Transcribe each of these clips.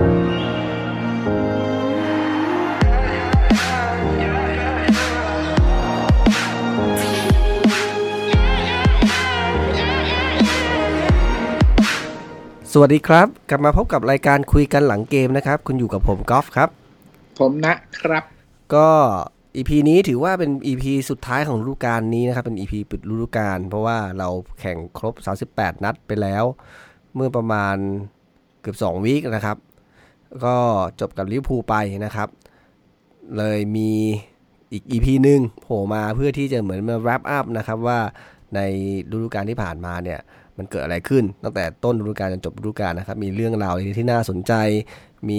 สวัสดีครับกลับมาพบกับรายการคุยกันหลังเกมนะครับคุณอยู่กับผมกอล์ฟครับผมนะครับก็ EP นี้ถือว่าเป็น EP สุดท้ายของฤดูกาลนี้นะครับเป็น EP ปิดฤดูกาลเพราะว่าเราแข่งครบ38นัดไปแล้วเมื่อประมาณเกือบ2วีคนะครับก็จบกับลิเวอร์พูลไปนะครับเลยมีอีก EP นึงโผล่มาเพื่อที่จะเหมือนมา wrap up นะครับว่าในฤดูกาลที่ผ่านมาเนี่ยมันเกิดอะไรขึ้นตั้งแต่ต้นฤดูกาลจนจบฤดูกาลนะครับมีเรื่องราวที่น่าสนใจมี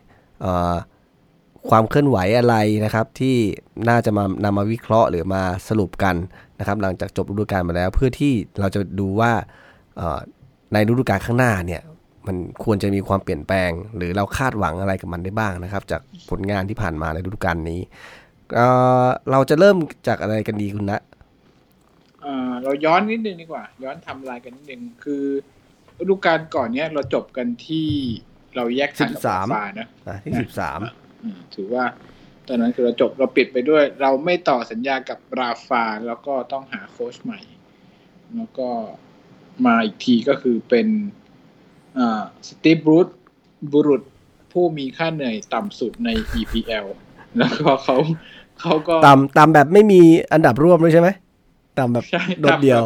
ความเคลื่อนไหวอะไรนะครับที่น่าจะนำมาวิเคราะห์หรือมาสรุปกันนะครับหลังจากจบฤดูกาลมาแล้วเพื่อที่เราจะดูว่าในฤดูกาลข้างหน้าเนี่ยมันควรจะมีความเปลี่ยนแปลงหรือเราคาดหวังอะไรกับมันได้บ้างนะครับจากผลงานที่ผ่านมาในฤดูกาลนี้เราจะเริ่มจากอะไรกันดีคุณณเราย้อนนิดนึงดีกว่าย้อนทำลายกันนิดนึงคือฤดูกาลก่อนเนี้ยเราจบกันที่เราแยกทางกับราฟานะที่13 ถือว่าตอนนั้นคือเราปิดไปด้วยเราไม่ต่อสัญญากับราฟาแล้วก็ต้องหาโค้ชใหม่แล้วก็มาอีกทีก็คือเป็นสตีฟบุรุษผู้มีค่าเหนื่อยต่ำสุดใน EPL แล้วก็เขาก็ต่ำแบบไม่มีอันดับร่วมด้วยใช่ไหมต่ำแบบโดดเดี่ยว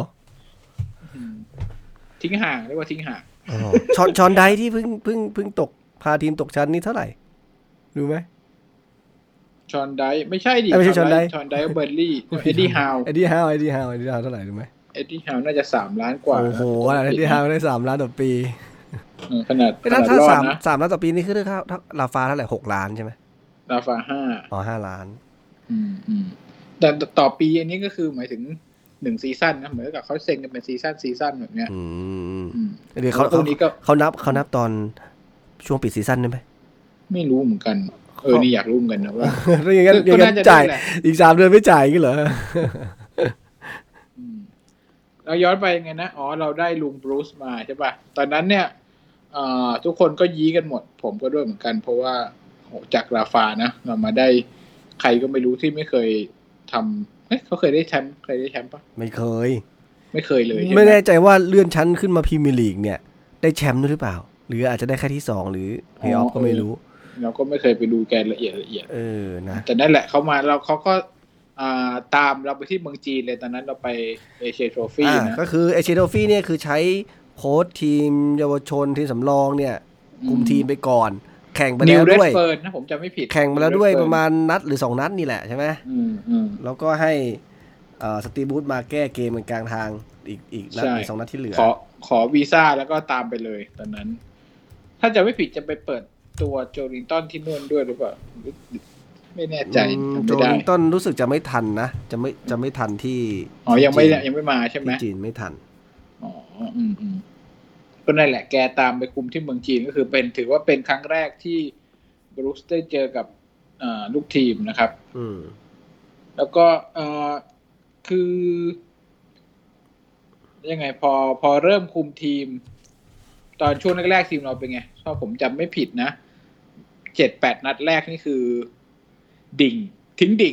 ทิ้งห่างเรียกว่าทิ้งห่างชอนไดที่เพิ่งตกพาทีมตกชั้นนี่เท่าไหร่รู้ไหมชอนไดไม่ใช่ดิไม่ใช่ชอนไดเบอร์ลี่เอ็ดดี้ฮาวเท่าไหร่รู้ไหมเอ็ดดี้ฮาวน่าจะ3ล้านกว่าโอ้โหเอ็ดดี้ฮาวได้3ล้านต่อปีขนาดถ้า3ล้านต่อปีนี่คือถ้าราฟาเท่าไหร่6ล้านใช่ไหมราฟา 5ล้านแต่ต่อปีอันนี้ก็คือหมายถึง1ซีซั่นนะเหมือนกับเขาเซ็นกันเป็นซีซั่นแบบเนี้ยเดี๋ยวเขานับตอนช่วงปิดซีซั่นได้ไหมไม่รู้เหมือนกันนี่อยากรู้เหมือนกันนะว่าแล้วอย่างนั้นจ่ายอีก3เดือนไม่จ่ายกันเหรอเราย้อนไปไงนะเราได้ลุงบรูซมาใช่ป่ะตอนนั้นเนี่ยทุกคนก็ยี้กันหมดผมก็ด้วยเหมือนกันเพราะว่าจากราฟานะเรามาได้ใครก็ไม่รู้ที่ไม่เคยทำเขาเคยได้แชมป์ปะไม่เคยเลยไม่แน่ใจว่าเลื่อนชั้นขึ้นมาพรีเมียร์ลีกเนี่ยได้แชมป์ด้วยหรือเปล่าหรืออาจจะได้แค่ที่2หรือเพลย์ออฟก็ไม่รู้เราก็ไม่เคยไปดูแกนละเอียดนะแต่นั่นแหละเขามาแล้วเขาก็ตามเราไปที่เมืองจีนเลยตอนนั้นเราไปเอเชียโทรฟี่นะก็คือเอเชียโทรฟี่เนี่ยคือใช้โค้ชทีมเยาวชนทีมสำรองเนี่ยคุมทีมไปก่อนแข่งไปแล้วด้วยนะผมจำไม่ผิดแข่งมาแล้วด้วยประมาณนัดหรือ2นัดนี่แหละใช่ไหมแล้วก็ให้สตีบูธมาแก้เกมกลางทางอีกนัดหรือ2นัดที่เหลือขอวีซ่าแล้วก็ตามไปเลยตอนนั้นถ้าจะไม่ผิดจะไปเปิดตัวโจลิงตันที่นู่นด้วยหรือเปล่าไม่แน่ใจโจลิงตันรู้สึกจะไม่ทันนะจะไม่ทันที่ยังไม่มาใช่ไหมที่จีนไม่ทันก็นั่นแหละแกตามไปคุมที่เมืองจีนก็คือถือว่าเป็นครั้งแรกที่บรูซได้เจอกับลูกทีมนะครับแล้วก็คือยังไงพอเริ่มคุมทีมตอนช่วงแรกๆทีมเราเป็นไงถ้าผมจำไม่ผิดนะ 7-8 นัดแรกนี่คือดิ่งทิ้งดิ่ง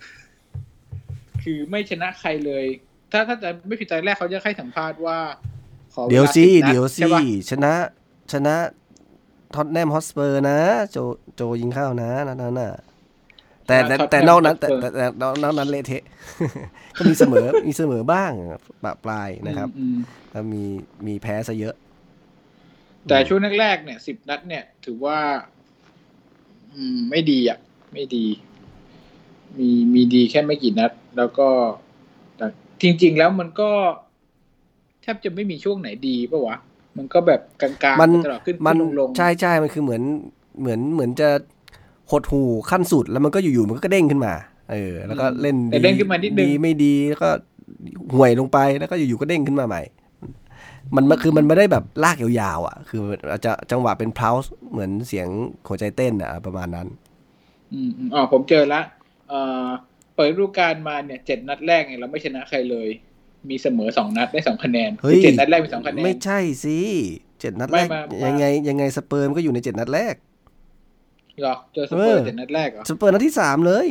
คือไม่ชนะใครเลยถ้าจะไม่ผิดตอนแรกเขาจะให้สัมภาษณ์ว่าเดี๋ยวสิชนะท็อตแนมฮอตสเปอร์นะโจยิงเข้านะนั่นน่ะแต่นอกนั้นแต่นอกนั้นเละเทะก็มีเสมอบ้างปลายนะครับแล้วมีแพ้ซะเยอะแต่ช่วงแรกๆเนี่ย10นัดเนี่ยถือว่าไม่ดีไม่ดีมีดีแค่ไม่กี่นัดแล้วก็จริงๆแล้วมันก็แทบจะไม่มีช่วงไหนดีป่ะวะมันก็แบบกลางๆตลอดขึ้นลงใช่มันคือเหมือนจะหดหู่ขั้นสุดแล้วมันก็อยู่ๆมันก็เด้งขึ้นมาแล้วก็เล่นเด้งขึ้นมานิดนึงไม่ดีแล้วก็ห่วยลงไปแล้วก็อยู่ๆก็เด้งขึ้นมาใหม่มันคือมันไม่ได้แบบลากยาวๆคืออาจจะจังหวะเป็นเพลาส์เหมือนเสียงหัวใจเต้นประมาณนั้นผมเจอละเปิดฤดูกาลมาเนี่ย7นัดแรกเนี่ยเราไม่ชนะใครเลยมีเสมอ2นัดได้2คะแนน7นัดแรกมี2คะแนนไม่ใช่สิ 7นัดแรกยังไงสเปอร์มันก็อยู่ใน7นัดแรกเหรอเจอสเปอร์7นัดแรกเหรอสเปอร์นัดที่3เลย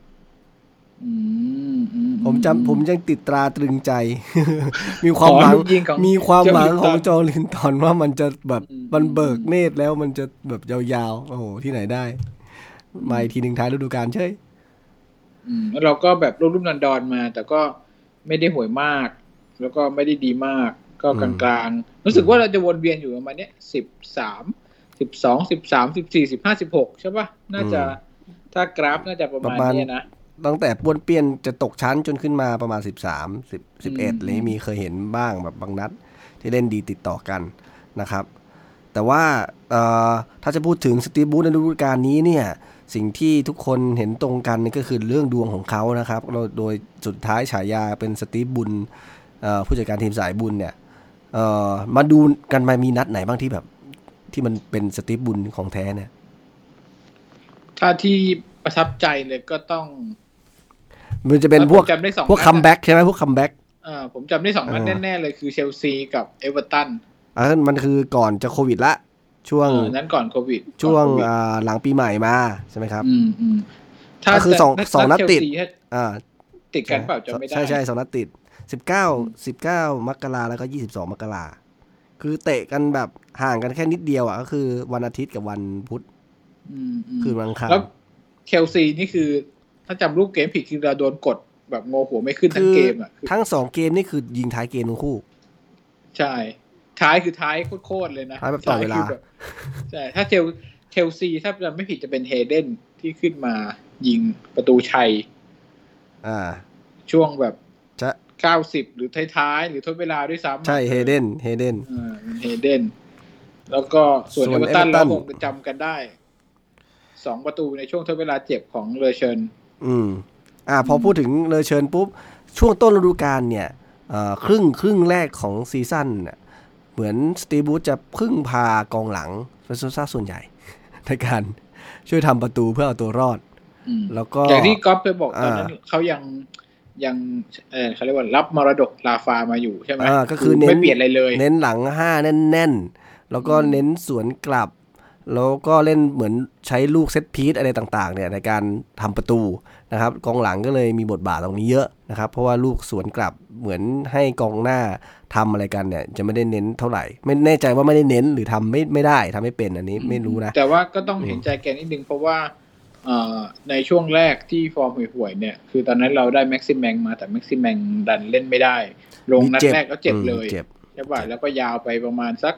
ผมยังติดตราตรึงใจ มีความหวังของจอร์ลินตันว่ามันจะแบบมันเบิกเนตรแล้วมันจะแบบยาวๆโอ้โหที่ไหนได้มาอีกทีนึงท้ายฤดูกาลใช่แล้วเราก็แบบรุ่มๆดอนๆมาแต่ก็ไม่ได้ห่วยมากแล้วก็ไม่ได้ดีมากก็กลางๆรู้สึกว่าเราจะวนเวียนอยู่ประมาณเนี้ย13 12 13 14 15 16ใช่ป่ะน่าจะถ้ากราฟน่าจะประมาณนี้นะตั้งแต่ป้วนเปี้ยนจะตกชั้นจนขึ้นมาประมาณ11เลยมีเคยเห็นบ้างแบบบางนัดที่เล่นดีติดต่อกันนะครับแต่ว่าถ้าจะพูดถึงสตีฟบูธในฤดูกาลนี้เนี่ยสิ่งที่ทุกคนเห็นตรงกันก็คือเรื่องดวงของเขานะครับโดยสุดท้ายฉายาเป็นสตีฟบุญผู้จัดการทีมสายบุญเนี่ยมาดูกันมามีนัดไหนบ้างที่แบบที่มันเป็นสตีฟบุญของแท้เนี่ยถ้าที่ประทับใจเลยก็ต้องมันจะเป็นพวกคัมแบ็กใช่ไหมพวกคัมแบ็กผมจำได้2นัดแน่ๆเลยคือเชลซีกับเอเวอร์ตันมันคือก่อนจะโควิดละช่วงนั้นก่อนโควิดช่วงหลังปีใหม่มาใช่ไหมครับถ้าคือ2นัดติดติดกันเปล่าจะไม่ได้ใช่2นัดติด19มกราแล้วก็22มกราคือเตะกันแบบห่างกันแค่นิดเดียวก็คือวันอาทิตย์กับวันพุธคือวันอังคารแล้วเชลซีนี่คือถ้าจำรูปเกมผิดคือเราโดนกดแบบงอหัวไม่ขึ้นทั้งเกมทั้ง2เกมนี่คือยิงท้ายเกมทั้งคู่ใช่ท้ายคือท้ายโคตรเลยนะท้ายแบบต่อเวลาใช่ถ้าเชลซีถ้าจำไม่ผิดจะเป็นเฮเดนที่ขึ้นมายิงประตูชัยช่วงแบบ90หรือท้ายๆหรือทดเวลาด้วยซ้ำใช่เฮเดนแล้วก็ส่วนเอเวอร์ตันเราคงจำกันได้2ประตูในช่วงทดเวลาเจ็บของเลอเชิญพอพูดถึงเลอเชิญปุ๊บช่วงต้นฤดูกาลเนี่ยครึ่งแรกของซีซั่นเนี่ยเหมือนสตีฟบูธจะพึ่งพากองหลังเป็นส่วนใหญ่ในการช่วยทำประตูเพื่อเอาตัวรอดแล้วก็อย่างที่ก๊อฟเคยบอกตอนนั้นเขายังเขาเรียกว่ารับมรดกลาฟามาอยู่ใช่ไหมก็คือไม่เปลี่ยนอะไรเลยเน้นหลัง5แน่นๆแล้วก็เน้นสวนกลับแล้วก็เล่นเหมือนใช้ลูกเซตพีซอะไรต่างๆเนี่ยในการทำประตูนะครับกองหลังก็เลยมีบทบาทตรงนี้เยอะนะครับเพราะว่าลูกสวนกลับเหมือนให้กองหน้าทำอะไรกันเนี่ยจะไม่ได้เน้นเท่าไหร่ไม่แน่ใจว่าไม่ได้เน้นหรือทำไม่ได้ทำไม่เป็นอันนี้ไม่รู้นะแต่ว่าก็ต้องเห็นใจแกนิดนึงเพราะว่าในช่วงแรกที่ฟอร์มห่วยๆเนี่ยคือตอนนั้นเราได้แม็กซิมแมงมาแต่แม็กซิมแมงดันเล่นไม่ได้ลงนัดแรกก็เจ็บเลยใช่ป่ะแล้วก็ยาวไปประมาณสัก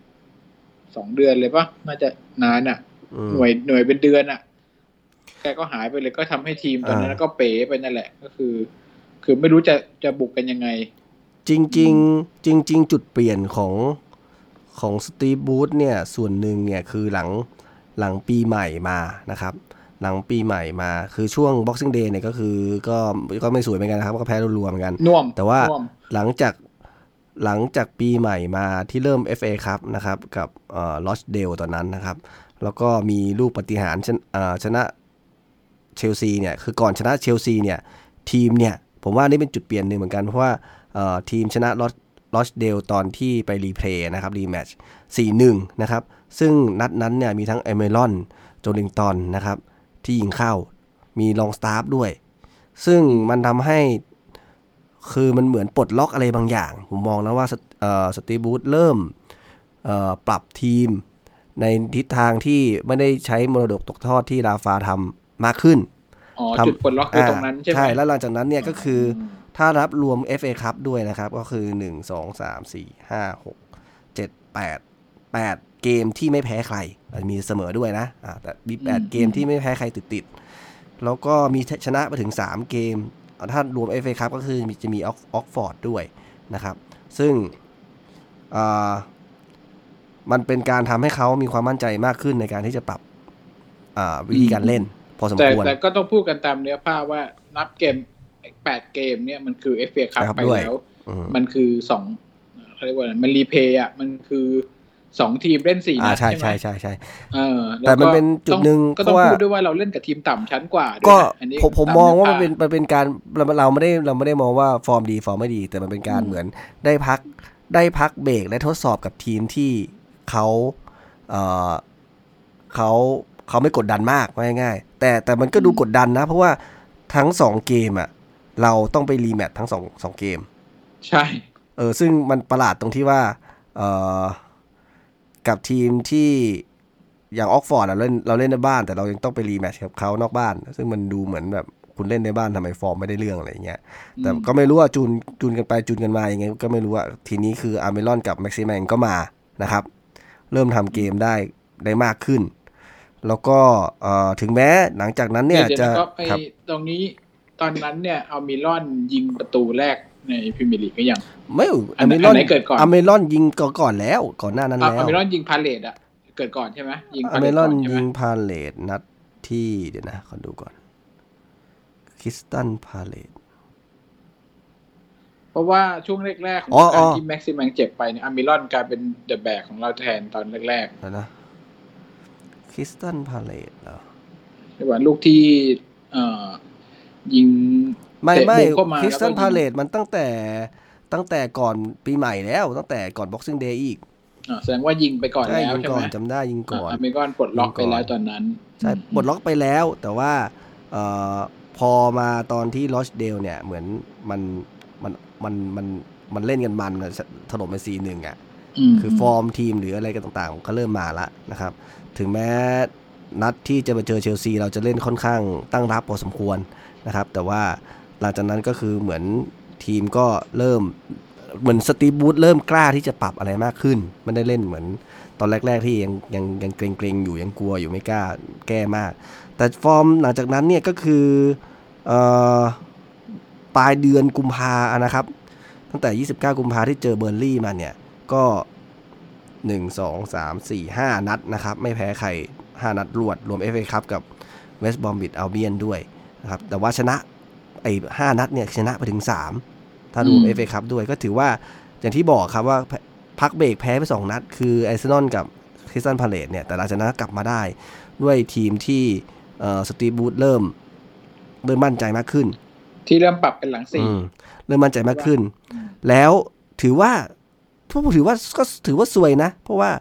2 เดือนเลยป่ะน่าจะนานหน่วยเป็นเดือนแกก็หายไปเลยก็ทำให้ทีมตอนนั้นก็เป๋ไปนั่นแหละก็คือไม่รู้จะบุกกันยังไงจริงจุดเปลี่ยนของสตีฟบูธเนี่ยส่วนหนึ่งเนี่ยคือหลังปีใหม่มานะครับหลังปีใหม่มาคือช่วง Boxing Day เนี่ยก็คือก็ไม่สวยเหมือนกันนะครับก็แพ้รวมๆเหมือนกันแต่ว่าหลังจากปีใหม่มาที่เริ่ม FA ครับนะครับกับRochdale ตอนนั้นนะครับแล้วก็มีลูกปาฏิหาริย์ชนะเชลซีเนี่ยคือก่อนชนะเชลซีเนี่ยทีมเนี่ยผมว่านี่เป็นจุดเปลี่ยนหนึ่งเหมือนกันเพราะว่าทีมชนะRochdaleตอนที่ไปรีเพลย์นะครับรีแมตช์ 4-1 นะครับซึ่งนัดนั้นเนี่ยมีทั้งเอเมรอนโจลิงตันนะครับที่ยิงเข้ามีลองสตาร์ฟด้วยซึ่งมันทำให้คือมันเหมือนปลดล็อกอะไรบางอย่างผมมองนะว่าสตีฟบูธเริ่มปรับทีมในทิศทางที่ไม่ได้ใช้มรดกตกทอดที่ราฟาทำมากขึ้นจุดปลดล็อกคือตรงนั้นใช่ไหมใช่แล้วหลังจากนั้นเนี่ยก็คือถ้ารับรวม FA Cup ด้วยนะครับก็คือ1 2 3 4 5 6 7 8เกมที่ไม่แพ้ใครมีเสมอด้วยนะแต่มี8เกมที่ไม่แพ้ใครติดแล้วก็มีชนะไปถึง3เกมถ้ารวม FA Cup ก็คือจะมีออกฟอร์ดด้วยนะครับซึ่งมันเป็นการทำให้เขามีความมั่นใจมากขึ้นในการที่จะปรับวิธีการเล่นพอสมควรแต่ก็ต้องพูดกันตามเนื้อผ้าว่านับเกม8เกมเนี่ยมันคือ FA Cup ไปแล้วมันคือ2เขาเรียกว่ามันรีเพย์มันคือ2ทีมเล่น4นัดใช่ไหมใช่แต่มันเป็นจุดนึงก็ต้องพูดด้วยว่าเราเล่นกับทีมต่ำชั้นกว่าก็ผมมองว่ามันเป็นการเราไม่ได้มองว่าฟอร์มดีฟอร์มไม่ดีแต่มันเป็นการเหมือนได้ได้พักเบรกและทดสอบกับทีมที่เขาเอ่อเขาเขาไม่กดดันมากง่ายๆแต่มันก็ดูกดดันนะเพราะว่าทั้ง2เกมอ่ะเราต้องไปรีแมตช์ทั้ง2เกมใช่ซึ่งมันประหลาดตรงที่ว่าเอ่อกับทีมที่อย่างออกฟอร์ดเราเล่นในบ้านแต่เรายังต้องไปรีแมตช์กับเขานอกบ้านซึ่งมันดูเหมือนแบบคุณเล่นในบ้านทำไมฟอร์มไม่ได้เรื่องอะไรอย่างเงี้ยแต่ก็ไม่รู้ว่าจูนกันไปจูนกันมายังไงก็ไม่รู้ว่าทีนี้คืออาร์เมลอนกับแม็กซิแมงก็มานะครับเริ่มทำเกมได้มากขึ้นแล้วก็ถึงแม้หลังจากนั้นเนี่ยจะครับตรงนี้ตอนนั้นเนี่ยอาร์เมลอนยิงประตูแรกในพรีเมียร์ลีกก็ยังไม่อาร์เมลอนเกิดก่อนอาร์เมลอนยิงก่อนแล้วก่อนหน้านั้นแล้วอาร์เมลอนยิงพาเลตอ่ะเกิดก่อนใช่ไหมยิงอาร์เมลอนยิงพาเลตนัดที่เดี๋ยวนะขอดูก่อนคริสตันพาเลตเพราะว่าช่วงแรกๆของการที่แม็กซิแมงเจ็บไปเนี่ยอาร์เมลอนกลายเป็นเดอะแบกของเราแทนตอนแรกๆนะคริสตันพาเลตเหรอใช่ป่ะลูกที่ยิงไม่คริสตันพาเลตมันตั้งแต่ก่อนปีใหม่แล้วตั้งแต่ก่อน Boxing Day อีกแสดงว่ายิงไปก่อนแล้วใช่ไหมจำได้ยิงก่อนอาร์เมลอนปลดล็อกไปแล้วตอนนั้นใช่ปลดล็อกไปแล้วแต่ว่าพอมาตอนที่ลอชเดลเนี่ยเหมือนมันเล่นกันมันถล่มไป 4-1 อ่ะคือฟอร์มทีมหรืออะไรกันต่างๆก็เริ่มมาละนะครับถึงแม้นัดที่จะมาเจอเชลซีเราจะเล่นค่อนข้างตั้งรับพอสมควรนะครับแต่ว่าหลังจากนั้นก็คือเหมือนทีมก็เริ่มเหมือนสตีฟ บูธเริ่มกล้าที่จะปรับอะไรมากขึ้นไม่ได้เล่นเหมือนตอนแรกๆที่ยังเกรงๆอยู่ยังกลัวอยู่ไม่กล้าแก้มากแต่ฟอร์มหลังจากนั้นเนี่ยก็คือปลายเดือนกุมภานะครับตั้งแต่29กุมภาที่เจอเบอร์ลี่มาเนี่ยก็1 2 3 4 5นัดนะครับไม่แพ้ใคร5นัดรวดรวม FA คัพกับเวสต์บอมบิชอัลเบียนด้วยนะครับแต่ว่าชนะไอ้5นัดเนี่ยชนะไปถึง3ถ้ารวม FA คัพด้วยก็ถือว่าอย่างที่บอกครับว่าพักเบรกแพ้ไป2นัดคืออาร์เซนอลกับคริสตันพาเลซเนี่ยแต่หลังจากนั้นกลับมาได้ด้วยทีมที่สตีฟ บูธเริ่มมั่นใจมากขึ้นที่เริ่มปรับเป็นหลัง4 เริ่มมั่นใจมากขึ้นแล้วถือว่าก็ถือว่าสวยนะเพราะว่า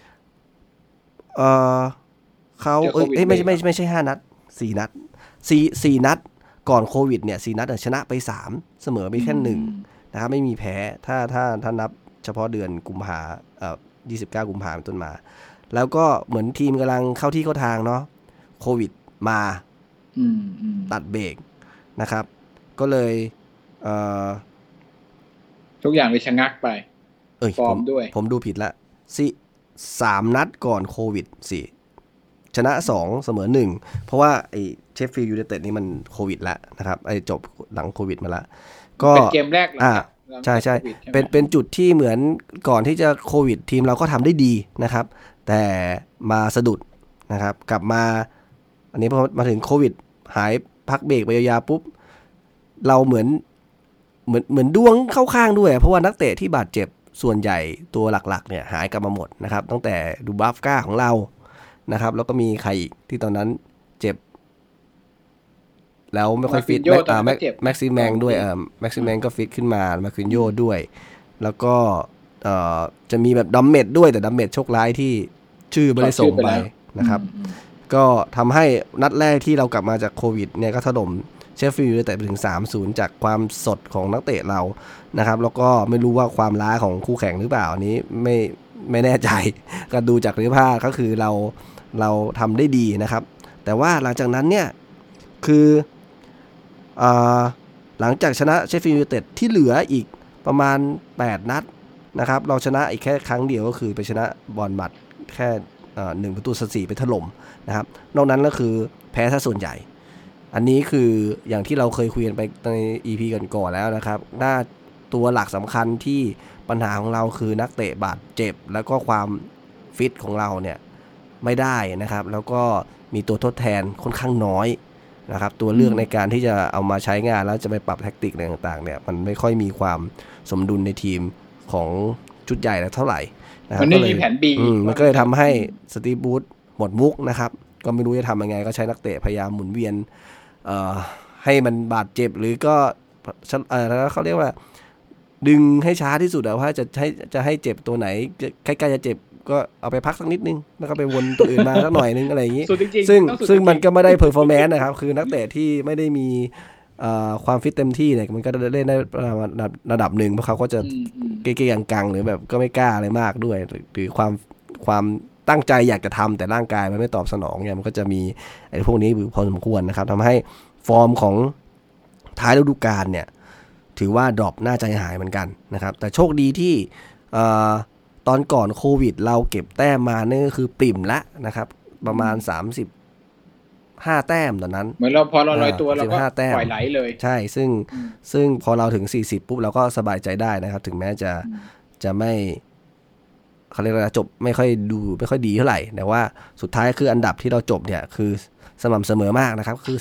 เขาไม่ใช่5นัด4นัด4นัดก่อนโควิดเนี่ย4นัดชนะไป3เสมอไปแค่1นะครับไม่มีแพ้ถ้านับเฉพาะเดือนกุมภา29กุมภาพันธ์ต้นมาแล้วก็เหมือนทีมกำลังเข้าที่เข้าทางเนาะโควิดมาตัดเบรกนะครับก็เลยทุกอย่างเลยชะงักไปฟอร์มด้วยผมดูผิดละ3นัดก่อนโควิดชนะ2เสมอ1เพราะว่าไอ้เชฟฟิลด์ยูไนเต็ดนี่มันโควิดแล้วนะครับไอ้จบหลังโควิดมาละก็เป็นเกมแรกใช่เป็นจุดที่เหมือนก่อนที่จะโควิดทีมเราก็ทำได้ดีนะครับแต่มาสะดุดนะครับกลับมาอันนี้พอมาถึงโควิดหายพักเบรกไปยาวๆปุ๊บเราเหมือนดวงเข้าข้างด้วยเพราะว่านักเตะที่บาดเจ็บส่วนใหญ่ตัวหลักๆเนี่ยหายกลับมาหมดนะครับตั้งแต่ดูบัฟก้าของเรานะครับแล้วก็มีใครอีกที่ตอนนั้นเจ็บแล้วไม่ค่อยฟิตแม็กซิแมงด้วยแม็กซิแมงก็ฟิตขึ้นมามาคินโยด้วยแล้วก็จะมีแบบดัมเมดด้วยแต่ดัมเมดโชคร้ายที่ชื่อไม่ได้ส่งไปนะครับก็ทำให้นัดแรกที่เรากลับมาจากโควิดเนี่ยก็ถล่มเชฟฟิลด์ยูไนเต็ดไปถึง 3-0 จากความสดของนักเตะเรานะครับแล้วก็ไม่รู้ว่าความล้าของคู่แข่งหรือเปล่าอันนี้ไม่แน่ใจก็ดูจากเนื้อผ้าก็คือเราทำได้ดีนะครับแต่ว่าหลังจากนั้นเนี่ยคือหลังจากชนะเชฟฟิลด์ยูไนเต็ดที่เหลืออีกประมาณ8นัดนะครับเราชนะอีกแค่ครั้งเดียวก็คือไปชนะบอร์นมัธแค่1-4ไปถล่มนะครับนอกนั้นก็คือแพ้ซะส่วนใหญ่อันนี้คืออย่างที่เราเคยคุยกันไปใน EP ก่อนๆแล้วนะครับน่าตัวหลักสำคัญที่ปัญหาของเราคือนักเตะบาดเจ็บแล้วก็ความฟิตของเราเนี่ยไม่ได้นะครับแล้วก็มีตัวทดแทนค่อนข้างน้อยนะครับตัวเลือกในการที่จะเอามาใช้งานแล้วจะไปปรับแท็กติกอะไรต่างๆเนี่ยมันไม่ค่อยมีความสมดุลในทีมของชุดใหญ่เท่าไหร่นะครับมันไม่มีแผน B มันก็เลยทำให้สตีฟ บูธหมดมุกนะครับก็ไม่รู้จะทำยังไงก็ใช้นักเตะพยายามหมุนเวียนให้มันบาดเจ็บหรือก็แล้วเขาเรียกว่าดึงให้ช้าที่สุดว่าจะให้เจ็บตัวไหนใกล้ๆจะเจ็บก็เอาไปพักสักนิดนึงแล้วก็ไปวนตัวอื่นมาสักหน่อยนึงอะไรอย่างนี้ซึ่งมันก็ไม่ได้เพอร์ฟอร์แมนซ์นะครับคือนักเตะที่ไม่ได้มีความฟิตเต็มที่เนี่ยมันก็เล่นได้ระดับหนึ่งเพราะเขาก็จะเก๊ๆกังๆหรือแบบก็ไม่กล้าอะไรมากด้วยหรือความตั้งใจอยากจะทำแต่ร่างกายมันไม่ตอบสนองเนี่ยมันก็จะมีไอ้พวกนี้พอสมควรนะครับทำให้ฟอร์มของท้ายฤดูกาลเนี่ยถือว่าดรอปน่าใจหายเหมือนกันนะครับแต่โชคดีที่ตอนก่อนโควิดเราเก็บแต้มมาเนี่ยก็คือปริ่มละนะครับประมาณ35 แต้มตอนนั้นเหมือนเราพอเราลอยตัวเราก็ปล่อยไหลเลยใช่ซึ่งพอเราถึง40ปุ๊บเราก็สบายใจได้นะครับถึงแม้จะไม่เขาเรียกว่าจบไม่ค่อยดีเท่าไหร่แต่ว่าสุดท้ายคืออันดับที่เราจบเนี่ยคือสม่ำเสมอมากนะครับคือ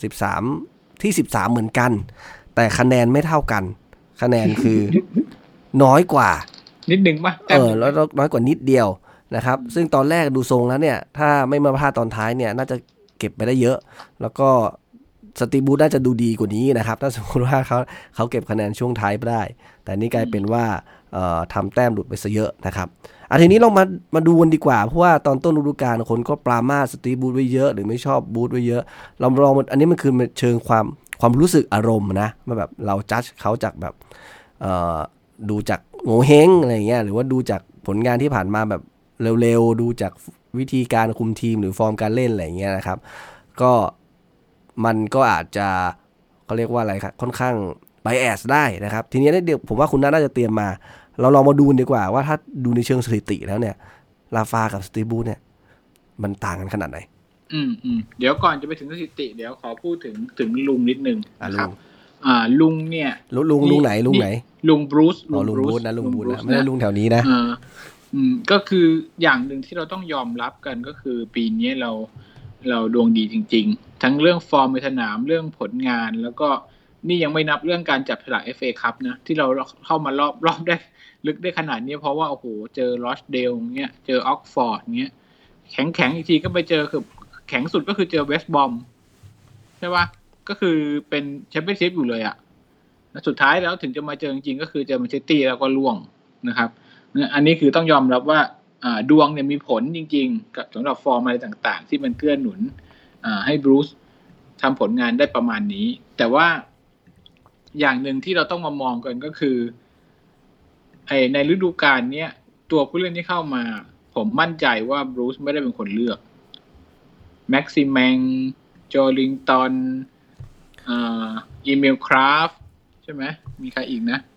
13ที่13เหมือนกันแต่คะแนนไม่เท่ากันคะแนนคือน้อยกว่านิดนึงป่ะแล้วน้อยกว่านิดเดียวนะครับซึ่งตอนแรกดูทรงแล้วเนี่ยถ้าไม่มาพลาดตอนท้ายเนี่ยน่าจะเก็บไปได้เยอะแล้วก็สตีบูธน่าจะดูดีกว่านี้นะครับถ้าสมมติว่าเขาเก็บคะแนนช่วงท้ายไปได้แต่นี่กลายเป็นว่าทำแต้มหลุดไปซะเยอะนะครับทีนี้ลองมาดูกันดีกว่าเพราะว่าตอนต้นฤดูกาลคนก็ปรามาสสตีบูธไว้เยอะหรือไม่ชอบบูธไว้เยอะลองอันนี้มันคือเชิงความรู้สึกอารมณ์นะมาแบบเราจัดเขาจากแบบดูจากโง่เฮงอะไรเงี้ยหรือว่าดูจากผลงานที่ผ่านมาแบบเร็วๆดูจากวิธีการคุมทีมหรือฟอร์มการเล่นอะไรเงี้ยนะครับก็มันก็อาจจะเขาเรียกว่าอะไรครับค่อนข้างไบแอสได้นะครับทีนี้เดี๋ยวผมว่าคุณน่าจะเตรียมมาเราลองมาดูดีกว่าว่าถ้าดูในเชิงสถิติแล้วเนี่ยลาฟากับสตีบูธเนี่ยมันต่างกันขนาดไหนเดี๋ยวก่อนจะไปถึงสถิติเดี๋ยวขอพูดถึงลุงนิดนึงนะครับลุงเนี่ยลุงไหนลุงบรูซลุงบรูซนะไม่ได้ลุงแถวนี้นะก็คืออย่างหนึ่งที่เราต้องยอมรับกันก็คือปีนี้เราดวงดีจริงๆทั้งเรื่องฟอร์มในสนามเรื่องผลงานแล้วก็นี่ยังไม่นับเรื่องการจับฉลาก FA คัพนะที่เราเข้ามารอบได้ลึกได้ขนาดนี้เพราะว่าโอ้โหเจอลอชเดลเงี้ยเจอออกฟอร์ดเงี้ยแข็งอีกทีก็ไปเจอคือแข็งสุดก็คือเจอเวสต์บอมใช่ปะก็คือเป็นแชมเปี้ยนชิพอยู่เลยอ่ะสุดท้ายแล้วถึงจะมาเจอจริงๆก็คือเจอแมนเชสเตอร์แล้วก็ล่วงนะครับอันนี้คือต้องยอมรับว่าดวงเนี่ยมีผลจริงๆกับสำหรับฟอร์มอะไรต่างๆที่มันเกื้อหนุนให้บรูซทำผลงานได้ประมาณนี้แต่ว่าอย่างหนึ่งที่เราต้องมามองกันก็คือในฤดูกาลนี้ตัวผู้เล่นที่เข้ามาผมมั่นใจว่าบรูซไม่ได้เป็นคนเลือกแม็กซิแมงโจลิงตันอีเมลคราฟใช่ไหมมีใครอีกนะ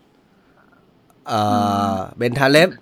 เบนทาเลฟ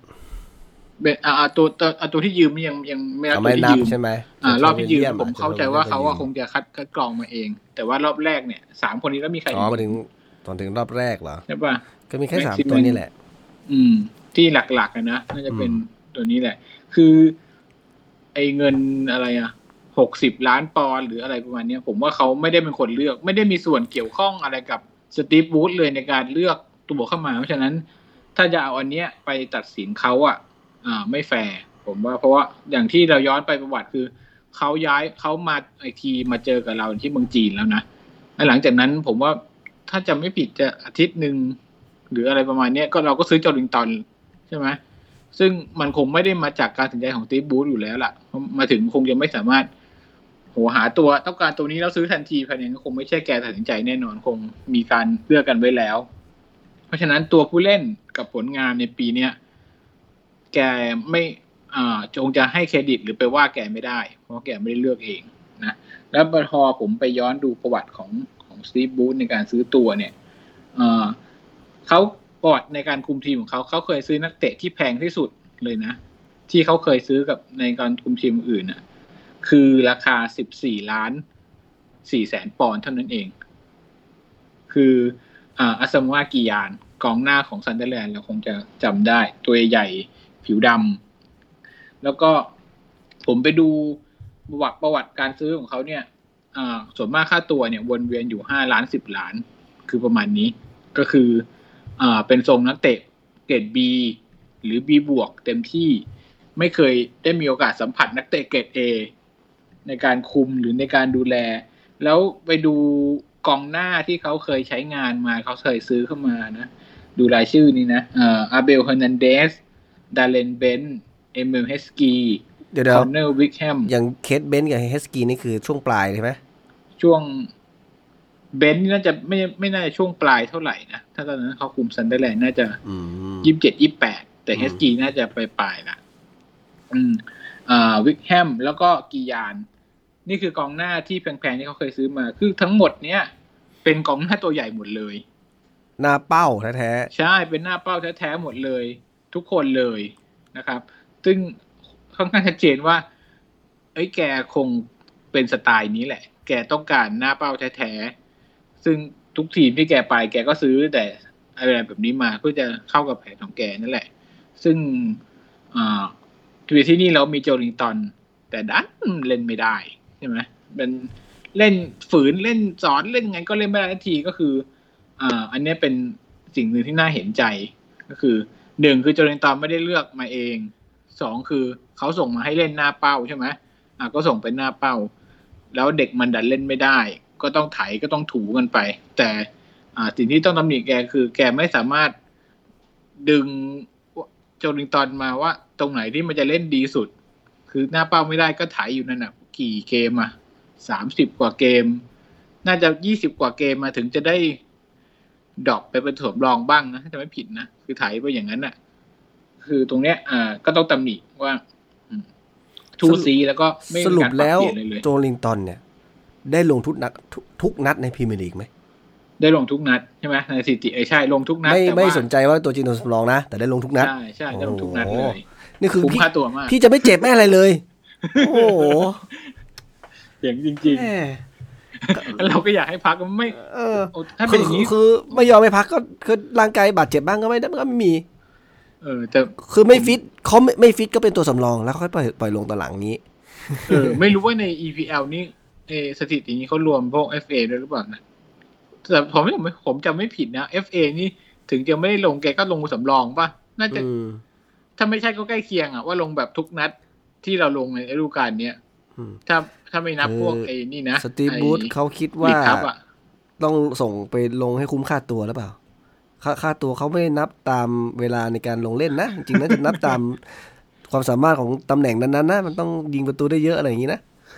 ตัวที่ยืมยังไม่รับตัวที่ยืมใช่ไหมรอบที่ยืมผมเข้าใจว่าเขาคงจะคัดกรองมาเองแต่ว่ารอบแรกเนี่ย3คนนี้แล้วมีใครมาถึงรอบแรกเหรอใช่ป่ะก็มีแค่3ตัวนี้แหละที่หลักๆนะน่าจะเป็นตัวนี้แหละคือเงินอะไร60 ล้านปอนด์หรืออะไรประมาณนี้ผมว่าเขาไม่ได้เป็นคนเลือกไม่ได้มีส่วนเกี่ยวข้องอะไรกับสตีฟวูดเลยในการเลือกตัวเข้ามาเพราะฉะนั้นถ้าจะเอาอันเนี้ยไปตัดสินเขาไม่แฟร์ผมว่าเพราะว่าอย่างที่เราย้อนไปประวัติคือเขามาทีมาเจอกับเราที่เมืองจีนแล้วนะหลังจากนั้นผมว่าถ้าจะไม่ผิดจะอาทิตย์นึงหรืออะไรประมาณนี้ก็เราก็ซื้อจอริงตันใช่ไหมซึ่งมันคงไม่ได้มาจากการตัดสินใจของสตีฟวูดอยู่แล้วล่ะมาถึงคงยังไม่สามารถหาตัวต้องการตัวนี้แล้วซื้อทันทีภายในก็คงไม่ใช่แกตัดสินใจแน่นอนคงมีการเลือกกันไว้แล้วเพราะฉะนั้นตัวผู้เล่นกับผลงานในปีเนี้ยแกไม่จงจะให้เครดิตหรือไปว่าแกไม่ได้เพราะแกไม่ได้เลือกเองนะแล้วพอผมไปย้อนดูประวัติของสตีฟวูดในการซื้อตัวเนี่ยเขาประวัติในการคุมทีมของเขาเคยซื้อนักเตะที่แพงที่สุดเลยนะที่เขาเคยซื้อกับในการคุมทีมอื่นน่ะคือราคา14.4 ล้านปอนด์เท่านั้นเองคืออัสซัมวากิยานกองหน้าของซันเดอร์แลนด์เราคงจะจำได้ตัวใหญ่ผิวดำแล้วก็ผมไปดูประวัติการซื้อของเขาเนี่ยส่วนมากค่าตัวเนี่ยวนเวียนอยู่5 ล้าน10 ล้านคือประมาณนี้ก็คือเป็นทรงนักเตะเกรด B หรือ B บวกเต็มที่ไม่เคยได้มีโอกาสสัมผัสนักเตะเกรด A ในการคุมหรือในการดูแลแล้วไปดูกองหน้าที่เขาเคยใช้งานมาเขาเคยซื้อเข้ามานะดูรายชื่อนี้นะอาเบลเฮอร์นันเดสดาเลนเบนเอมิลเฮสกีเดี๋ยวคอนเนอร์วิกแฮมอย่างเคสเบนซ์กับเฮสกีนี่คือช่วงปลายใช่ไหมช่วงเบนซ์น่าจะไม่น่าจะช่วงปลายเท่าไหร่นะถ้าตอนนั้นเขาคุมซันเดอร์แลนด์น่าจะ27-28แต่เฮสกีน่าจะไปปลายละวิกแฮมแล้วก็กียานนี่คือกองหน้าที่แพงๆที่เขาเคยซื้อมาคือทั้งหมดเนี้ยเป็นกองหน้าตัวใหญ่หมดเลยหน้าเป้าแท้ๆใช่เป็นหน้าเป้าแท้ๆหมดเลยทุกคนเลยนะครับซึ่งค่อนข้างชัดเจนว่าแกคงเป็นสไตล์นี้แหละแกต้องการหน้าเป้าแท้ๆซึ่งทุกทีมที่แกไปแกก็ซื้อแต่อะไรแบบนี้มาเพื่อจะเข้ากับแผนของแกนั่นแหละซึ่งที่นี่เรามีโจลิงตันแต่ดันเล่นไม่ได้ใช่ไหมเป็นเล่นฝืนเล่นสอนเล่นไงก็เล่นไม่ได้ทันทีก็คืออันนี้เป็นสิ่งหนึ่งที่น่าเห็นใจก็คือ1คือโจลิงตันไม่ได้เลือกมาเอง2คือเขาส่งมาให้เล่นหน้าเป้าใช่ไหมก็ส่งเป็นหน้าเป้าแล้วเด็กมันดันเล่นไม่ได้ก็ต้องไถก็ต้องถูกันไปแต่สิ่งที่ต้องตำหนิแกคือแกไม่สามารถดึงโจลิงตันมาว่าตรงไหนที่มันจะเล่นดีสุดคือหน้าเป้าไม่ได้ก็ไถอยู่นั่นน่ะกี่เกม30 กว่าเกมน่าจะ20 กว่าเกมมาถึงจะได้ดรอปไปเป็นสำรองบ้างนะถ้าจะไม่ผิดนะคือไถไปอย่างนั้นน่ะคือตรงเนี้ยก็ต้องตำหนิว่าทูซีแล้วก็ไม่สรุปแล้วเลยโจลิงตันเนี่ยได้ลงทุกนัดในพรีเมียร์ลีกไหมได้ลงทุกนัดใช่ไหมในสถิติใช่ลงทุกนัดไม่สนใจว่าตัวจริงตัวสำรองนะแต่ได้ลงทุกนัดใช่ได้ลงทุกนัดเลยนี่คือคุ้มค่าตัวมากพี่จะไม่เจ็บไม่อะไรเลยโอ้โหเจ๋งจริงๆเราก็อยากให้พักไม่ถ้าเป็นอย่างนี้คือไม่ยอมให้พักก็คือร่างกายบาดเจ็บบ้างก็ไม่มีแต่คือไม่ฟิตเขาไม่ฟิตก็เป็นตัวสำรองแล้วค่อยปล่อยลงตอนหลังนี้ไม่รู้ว่าใน EPL นี่สถิตินี้เขารวมพวก FA ด้วยหรือเปล่านะแต่ผมจำไม่ผิดนะ FA นี่ถึงจะไม่ได้ลงแกก็ลงสำรองป่ะน่าจะถ้าไม่ใช่ก็ใกล้เคียงว่าลงแบบทุกนัดที่เราลงในฤดูกาลเนี้ยถ้าไม่นับพวกนี่นะสตีฟบูธเขาคิดว่าต้องส่งไปลงให้คุ้มค่าตัวหรือเปล่าค่าตัวเขาไม่นับตามเวลาในการลงเล่นนะจริงๆน่าจะนับตามความสามารถของตำแหน่งนั้นๆนะมันต้องยิงประตูได้เยอะอะไรอย่างนี้นะ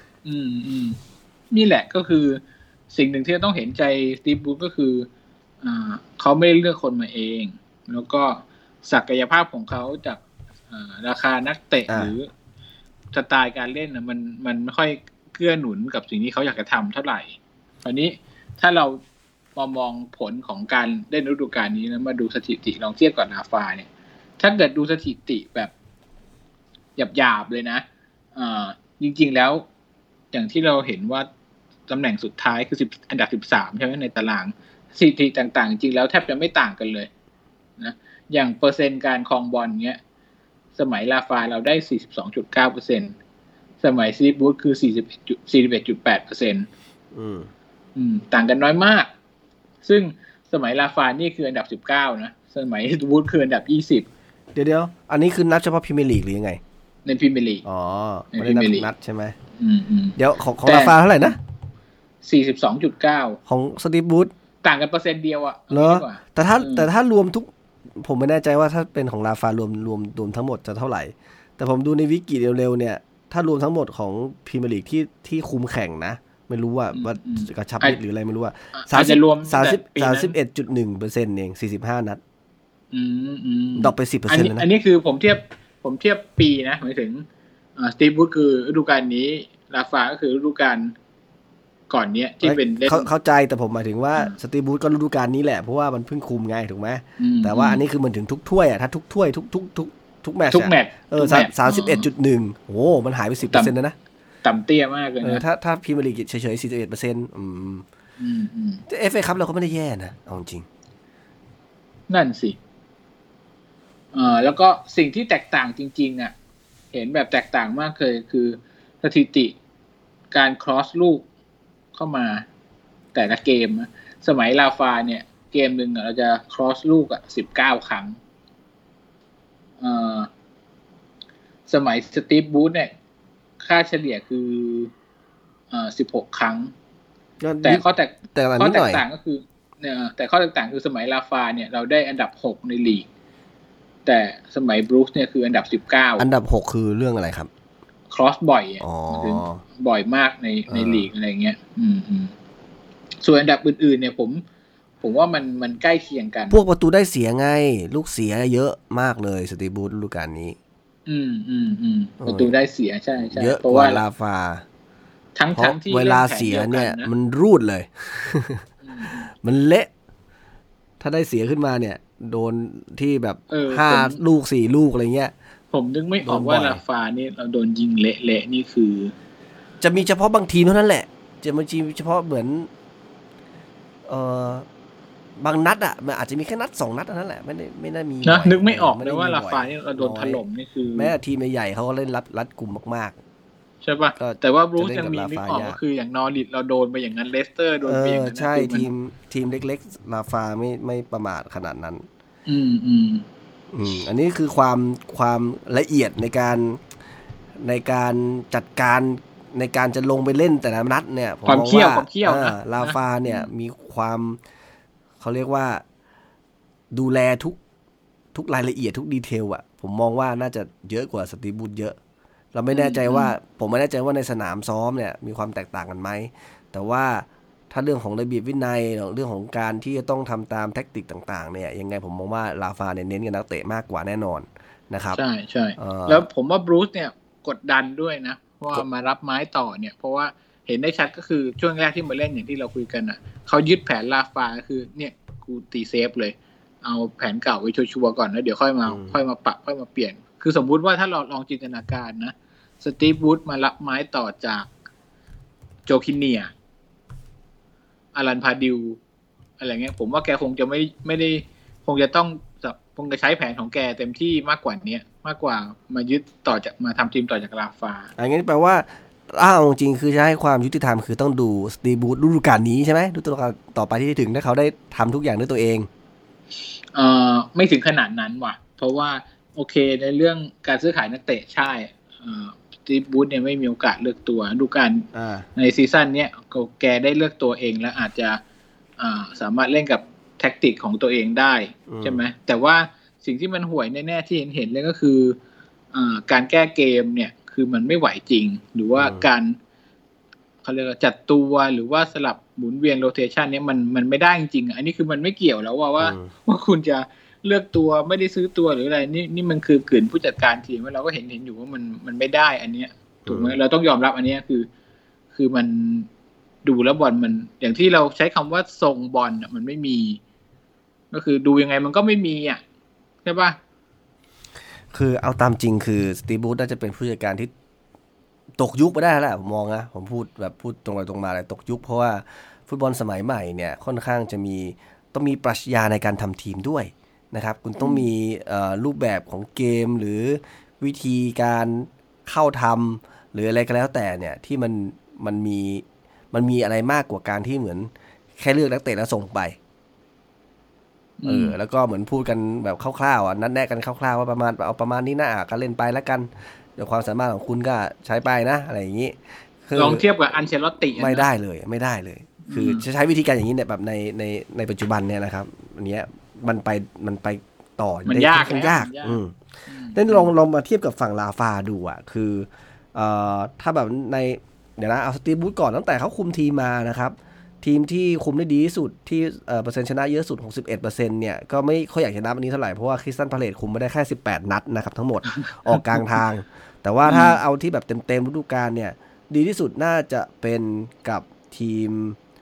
นี่แหละก็คือสิ่งหนึ่งที่ต้องเห็นใจสตีฟบูธก็คือเขาไม่ได้เลือกคนมาเองแล้วก็ศักยภาพของเขาจากราคานักเตะหรือสไตล์การเล่นมันไม่ค่อยเกื้อหนุนกับสิ่งที่เขาอยากจะทำเท่าไหร่คราวนี้ถ้าเรามองผลของการเล่นฤดูกาลนี้แล้วมาดูสถิติลองเทียบกับลาฟาเนี่ยถ้าเกิดดูสถิติแบบหยาบๆเลยนะจริงๆแล้วอย่างที่เราเห็นว่าตำแหน่งสุดท้ายคืออันดับ13ใช่ไหมในตารางสถิติต่างๆจริงๆแล้วแทบจะไม่ต่างกันเลยนะอย่างเปอร์เซ็นต์การครองบอลเงี้ยสมัยลาฟาเราได้ 42.9% สมัยซีบูธคือ 41.8% ต่างกันน้อยมากซึ่งสมัยลาฟานี่คืออันดับ19นะสมัยบูธคืออันดับ20 เดี๋ยวอันนี้คือนับเฉพาะพรีเมียร์ลีกหรือยังไงในพรีเมียร์ลีกไม่ได้นับใช่ไหมเดี๋ยวของลาฟาเท่าไหร่นะ 42.9 ของสตีฟบูธต่างกันเปอร์เซ็นต์เดียวเหรอแต่ถ้ารวมทุกผมไม่แน่ใจว่าถ้าเป็นของลาฟารวมทั้งหมดจะเท่าไหร่แต่ผมดูในวิกิเร็วๆเนี่ยถ้ารวมทั้งหมดของพรีเมียร์ลีกที่คุมแข่งนะไม่รู้ว่ากระชับมิดหรืออะไรไม่รู้ว่า31.1% เอง45นัดดรอปไป 10% นะอันนี้คือผมเทียบปีนะหมายถึงสตีฟบูธคือฤดูกาลนี้ลาฟาก็คือฤดูกาลก่อนเนี้ยที่เป็นเข้าใจแต่ผมหมายถึงว่าสตีฟบูธก็ฤดูกาลนี้แหละเพราะว่ามันเพิ่งคุมไงถูกไหมแต่ว่าอันนี้คือมันถึงทุกถ้วยถ้าทุกถ้วยทุกแมตช์31.1 โอ้มันหายไป 10% นะต่ำเตี้ยมากเลยนะถ้าพรีเมียร์ลีกเฉยๆ 41%แต่FA ครับเราก็ไม่ได้แย่นะเอาจริงนั่นสิแล้วก็สิ่งที่แตกต่างจริงๆเห็นแบบแตกต่างมากเลยคือสถิติการครอสลูกเข้ามาแต่ละเกมสมัยลาฟาเนี่ยเกมนึงเราจะครอสลูก19 ครั้งสมัยสตีฟบูธเนี่ยค่าเฉลี่ยคือ16 ครั้งแต่ข้อแตกต่างก็คือเนี่ยแต่ข้อแตกต่างคือสมัยลาฟาเนี่ยเราได้อันดับ6ในลีกแต่สมัยบรูซเนี่ยคืออันดับ19 อันดับ6คือเรื่องอะไรครับครอสบ่อยคือบ่อยมากในลีกอะไรเงี้ยส่วนอันดับอื่นๆเนี่ยผมว่ามันใกล้เคียงกันพวกประตูได้เสียไงลูกเสียเยอะมากเลยสตีบูธฤดูกาลนี้ประตูได้เสียใช่เยอะกว่าลาฟาทั้งที่เวลาเสียเนี่ยมันรูดเลย มันเละถ้าได้เสียขึ้นมาเนี่ยโดนที่แบบ5 ลูก4 ลูกอะไรเงี้ยผมนึกไม่ออกว่าลาฟานี่เราโดนยิงเละๆนี่คือจะมีเฉพาะบางทีมเท่านั้นแหละจะมีเฉพาะเหมือนบางนัดอ่ะมันอาจจะมีแค่นัด2 นัดเท่านั้นแหละไม่ได้มีนะนึกไม่ออกเลยว่าลาฟานี่เราโดนถล่มนี่คือแม้ทีมใหญ่ๆเขาก็เล่นรัดกลุ่มมากๆใช่ป่ะแต่ว่าบรูซยังมีนึกออกก็คืออย่างนอริทเราโดนไปอย่างนั้นเลสเตอร์โดนไปอย่างนั้นใช่ทีมเล็กๆลาฟาไม่ประมาทขนาดนั้นอันนี้คือความละเอียดในการจัดการในการจะลงไปเล่นแต่ละนัดเนี่ยผมมองว่าลาฟาเนี่ยมีความเขาเรียกว่าดูแลทุกรายละเอียดทุกดีเทลอ่ะผมมองว่าน่าจะเยอะกว่าสตีบูธเยอะเราไม่แน่ใจว่าผมไม่แน่ใจว่าในสนามซ้อมเนี่ยมีความแตกต่างกันไหมแต่ว่าถ้าเรื่องของระเบียบวินัยเรื่องของการที่จะต้องทำตามแทคติกต่างๆเนี่ยยังไงผมมองว่าลาฟาเนี่ยเน้นกับนักเตะมากกว่าแน่นอนนะครับใช่แล้วผมว่าบรูซเนี่ยกดดันด้วยนะว่ามารับไม้ต่อเนี่ยเพราะว่าเห็นได้ชัดก็คือช่วงแรกที่มาเล่นอย่างที่เราคุยกันอ่ะเขายึดแผนลาฟาคือเนี่ยกูตีเซฟเลยเอาแผนเก่าไว้ชัวร์ๆก่อนแล้วเดี๋ยวค่อยมาปรับค่อยมาเปลี่ยนคือสมมุติว่าถ้าเราลองจินตนาการนะสตีฟวูดมารับไม้ต่อจากโจคินเนียอารันพาดิวอะไรเงี้ยผมว่าแกคงจะไม่ได้คงจะต้องคงจะใช้แผนของแกเต็มที่มากกว่านี้มากกว่ามายึดต่อจากมาทำทีมต่อจากลาฟาอันนี้แปลว่าจริงคือจะให้ความยุติธรรมคือต้องดูสตีบูธฤดูกาลนี้ใช่ไหมฤดูกาลต่อไปที่ถึงถ้าเขาได้ทำทุกอย่างด้วยตัวเองไม่ถึงขนาดนั้นว่ะเพราะว่าโอเคในเรื่องการซื้อขายนักเตะใช่สตีบูธเนี่ยไม่มีโอกาสเลือกตัวฤดูกาลในซีซั่นเนี้ยแกได้เลือกตัวเองแล้วอาจจะสามารถเล่นกับแท็กติกของตัวเองได้ใช่ไหมแต่ว่าสิ่งที่มันห่วยแน่ๆที่เห็นเลยก็คือการแก้เกมเนี่ยคือมันไม่ไหวจริงหรือว่าการเขาเรียกว่าจัดตัวหรือว่าสลับหมุนเวียนโรเทชันเนี่ยมันไม่ได้จริงๆอันนี้คือมันไม่เกี่ยวแล้วว่าคุณจะเลือกตัวไม่ได้ซื้อตัวหรืออะไรนี่มันคือขืนผู้จัดการทีมว่าเราก็เห็นอยู่ว่ามันไม่ได้อันเนี้ยถูกไหมเราต้องยอมรับอันนี้คือมันดูแล้วบอลมันอย่างที่เราใช้คำว่าทรงบอลมันไม่มีก็คือดูยังไงมันก็ไม่มีอ่ะใช่ป่ะคือเอาตามจริงคือสตีฟบูธน่าจะเป็นผู้จัดการที่ตกยุคไปได้แล้วแหละผมมองนะผมพูดตรงไปตรงมาเลยตกยุคเพราะว่าฟุตบอลสมัยใหม่เนี่ยค่อนข้างจะต้องมีปรัชญาในการทำทีมด้วยนะครับคุณต้องมีรูปแบบของเกมหรือวิธีการเข้าทำหรืออะไรก็แล้วแต่เนี่ยที่มันมีอะไรมากกว่าการที่เหมือนแค่เลือกนักเตะแล้วส่งไปแล้วก็เหมือนพูดกันแบบคร่าวๆนัดแนะกันคร่าวๆว่าประมาณนี้นะก็เล่นไปแล้วกันเดี๋ยวความสามารถของคุณก็ใช้ไปนะอะไรอย่างนี้ลองเทียบกับอันเชลอตติไม่ได้เลยคือจะใช้วิธีการอย่างนี้เนี่ยแบบในปัจจุบันเนี่ยนะครับอันนี้มันไปต่อมันยากนั่นลองมาเทียบกับฝั่งลาฟาดูอ่ะคือถ้าแบบเดี๋ยวนะเอาสตีฟบูธก่อนตั้งแต่เขาคุมทีมมานะครับทีมที่คุมได้ดีที่สุดที่เปอร์เซ็นต์ชนะเยอะสุด 61% เนี่ยก็ไม่ค่อยอยากจะนับอันนี้เท่าไหร่เพราะว่าคริสตัลพาเลซคุมไม่ได้แค่18 นัดนะครับทั้งหมด ออกกลางทางแต่ว่าถ้าเอาที่แบบเต็มฤดูกาลเนี่ยดีที่สุดน่าจะเป็นกับทีม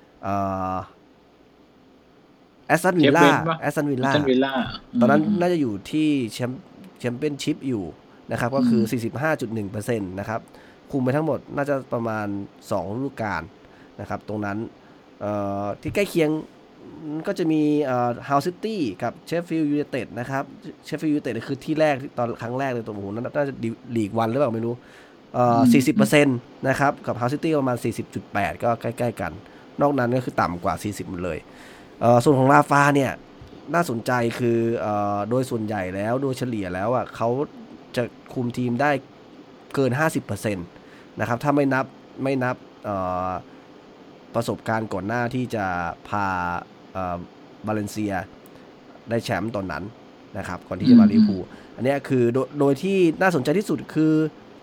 แอสตันวิลล่าตอนนั้นน่าจะอยู่ที่แชมเปี้ยนชิพอยู่นะครับก็คือ 45.1% นะครับคุมไปทั้งหมดน่าจะประมาณ2ฤดูกาลนะครับตรงนั้นที่ใกล้เคียงก็จะมีฮาวซิตี้กับเชฟฟิลด์ยูไนเต็ดนะครับเชฟฟิลด์ยูไนเต็ดคือที่แรกตอนครั้งแรกเลยตัวโอ้โหน่าจะลีกวันหรือเปล่าไม่รู้40% นะครับกับฮาวซิตี้ประมาณ 40.8 ก็ใกล้ๆกันนอกนั้นก็คือต่ำกว่า40หมดเลยส่วนของลาฟาเนี่ยน่าสนใจคือโดยส่วนใหญ่แล้วโดยเฉลี่ยแล้วเขาจะคุมทีมได้เกิน 50% นะครับถ้าไม่นับประสบการณ์ก่อนหน้าที่จะพาบาเลนเซียได้แชมป์ตอนนั้นนะครับก่อนที่จะมาลิเวอร์พูลอันนี้คือโดยที่น่าสนใจที่สุดคือ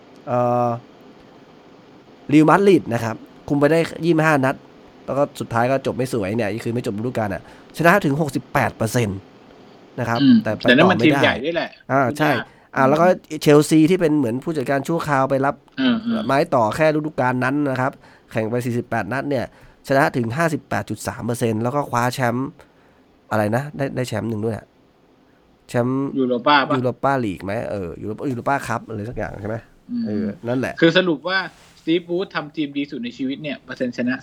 เรอัลมาดริดนะครับคุมไปได้25นัดแล้วก็สุดท้ายก็จบไม่สวยเนี่ยคือไม่จบฤดูกาลชนะถึง 68% นะครับแต่ไปต่อไม่ได้ใช่แล้วก็เชลซีที่เป็นเหมือนผู้จัดการชั่วคราวไปรับไม้ต่อแค่ฤดูกาลนั้นนะครับแข่งไป48นัดเนี่ยชนะถึง 58.3% แล้วก็คว้าแชมป์อะไรนะได้แชมป์หนึ่งด้วยแชมป์ยูโรป้าลีกไหมยูโรป้าคัพอะไรสักอย่างใช่ไหมนั่นแหละคือสรุปว่าสตีฟวูดทำทีมดีสุดในชีวิตเนี่ยเปอร์เซ็นต์ชนะ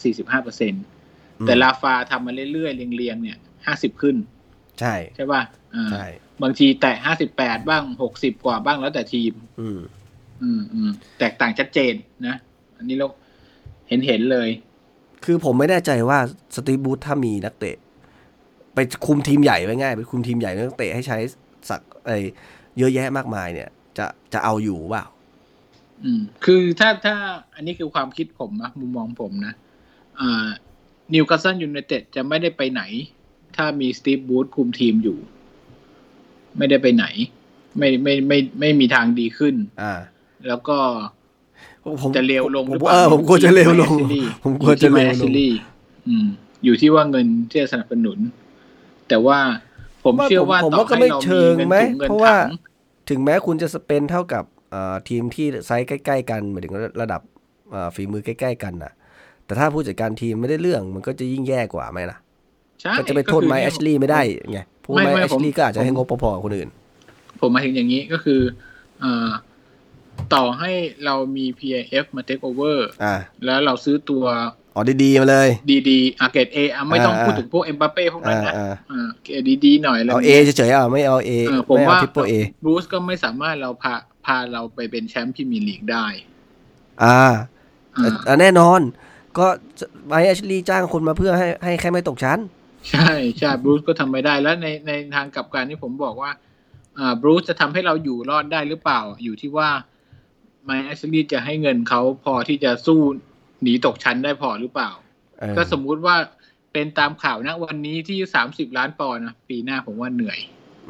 45% แต่ลาฟาทำมาเรื่อยๆเรียงๆเนี่ย50ขึ้นใช่ป่ะใช่บางทีแตะ58บ้าง60กว่าบ้างแล้วแต่ทีมแตกต่างชัดเจนนะอันนี้เราเห็นเลยคือผมไม่แน่ใจว่าสตีฟวูดถ้ามีนักเตะไปคุมทีมใหญ่ไว้ง่ายไปคุมทีมใหญ่นักเตะให้ใช้สักเยอะแยะมากมายเนี่ยจะเอาอยู่เปล่าคือถ้าอันนี้คือความคิดผมนะมุมมองผมนะนิวคาสเซิลยูไนเต็ดจะไม่ได้ไปไหนถ้ามีสตีฟวูดคุมทีมอยู่ไม่ได้ไปไหนไม่มีทางดีขึ้นแล้วก็ผมจะเลวลงหรือเปล่าผมกลัวจะเลวลงผมกลัวจะเลวลงอยู่ที่ว่าเงินที่จะสนับสนุนแต่ว่าผมเชื่อว่าต่อให้เรามีเงินถุงเงินถังถึงแม้คุณจะสเปนเท่ากับทีมที่ไซส์ใกล้ๆกันหมายถึงระดับฝีมือใกล้ๆกันน่ะแต่ถ้าผู้จัดการทีมไม่ได้เรื่องมันก็จะยิ่งแย่กว่าไหมล่ะก็จะไปโทษไมค์แอชลีย์ไม่ได้ไงเพราะไมค์แอชลีย์ก็อาจจะให้งบพอๆกับคนอื่นผมมาถึงอย่างนี้ก็คือต่อให้เรามี PIF มาเทคโอเวอร์แล้วเราซื้อตัวดีๆมาเลยดีๆเกรด A ไม่ต้องพูดถึงพวกเอ็มบัปเป้พวกนั้นนะเกรดดีๆหน่อยเอา A เฉยๆไม่เอา A ผมว่าบรูซก็ไม่สามารถเราพาเราไปเป็นแชมป์พรีเมียร์ลีกได้แน่นอนก็ไมค์แอชลีย์จ้างคนมาเพื่อให้แค่ไม่ตกชั้นใช่บรูซก็ทำไม่ได้แล้วในทางกลับกันที่ผมบอกว่าบรูซจะทำให้เราอยู่รอดได้หรือเปล่าอยู่ที่ว่าไมค์แอชลีย์จะให้เงินเขาพอที่จะสู้หนีตกชั้นได้พอหรือเปล่าก็สมมุติว่าเป็นตามข่าวนะวันนี้ที่30ล้านปอนด์นะปีหน้าผมว่าเหนื่อย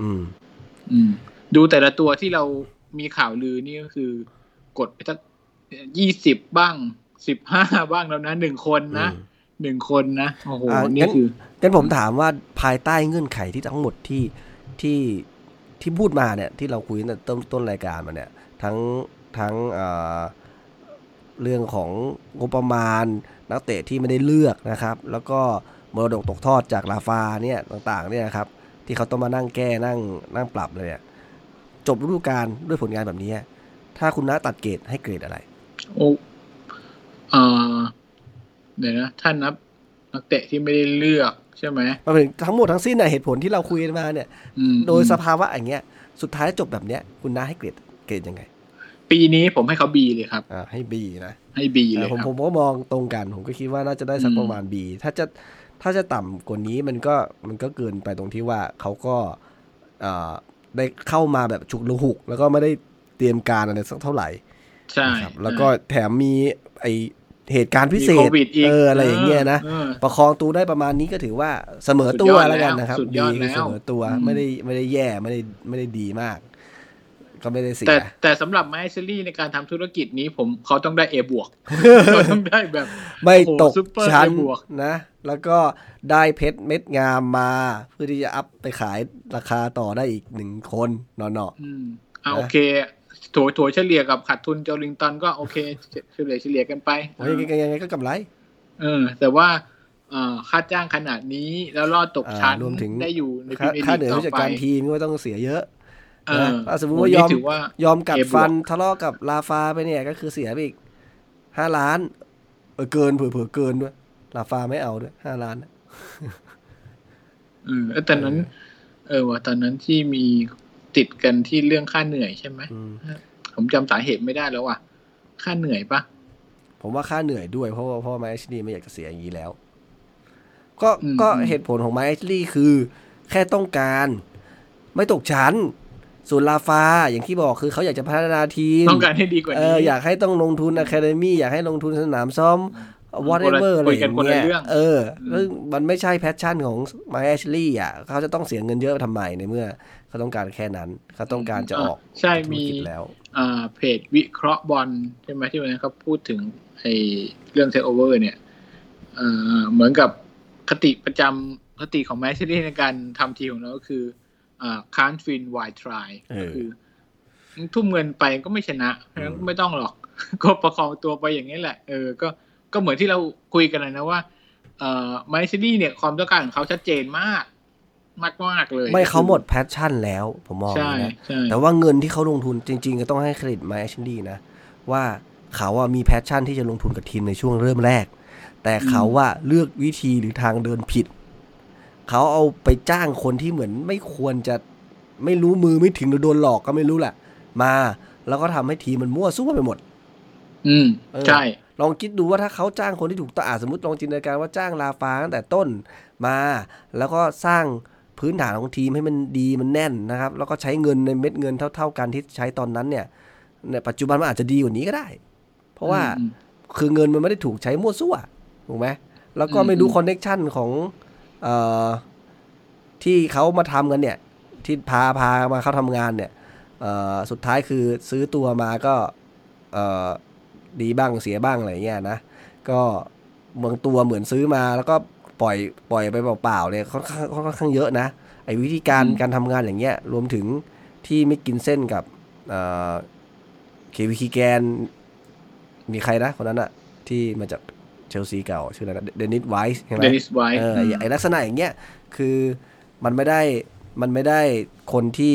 ดูแต่ละตัวที่เรามีข่าวลือนี่ก็คือกดไปสัก20บ้าง15บ้างแล้วนะ1คนนะโอ้โหนี่คืองั้นผมถามว่าภายใต้เงื่อนไขที่ทั้งหมดที่พูดมาเนี่ยที่เราคุยในต้นรายการมาเนี่ยทั้งเรื่องของงบประมาณนักเตะที่ไม่ได้เลือกนะครับแล้วก็มรดกตกทอดจากลาฟาเนี่ยต่างๆเนี่ยครับที่เขาต้องมานั่งแก้นั่งปรับเลยจบฤดูกาลด้วยผลงานแบบนี้ถ้าคุณน้าตัดเกรดให้เกรดอะไรเดี๋ยวนะท่านนักเตะที่ไม่ได้เลือกใช่ไหมทั้งหมดทั้งสิ้นเหตุผลที่เราคุยกันมาเนี่ยโดยสภาวะอย่างเงี้ยสุดท้ายจบแบบเนี้ยคุณน้าให้เกรดยังไงปีนี้ผมให้เขา B เลยครับให้ B นะให้ B เลยผมก็มองตรงกันผมก็คิดว่าน่าจะได้สักประมาณ B ถ้าจะต่ำกว่านี้มันก็เกินไปตรงที่ว่าเขาก็ได้เข้ามาแบบฉุกละหุกแล้วก็ไม่ได้เตรียมการอะไรสักเท่าไหร่ใช่แล้วก็แถมมีไอเหตุการณ์พิเศษอะไรอย่างเงี้ยนะประคองตัวได้ประมาณนี้ก็ถือว่าเสมอตัวแล้วกันนะครับดีคือเสมอตัวไม่ได้แย่ไม่ได้ดีมากก็ไม่ได้เสียแต่สำหรับไมค์แอชลีย์ในการทำธุรกิจนี้เขาต้องได้ A บวกเขาต้องได้แบบไม่ตกชั้นนะแล้วก็ได้เพชรเม็ดงามมาเพื่อที่จะอัพไปขายราคาต่อได้อีก1คนเนาะโอเคถั่วเฉลี่ยกับขาดทุนโจลิงตันก็โอเคเฉลี่ยกันไปยังไงก็กำไรแต่ว่าค่าจ้างขนาดนี้แล้วรอดตกชั้นรวมถึงได้อยู่ในพรีเมียร์ลีกต่อไปค่าเหนื่อยผู้จัดการทีมก็ต้องเสียเยอะถ้าสมมติว่ายอมกัดฟันทะเลาะกับลาฟาไปเนี่ยก็คือเสียไปอีก5 ล้านเกินเผื่อเกินด้วยลาฟาไม่เอาด้วย5 ล้านแล้วตอนนั้นว่าตอนนั้นที่มีติดกันที่เรื่องค่าเหนื่อยใช่ไหมผมจำสาเหตุไม่ได้แล้วว่ะค่าเหนื่อยปะผมว่าค่าเหนื่อยด้วยเพราะไมค์แอชลีย์ไม่อยากจะเสียอย่างนี้แล้วก็เหตุผลของไมค์แอชลีย์คือแค่ต้องการไม่ตกชั้นส่วนลาฟาอย่างที่บอกคือเขาอยากจะพัฒนาทีมต้องการให้ดีกว่านี้อยากให้ต้องลงทุนอะคาเดมี่อยากให้ลงทุนสนามซ้อม whatever อะไรอย่างคนละเงี้ยเรื่องซึ่งมันไม่ใช่แพชชั่นของไมค์แอชลีย์อ่ะเขาจะต้องเสียเงินเยอะทำไมในเมื่อเขาต้องการแค่นั้นเขาต้องการจะออกใช่ธุรมีกิจแล้วเพจวิเคราะห์บอลใช่ไหมที่วันนั้นเขาพูดถึงไอ้เรื่องเทคโอเวอร์เนี่ยเหมือนกับคติของแมนเชสเตอร์ในการทำทีมของเราก็คือcan't win why try ก็คือทุ่มเงินไปก็ไม่ชนะเพราะฉะนั้นไม่ต้องหรอก ก็ประคองตัวไปอย่างนี้แหละก็เหมือนที่เราคุยกันนะว่าแมนเชสเตอร์เนี่ยความต้องการของเขาชัดเจนมากเลยไม่เขาหมดแพชชั่นแล้วผมมองนะแต่ว่าเงินที่เขาลงทุนจริงๆก็ต้องให้เครดิตไมค์แอชลีย์นะว่าเขาว่ามีแพชชั่นที่จะลงทุนกับทีมในช่วงเริ่มแรกแต่เขาว่าเลือกวิธีหรือทางเดินผิดเขาเอาไปจ้างคนที่เหมือนไม่ควรจะไม่รู้มือไม่ถึงหรือโดนหลอกก็ไม่รู้แหละมาแล้วก็ทำให้ทีมมันมั่วซั่วไปหมดใช่ลองคิดดูว่าถ้าเขาจ้างคนที่ถูกต้องสมมติลองจินตนาการว่าจ้างลาฟาตั้งแต่ต้นมาแล้วก็สร้างพื้นฐานของทีมให้มันดีมันแน่นนะครับแล้วก็ใช้เงินในเม็ดเงินเท่ากันที่ใช้ตอนนั้นเนี่ยในปัจจุบันมันอาจจะดีกว่านี้ก็ได้เพราะว่าคือเงินมันไม่ได้ถูกใช้มั่วซั่วถูกไหมแล้วก็ไม่รู้คอนเนคชั่นของที่เขามาทำกันเนี่ยที่พามาเข้าทำงานเนี่ยสุดท้ายคือซื้อตัวมาก็ดีบ้างเสียบ้างอะไรเงี้ยนะก็บางตัวเหมือนซื้อมาแล้วก็ปล่อยไปเปล่าๆเนี่ยค่อนข้างเยอะนะไอ้วิธีการทำงานอย่างเงี้ยรวมถึงที่ไม่กินเส้นกับเควิคีแกนมีใครนะคนนั้นอะที่มาจากเชลซีเก่าชื่ออะไรนะเดนิสไวส์ใช่ไหมไอ้ลักษณะอย่างเงี้ยคือมันไม่ได้คนที่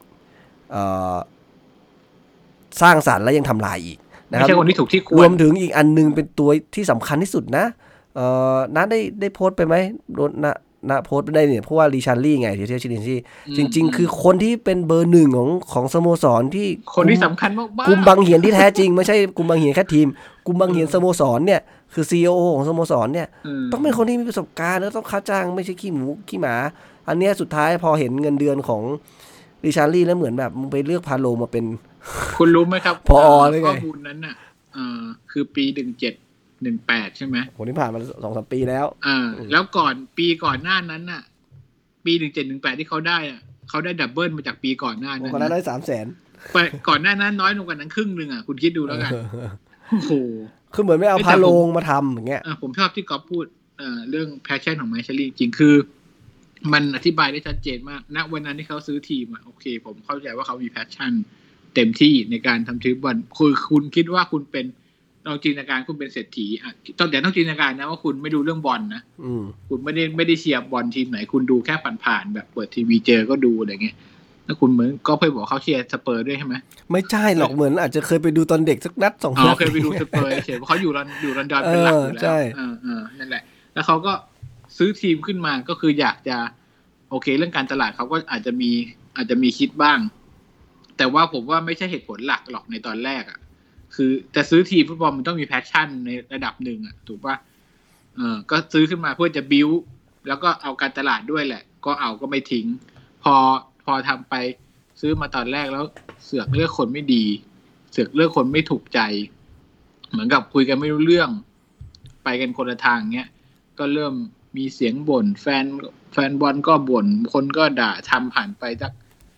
สร้างสรรค์และยังทำลายอีกนะครับไม่ใช่คนที่ถูกที่ควรรวมถึงอีกอันนึงเป็นตัวที่สำคัญที่สุดนะน้าได้โพสต์ไปไหมน้าโพสต์ได้เนี่ยเพราะว่าริชาร์ลี่ไงที่ชิลินซี่จริงๆคือคนที่เป็นเบอร์หนึ่งของสโมสรที่คนที่สำคัญมากๆกุมบังเหียนที่แท้จริงไม่ใช่กุมบังเหียนแค่ทีมกุมบังเหียนสโมสรเนี่ยคือ CEO ของสโมสรเนี่ยต้องเป็นคนที่มีประสบการณ์แล้วต้องค่าจ้างไม่ใช่ขี้หมูขี้หมาอันเนี้ยสุดท้ายพอเห็นเงินเดือนของริชาร์ลี่แล้วเหมือนแบบมึงไปเลือกพาโลมาเป็นคุณรู้ไหมครับพอเลยไงข้อมูลนั้นน่ะคือปี17-18ใช่ไหมโหนี่ผ่านมา 2-3 ปีแล้วแล้วปีก่อนหน้านั้นน่ะปี17-18ที่เขาได้ดับเบิลมาจากปีก่อนหน้านั้นก่อนหน้าได้ 300,000 ไปก่อนหน้านั้นน้อยลงกว่านั้นครึ่งนึงอ่ะคุณคิดดูแล้วกันโอ้โหคือเหมือนไม่เอาพาโลงมาทำอย่างเงี้ยผมชอบที่ก๊อฟพูดเรื่องแพชชั่นของไมค์แอชลีย์จริงคือมันอธิบายได้ชัดเจนมากณวันนั้นที่เขาซื้อทีมโอเคผมเข้าใจว่าเขามีแพชชั่นเต็มที่ในการทำทีมบอลคุณคิดว่าคุณเป็นลองจินตนาการคุณเป็นเศรษฐีต้องจินตนาการนะว่าคุณไม่ดูเรื่องบอลนะคุณไม่ได้เชียร์บอลทีมไหนคุณดูแค่ผ่านๆแบบเปิดทีวีเจอก็ดูอะไรเงี้ยแล้วคุณเหมือนก็เคยบอกเขาเชียร์สเปอร์ด้วยใช่ไหมไม่ใช่หรอกเหมือนอาจจะเคยไปดูตอนเด็กสักนัด2 นัดเคยไปดูสเปอร์เฉยเพราะเขาอยู่ลอนดอนเป็นหลักอยู่แล้วนั่นแหละแล้วเขาก็ซื้อทีมขึ้นมาก็คืออยากจะโอเคเรื่องการตลาดเขาก็อาจจะมีคิดบ้างแต่ว่าผมว่าไม่ใช่เหตุผลหลักหรอกในตอนแรกคือแต่ซื้อทีมฟุตบอลมันต้องมีแพชชั่นในระดับหนึ่งถูกป่ะก็ซื้อขึ้นมาเพื่อจะบิ้วแล้วก็เอาการตลาดด้วยแหละก็ไม่ทิ้งพอทำไปซื้อมาตอนแรกแล้วเสือกเลือกคนไม่ดีเสือกเลือกคนไม่ถูกใจเหมือนกับคุยกันไม่รู้เรื่องไปกันคนละทางเงี้ยก็เริ่มมีเสียงบ่นแฟนบอลก็บ่นคนก็ด่าทำผ่านไปสัก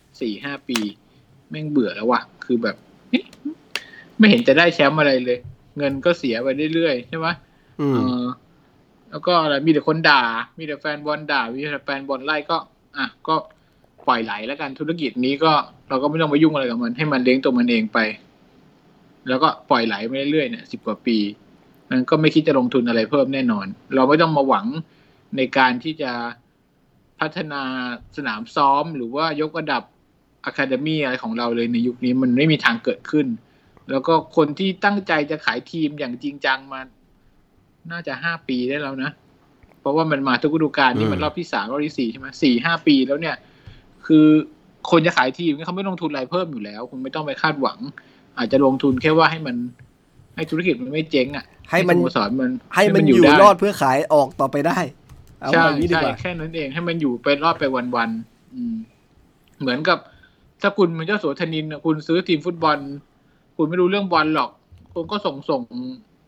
4-5 ปีแม่งเบื่อแล้วว่ะคือแบบไม่เห็นจะได้แชมป์อะไรเลยเงินก็เสียไปเรื่อยๆใช่ไหมแล้วก็อะไรมีแต่คนด่ามีแต่แฟนบอลด่ามีแต่แฟนบอลไล่ก็ปล่อยไหลแล้วกันธุรกิจนี้ก็เราก็ไม่ต้องไปยุ่งอะไรกับมันให้มันเลี้ยงตัวมันเองไปแล้วก็ปล่อยไหลไปเรื่อยๆเนี่ย10 กว่าปีมันก็ไม่คิดจะลงทุนอะไรเพิ่มแน่นอนเราไม่ต้องมาหวังในการที่จะพัฒนาสนามซ้อมหรือว่ายกระดับอะคาเดมี่อะไรของเราเลยในยุคนี้มันไม่มีทางเกิดขึ้นแล้วก็คนที่ตั้งใจจะขายทีมอย่างจริงจังมาน่าจะ5 ปีได้แล้วนะเพราะว่ามันมาทุกฤดูกาลนี่มันรอบที่3รอบที่4ใช่ไหม4-5 ปีแล้วเนี่ยคือคนจะขายทีมเขาไม่ลงทุนอะไรเพิ่มอยู่แล้วคงไม่ต้องไปคาดหวังอาจจะลงทุนแค่ว่าให้ธุรกิจมันไม่เจ๊งให้มันสอนให้มันอยู่รอดเพื่อขายออกต่อไปได้ใช่แค่นั้นเองให้มันอยู่ไปรอดไปวันๆเหมือนกับถ้าคุณเป็นเจ้าสัวธนินคุณซื้อทีมฟุตบอลคุณไม่รู้เรื่องบอลหรอกคุณก็ส่ง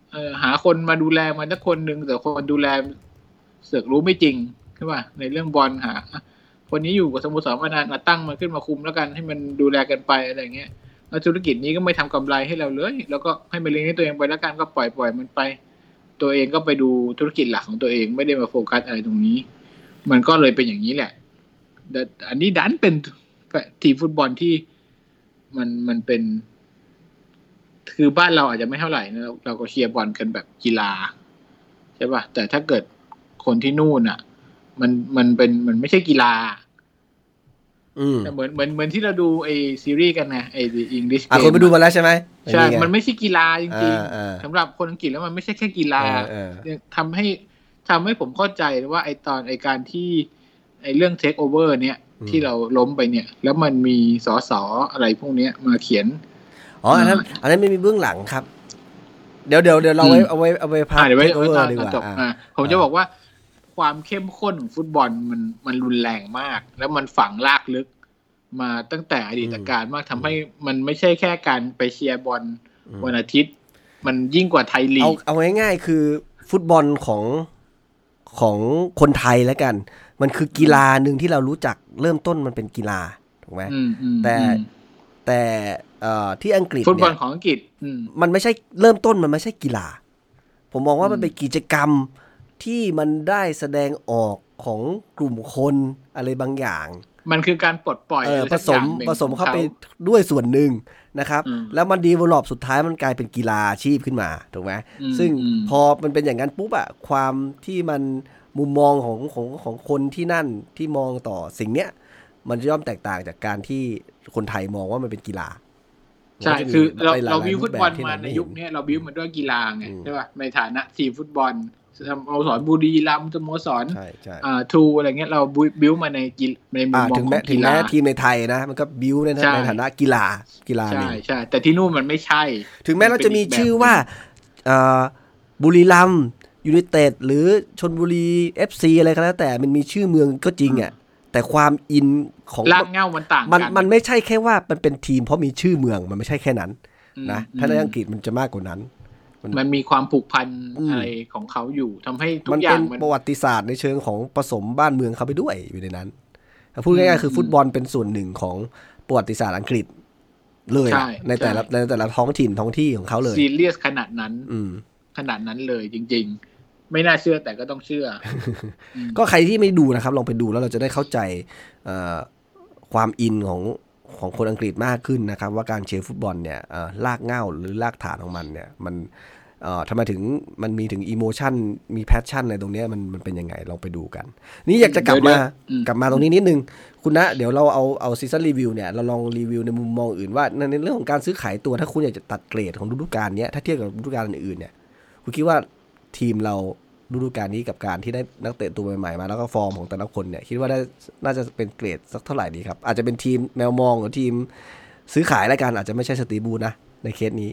หาคนมาดูแลมันสักคนนึงแต่คนดูแลเสือกรู้ไม่จริงใช่ป่ะในเรื่องบอลหาคนนี้อยู่กับสโมสรมานานตั้งมาขึ้นมาคุมแล้วกันให้มันดูแลกันไปอะไรเงี้ยแล้วธุรกิจนี้ก็ไม่ทำกำไรให้เราเลยแล้วก็ให้มันเลี้ยงให้ตัวเองไปแล้วกันก็ปล่อยมันไปตัวเองก็ไปดูธุรกิจหลักของตัวเองไม่ได้มาโฟกัสอะไรตรงนี้มันก็เลยเป็นอย่างนี้แหละแต่อันนี้ดันเป็นทีมฟุตบอลที่มันเป็นคือบ้านเราอาจจะไม่เท่าไหร่นะเราก็เชียร์บอลกันแบบกีฬาใช่ป่ะแต่ถ้าเกิดคนที่นู่นอ่ะมันไม่ใช่กีฬาแต่เหมือนที่เราดูไอซีรีส์กันไงไอ The English Game คนไปดูมาแล้วใช่ไหมใช่มันไม่ใช่กีฬาจริงๆสำหรับคนอังกฤษแล้วมันไม่ใช่แค่กีฬาทำให้ผมเข้าใจว่าไอตอนไอการที่ไอเรื่อง take over เนี่ยที่เราล้มไปเนี่ยแล้วมันมีสสอะไรพวกนี้มาเขียนอันนั้นไม่มีเบื้องหลังครับเดี๋ยวเราเอาไว้พาเดี๋ยวไว้ take over ดีกว่าผมจะบอกว่าความเข้มข้นของฟุตบอลมันรุนแรงมากแล้วมันฝังลากลึกมาตั้งแต่อดีตการมากทำให้มันไม่ใช่แค่การไปเชียร์บอลวันอาทิตย์มันยิ่งกว่าไทยลีกเอาง่ายๆคือฟุตบอลของคนไทยแล้วกันมันคือกีฬาหนึ่งที่เรารู้จักเริ่มต้นมันเป็นกีฬาถูกไหมแต่ที่อังกฤษฟุตบอลของอังกฤษมันไม่ใช่เริ่มต้นมันไม่ใช่กีฬาผมมองว่ามันเป็นกิจกรรมที่มันได้แสดงออกของกลุ่มคนอะไรบางอย่างมันคือการปลดปล่อยผสมเข้าไปด้วยส่วนหนึ่งนะครับแล้วมันดีเวลลอปสุดท้ายมันกลายเป็นกีฬาอาชีพขึ้นมาถูกไหมซึ่งพอมันเป็นอย่างนั้นปุ๊บอะความที่มันมุมมองของคนที่นั่นที่มองต่อสิ่งเนี้ยมันจะย่อมแตกต่างจากการที่คนไทยมองว่ามันเป็นกีฬาใช่คือเราวิวฟุตบอลมาในยุคนี้เราวิวมันด้วยกีฬาไงใช่ป่ะในฐานะทีมฟุตบอลสโมสรบุรีรัมย์สโมสรทูอะไรเงี้ยเราบิวมาในมุมมองของกีฬาทีมในไทยนะมันก็บิวในฐานะกีฬาใช่แต่ที่นู่นมันไม่ใช่ถึงแม้เราจะมีชื่อว่าบุรีรัมย์ยูไนเต็ดหรือชลบุรี FC อะไรก็แล้วแต่มันมีชื่อเมืองก็จริงอ่ะแต่ความอินของรากเหง้ามันต่างกันมันไม่ใช่แค่ว่ามันเป็นทีมเพราะมีชื่อเมืองมันไม่ใช่แค่นั้นนะถ้าในอังกฤษมันจะมากกว่านั้นมันมีความผูกพันอะไรของเขาอยู่ทำให้ทุกอย่างมันเป็นประวัติศาสตร์ในเชิงของผสมบ้านเมืองเขาไปด้วยอยู่ในนั้นพูดง่ายๆคือฟุตบอลเป็นส่วนหนึ่งของประวัติศาสตร์อังกฤษเลยในแต่ละท้องถิ่นท้องที่ของเขาเลยซีเรียสขนาดนั้นเลยจริงๆไม่น่าเชื่อแต่ก็ต้องเชื่อก็ใครที่ไม่ดูนะครับลองไปดูแล้วเราจะได้เข้าใจความอินของคนอังกฤษมากขึ้นนะครับว่าการเชียร์ฟุตบอลเนี่ยรากเหง้าหรือรากฐานของมันเนี่ยมันทำไมถึงมันมีถึงอีโมชันมีแพชชั่นในตรงนี้มันเป็นยังไงลองไปดูกันนี่อยากจะกลับมาตรงนี้นิดนึงคุณนะเดี๋ยวเราเอาซีซั่นรีวิวเนี่ยเราลองรีวิวในมุมมองอื่นว่าในเรื่องของการซื้อขายตัวถ้าคุณอยากจะตัดเกรดของฤดูกาลนี้ถ้าเทียบกับฤดูกาลอื่นเนี่ยคุณคิดว่าทีมเราฤดูกาลนี้กับการที่ได้นักเตะตัวใหม่ๆมาแล้วก็ฟอร์มของแต่ละคนเนี่ยคิดว่าน่าจะเป็นเกรดสักเท่าไหร่ดีครับอาจจะเป็นทีมแมวมองหรือทีมซื้อขายรายการอาจจะไม่ใช่สตีบูนะในเคสนี้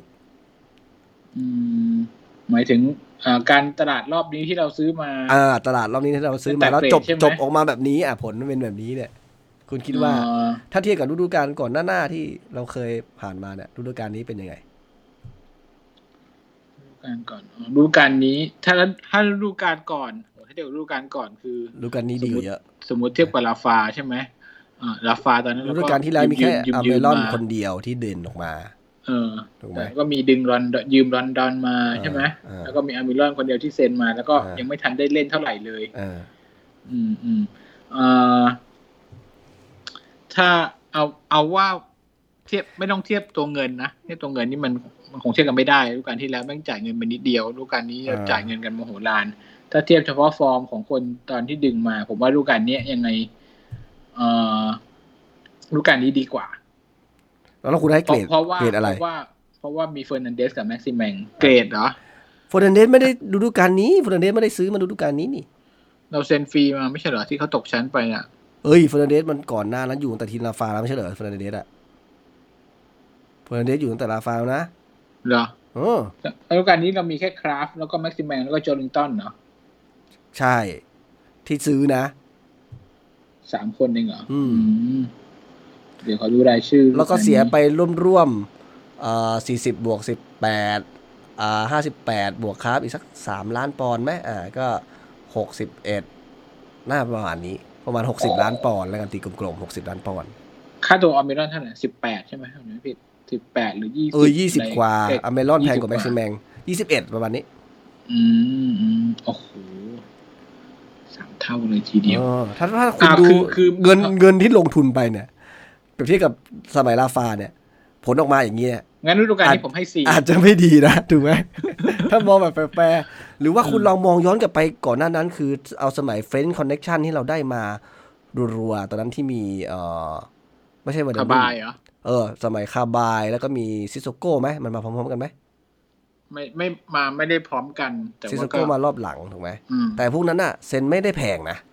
หมายถึงการตลาดรอบนี้ที่เราซื้อมาตลาดรอบนี้ที่เราซื้อมาแล้วจบออกมาแบบนี้ผลเป็นแบบนี้เนี่ยคุณคิดว่าถ้าเทียบกับฤดูกาลก่อนหน้าที่เราเคยผ่านมาเนี่ยฤดูกาลนี้เป็นยังไงฤดูกาลนี้ถ้าฤดูกาลก่อนถ้าเทียบกับฤดูกาลก่อนคือฤดูกาลนี้ดีกว่าเยอะสมมติเทียบกับลาฟาใช่ไหมลาฟาตอนนั้นฤดูกาลที่แล้วมีแค่อาเมรอนคนเดียวที่เด่นออกมาถูกไหมก็มียืมรอนดอนมาใช่ไหมแล้วก็มีอามิรอนคนเดียวที่เซ็นมาแล้วก็ยังไม่ทันได้เล่นเท่าไหร่เลยถ้าเอาว่าเทียบไม่ต้องเทียบตัวเงินนะเนี่ยตัวเงินนี่มันคงเทียบกันไม่ได้ฤดูกาลที่แล้วแม่งจ่ายเงินไปนิดเดียวฤดูกาลนี้จ่ายเงินกันมโหฬารถ้าเทียบเฉพาะฟอร์มของคนตอนที่ดึงมาผมว่าฤดูกาลนี้ยังไงฤดูกาลนี้ดีกว่าแล้วคุณให้เกรดอะไรเพราะว่ามีเฟอร์นันเดสกับแม็กซิแมงเกรดเหรอเฟอร์นันเดสไม่ได้ฤดูกาลนี้เฟอร์นันเดสไม่ได้ซื้อมาฤดูกาลนี้นี่เราเซ็นฟรีมาไม่ใช่เหรอที่เขาตกชั้นไปอ่ะเฟอร์นันเดสมันก่อนหน้านั้นอยู่ตั้งแต่ทีมลาฟาแล้วไม่ใช่เหรอเฟอร์นันเดสอยู่ตั้งแต่ลาฟาแล้วนะเหรอฤดูกาลนี้เรามีแค่คราฟแล้วก็แม็กซิแมงแล้วก็โจลิงตันเหรอใช่ที่ซื้อนะ 3 คนเองเหรอเดี๋ยวขอดูรายชื่อแล้วก็เสียไปร่วม40+18 58บวกครับอีกสัก3ล้านปอนด์ไหมก็61น่าประมาณนี้ประมาณ60ล้านปอนด์แล้วกันตีกลมๆ60ล้านปอนด์ค่าตัวอเมรอนเท่าไหร่18ใช่ไหมถ้าผมไม่ผิด18หรือ 20กว่าอเมรอนแพงกว่าแม็กซิแมง21ประมาณนี้โอ้โห3เท่าเลยทีเดียวถ้าคุณดูคือเงินที่ลงทุนไปเนี่ยเปรียบเทียบกับสมัยราฟาเนี่ยผลออกมาอย่างนี้งั้นฤดูกาลนี้ผมให้4 อาจจะไม่ดีนะถูกไหม ถ้ามองแบบแปรหรือว่าคุณลองมองย้อนกลับไปก่อนหน้านั้นคือเอาสมัยเฟรนช์คอนเน็กชันที่เราได้มารัวๆตอนนั้นที่มีไม่ใช่วันคาบายเหรอสมัยคาบายแล้วก็มีซิโซโก้ไหมมันมาพร้อมๆกันไหมไม่ได้พร้อมกันแต่ซิโซโก้มารอบหลังถูกไหมแต่พวกนั้นน่ะเซ็นไม่ได้แพงนะ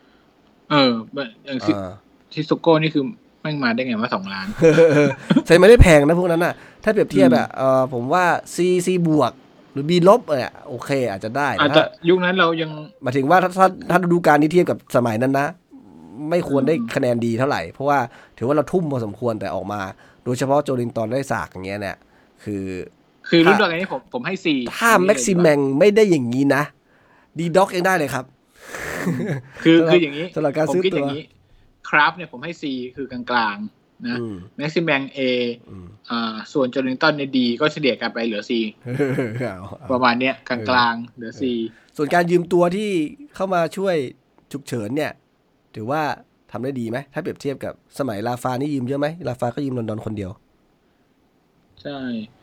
อย่างซิโซโก้นี่คือแม่งมาได้ไงว่า2 ล้านเซ็นไม่ได้แพงนะพวกนั้นน่ะถ้าเปรียบเทียบผมว่า C บวกหรือ B ลบเนี่ยโอเคอาจจะได้อาจจะยุคนั้นเรายังหมายถึงว่าถ้าดูการนี้เทียบกับสมัยนั้นนะไม่ควรได้คะแนนดีเท่าไหร่เพราะว่าถือว่าเราทุ่มพอสมควรแต่ออกมาโดยเฉพาะโจลิงตันได้สากอย่างเงี้ยเนี่ยคือรุ่นตัวนี้ผมให้4 ถ้าแม็กซิแมงไม่ได้อย่างนี้นะดีด็อกยังได้เลยครับคืออย่างนี้สำหรับการซื้อตัวครับเนี่ยผมให้ C คือกลางๆนะแม็กซิแมง A ส่วนโจลิงตันใน D ก็เฉลี่ยกันไปเหลือ C ประมาณเนี้ยกลางๆเหลือ C ส่วนการยืมตัวที่เข้ามาช่วยฉุกเฉินเนี่ยถือว่าทำได้ดีไหมถ้าเปรียบเทียบกับสมัยลาฟานี่ยืมเยอะไหมลาฟาก็ยืมลอนดอนคนเดียวใช่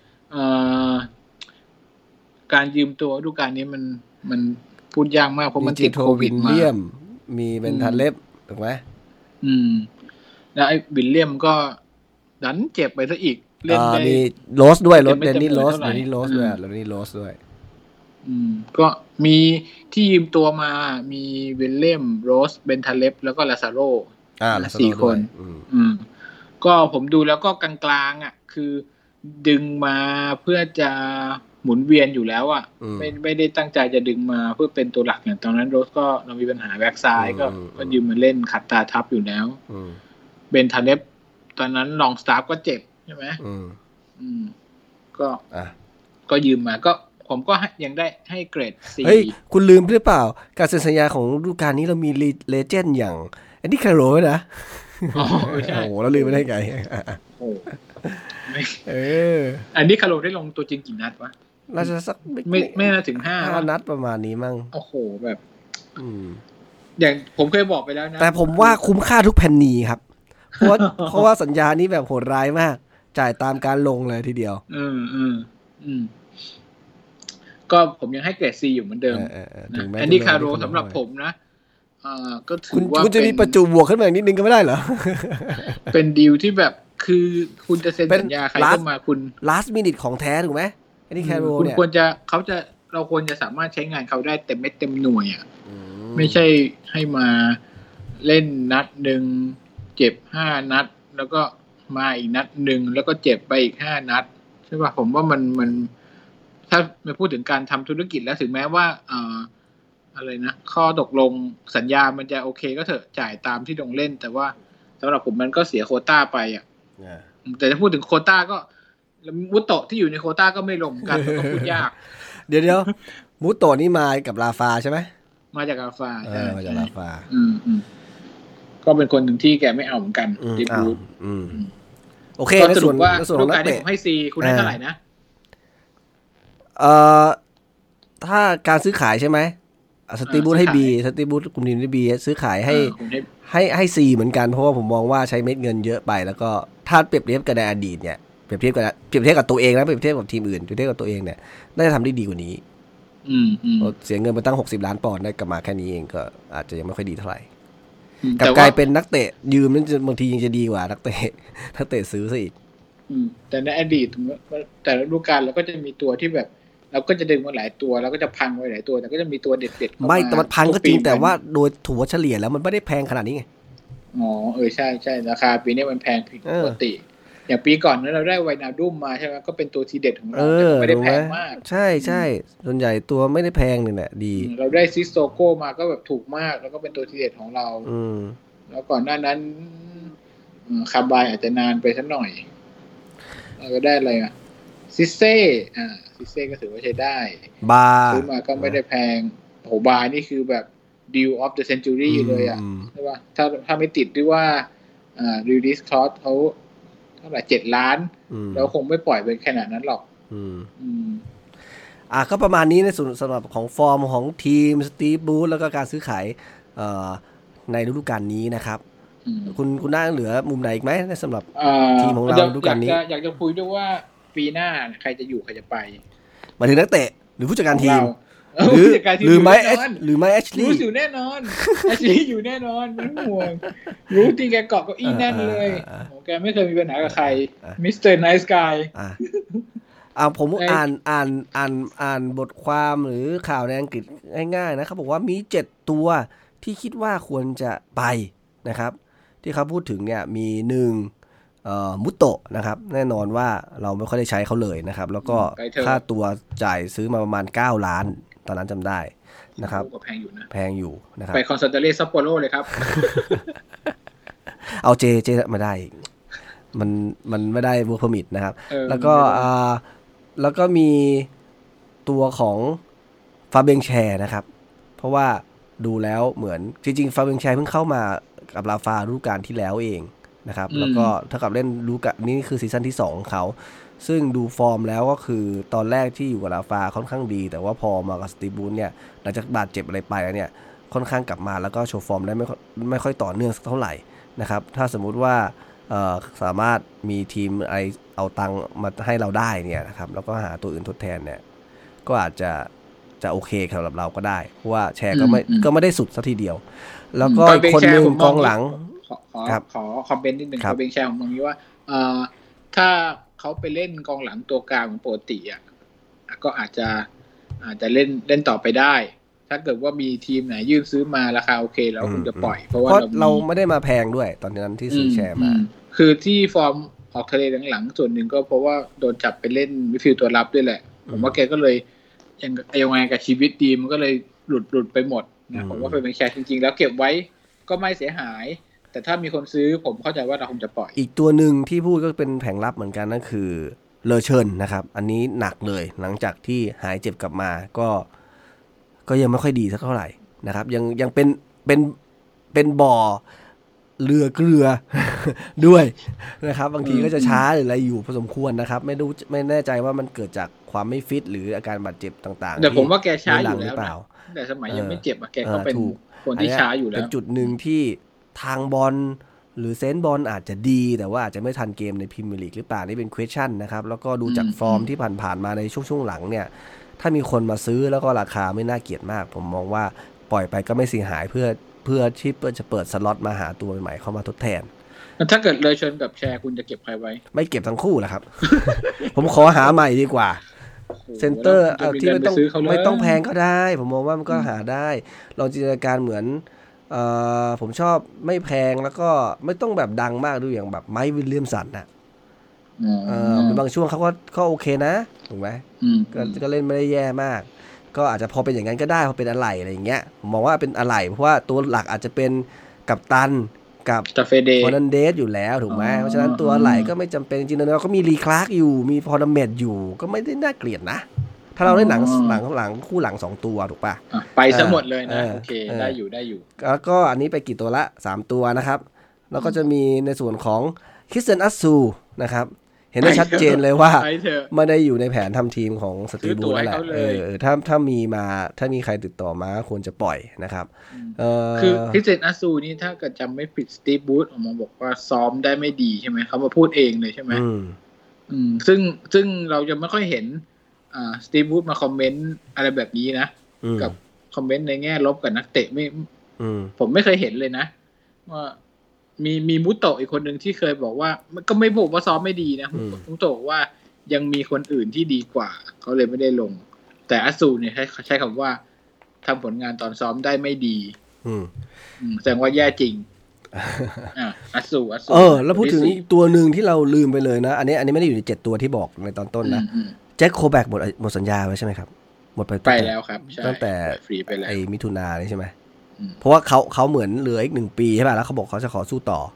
การยืมตัวฤดูกาลนี้มันพูดยากมากเพราะมันติดโควิดมามีเบนทันเล็บถูกไหมแล้วไอ้วิลเลียมก็ดันเจ็บไปซะอีกเล่นได้มีโรสด้วยเดนนี่โรสด้วยก็มีที่ยืมตัวมามีวิลเลียมโรสเบนทันเล็บแล้วก็ลาซาโร4 คนก็ผมดูแล้วก็กลางๆคือดึงมาเพื่อจะหมุนเวียนอยู่แล้วไม่ได้ตั้งใจจะดึงมาเพื่อเป็นตัวหลักอย่างตอนนั้นโรสก็เรามีปัญหาแบ็กซ้ายก็ยืมมาเล่นขัดตาทับอยู่แล้วเบนทันเล็บตอนนั้นลองสตาร์ฟก็เจ็บใช่ไหมก็ยืมมาก็ผมก็ยังได้ให้เกรด C เฮ้ยคุณลืมหรือเปล่าการเซ็นสัญญาของฤดูกาลนี้เรามีเลเจนด์อย่างแอนดี้คาโรนะโอ้โหเราลืมไปได้ไงอันนี้คาโรได้ลงตัวจริงกี่นัดวะน่าจะสักไม่น่าถึง5 นัดประมาณนี้มั้งโอ้โหแบบอย่างผมเคยบอกไปแล้วนะแต่ผมว่าคุ้มค่าทุกแผ่นนีครับเพราะว่าสัญญานี้แบบโหดร้ายมากจ่ายตามการลงเลยทีเดียวก็ผมยังให้เกรด C อยู่เหมือนเดิมอันนี้คาโรสำหรับผมนะก็ถือว่าคุณจะมีประจุบวกขึ้นมาอีกนิดนึงก็ไม่ได้เหรอเป็นดีลที่แบบคือคุณจะเซ็นสัญญาใครเข้ามาคุณ last minute ของแท้ถูกไหมอันนี้แคโรเนี่ยเราควรจะสามารถใช้งานเขาได้เต็มเม็ดเต็มหน่วยไม่ใช่ให้มาเล่นนัดนึงเจ็บ5 นัดแล้วก็มาอีกนัดนึงแล้วก็เจ็บไปอีก5 นัดใช่ป่ะผมว่ามันถ้าไม่พูดถึงการทำธุรกิจแล้วถึงแม้ว่าอะไรนะข้อตกลงสัญญามันจะโอเคก็เถอะจ่ายตามที่ลงเล่นแต่ว่าสำหรับผมมันก็เสียโควต้าไปแต่ถ้าพูดถึงโควต้าก็มุโตะที่อยู่ในโควต้าก็ไม่ลงกันก็พูดยากเดี๋ยวมุโตะนี่มากับลาฟาใช่ไหมมาจากลาฟาใช่มาจากลาฟาก็เป็นคนหนึ่งที่แกไม่เอาเหมือนกันดิบูธโอเคสรุปว่าลูกการที่ผมให้ C คุณให้เท่าไหร่นะถ้าการซื้อขายใช่ไหมสตีบูธให้ B สตีบูธกลุ่มนี้ให้ B ซื้อขายให้ C เหมือนกันเพราะว่าผมมองว่าใช้เม็ดเงินเยอะไปแล้วก็ถ้าเปรียบเทียบกับในอดีตเนี่ยเปรียบเทียบกับตัวเองนะเปรียบเทียบกับทีมอื่นเปรียบเทียบกับตัวเองเนี่ยน่าจะทำได้ดีกว่านี้เสียเงินไปตั้ง60 ล้านปอนด์ได้กลับมาแค่นี้เองก็อาจจะยังไม่ค่อยดีเท่าไหร่กับกลายเป็นนักเตะยืมนั้นบางทียังจะดีกว่านักเตะซื้อซะอีกแต่ในอดีตแต่ละฤดูกาลเราก็จะมีตัวที่แบบเราก็จะดึงมาหลายตัวแล้วก็จะพังไปหลายตัวแต่ก็จะมีตัวเด็ดๆเข้ามาไม่แต่มันพังก็จริงแต่ว่าโดยถัวเฉลี่ยแล้วมันไม่ได้แพงขนาดนี้ไงใช่ราคาปีนี้มันแพงผิดปกติอย่างปีก่อนนั้นเราได้ไวนาดุมมาใช่ไหมก็เป็นตัวทีเด็ดของเราแต่ไม่ได้แพงมากใช่ส่วนใหญ่ตัวไม่ได้แพงนี่แหละดีเราได้ซิสโตโก้มาก็แบบถูกมากแล้วก็เป็นตัวทีเด็ดของเราแล้วก่อนหน้านั้นคาบายอาจจะนานไปสักหน่อยเราก็ได้อะไรซิเซ่ซิเซ่ก็ถือว่าใช้ได้บาซื้อมาก็ไม่ได้แพงโหบานี่คือแบบ deal of the century เลยอ่ะใช่ป่ะถ้าไม่ติดด้วยว่าrelease cost เขาเท่าไหร่7 ล้านแล้วคงไม่ปล่อยไปขนาดนั้นหรอกก็ประมาณนี้ในส่วนสำหรับของฟอร์มของทีมสตีฟบูธแล้วก็การซื้อขายในฤดูกาลนี้นะครับคุณน่าเหลือมุมไหนอีกไหมสำหรับทีมของเราฤดูกาลนี้อยากจะคุยด้วยว่าปีหน้าใครจะอยู่ใครจะไปมาถึงนักเตะหรือผู้จัดการทีมหรือไม่แอชลีย์อยู่แน่นอนแอชลีย์อยู่แน่นอนไม่ห่วงรู้ที่แกเกาะเก้าอี้แน่นเลยแกไม่เคยมีปัญหากับใครมิสเตอร์ไนท์สกายผมอ่านบทความหรือข่าวในอังกฤษง่ายๆนะเขาบอกว่ามี7ตัวที่คิดว่าควรจะไปนะครับที่เขาพูดถึงเนี่ยมีมุโตะนะครับแน่นอนว่าเราไม่ค่อยได้ใช้เขาเลยนะครับแล้วก็ค่าตัวจ่ายซื้อมาประมาณ9 ล้านตอนนั้นจำได้นะครับแพงอยู่นะแพงอยู่นะครับไปคอนซัลเทเลซัปโปโรเลยครับเอาเจมาได้มันไม่ได้เวิร์คเพอร์มิทนะครับแล้วก็มีตัวของฟาเบียงแชร์นะครับเพราะว่าดูแล้วเหมือนจริงๆฟาเบียงแชร์เพิ่งเข้ามากับลาฟาฤดูกาลที่แล้วเองนะครับแล้วก็เท่ากับเล่นฤดูกาลนี้คือซีซั่นที่2ของเขาซึ่งดูฟอร์มแล้วก็คือตอนแรกที่อยู่กับลาฟาค่อนข้างดีแต่ว่าพอมากับสตีฟบูธเนี่ยหลังจากบาดเจ็บอะไรไปแล้วเนี่ยค่อนข้างกลับมาแล้วก็โชว์ฟอร์มได้ไม่ค่อยต่อเนื่องสักเท่าไหร่นะครับถ้าสมมุติว่าสามารถมีทีมอะไรเอาตังมาให้เราได้เนี่ยนะครับแล้วก็หาตัวอื่นทดแทนเนี่ยก็อาจจะโอเคสำหรับเราก็ได้เพราะว่าแชร์ก็ไม่ได้สุดซะทีเดียวแล้วก็คนนึงกองหลังขอคอมเมนต์นิดนึงเบงแชร์ของมองนี้ว่าถ้าเขาไปเล่นกองหลังตัวกลางปกติอ่ะก็อาจจะเล่นต่อไปได้ถ้าเกิดว่ามีทีมไหนยื่นซื้อมาราคาโอเคแล้วคุณจะปล่อยเพราะว่าเราไม่ได้มาแพงด้วยตอนนั้นที่ซื้อแชร์มาคือที่ฟอร์มออกทะเลหลังๆส่วนหนึ่งก็เพราะว่าโดนจับไปเล่นมิดฟิลด์ตัวรับด้วยแหละผมว่าแกก็เลยยังไงกับชีวิตดีมันก็เลยหลุดไปหมดนะผมว่าเป็นแชร์จริงๆแล้วเก็บไว้ก็ไม่เสียหายแต่ถ้ามีคนซื้อผมเข้าใจว่าเราคงจะปล่อยอีกตัวหนึ่งที่พูดก็เป็นแผงลับเหมือนกันนั่นคือเลอเชิญนะครับอันนี้หนักเลยหลังจากที่หายเจ็บกลับมาก็ยังไม่ค่อยดีสักเท่าไหร่นะครับยังเป็นบ่อเรือเกลือ ด้วยนะครับบางทีก็จะช้าหรืออะไรอยู่พอสมควรนะครับไม่แน่ใจว่ามันเกิดจากความไม่ฟิตหรืออาการบาดเจ็บต่างๆแต่ผมว่าแกช้าอยู่แล้วแต่สมัยยังไม่เจ็บแกก็เป็นคนที่ช้าอยู่แล้วเป็นจุดหนึ่งที่ทางบอลหรือเซนส์บอลอาจจะดีแต่ว่าอาจจะไม่ทันเกมในพรีเมียร์ลีกหรือเปล่านี่เป็น question นะครับแล้วก็ดูจากฟอร์มที่ผ่านๆมาในช่วงหลังเนี่ยถ้ามีคนมาซื้อแล้วก็ราคาไม่น่าเกลียดมากผมมองว่าปล่อยไปก็ไม่เสียหายเพื่อที่จะเปิดสล็อตมาหาตัวใหม่ๆเข้ามาทดแทนถ้าเกิดเลยเชิญกับแชร์คุณจะเก็บใครไว้ไม่เก็บทั้งคู่แหละครับ ผมขอหาใหม่ดีกว่าเซ็นเตอร์ที่ไม่ต้องแพงก็ได้ผมมองว่ามันก็หาได้ลองจินตนาการเหมือนผมชอบไม่แพงแล้วก็ไม่ต้องแบบดังมากด้วยอย่างแบบไมค์วิลเลียมสันน่ะบางช่วงเขาก็โอเคนะถูกไหมก็เล่นไม่ได้แย่มากก็อาจจะพอเป็นอย่างนั้นก็ได้พอเป็นอะไหล่อะไรอย่างเงี้ยผมมองว่าเป็นอะไหล่เพราะว่าตัวหลักอาจจะเป็นกัปตันกับฟอร์นันเดสอยู่แล้วถูกไหมเพราะฉะนั้นตัวอะไหล่ก็ไม่จำเป็นจริงๆเราก็มีรีคลาร์กอยู่มีพอร์นัมเมดอยู่ก็ไม่ได้น่าเกลียดนะถ้าเราได้หลังคู่หลัง2ตัวถูกป่ะไปซะหมดเลยนะโอเคได้อยู่แล้วก็อันนี้ไปกี่ตัวละ3ตัวนะครับแล้วก็จะมีในส่วนของคริสเตียนอัสซูนะครับเห็นได้ชัดเจนเลยว่าไม่ได้อยู่ในแผนทำทีมของสตีฟบูธแล้วแหละถ้ามีใครติดต่อมาควรจะปล่อยนะครับคือคริสเตียนอัสซูนี่ถ้าเกิดจำไม่ผิดสตีฟบูธออกมาบอกว่าซ้อมได้ไม่ดีใช่ไหมเขามาพูดเองเลยใช่ไหมซึ่งเราจะไม่ค่อยเห็นสตีฟวูดมาคอมเมนต์อะไรแบบนี้นะกับคอมเมนต์ในแง่ลบกับนักเตะไม่ผมไม่เคยเห็นเลยนะว่ามีมุโตะอีกคนหนึ่งที่เคยบอกว่าก็ไม่บอกว่าซ้อมไม่ดีนะมุโตะว่ายังมีคนอื่นที่ดีกว่าเขาเลยไม่ได้ลงแต่อัสซูเนี่ยใช้คำว่าทำผลงานตอนซ้อมได้ไม่ดีแสดงว่าแย่จริงอัสซูแล้วพูดถึงอีกตัวหนึ่งที่เราลืมไปเลยนะอันนี้ไม่ได้อยู่ใน7ตัวที่บอกในตอนต้นนะแจ็คโคแบกหมดสัญญาไว้ใช่ไหมครับหมดไปแล้วครับตั้งแต่ไอ้มิถุนานี่ใช่ไหมเพราะว่าเขาเหมือนเหลืออีก1 ปีใช่ป่ะแล้วเขาบอกเขาจะขอสู้ต่อ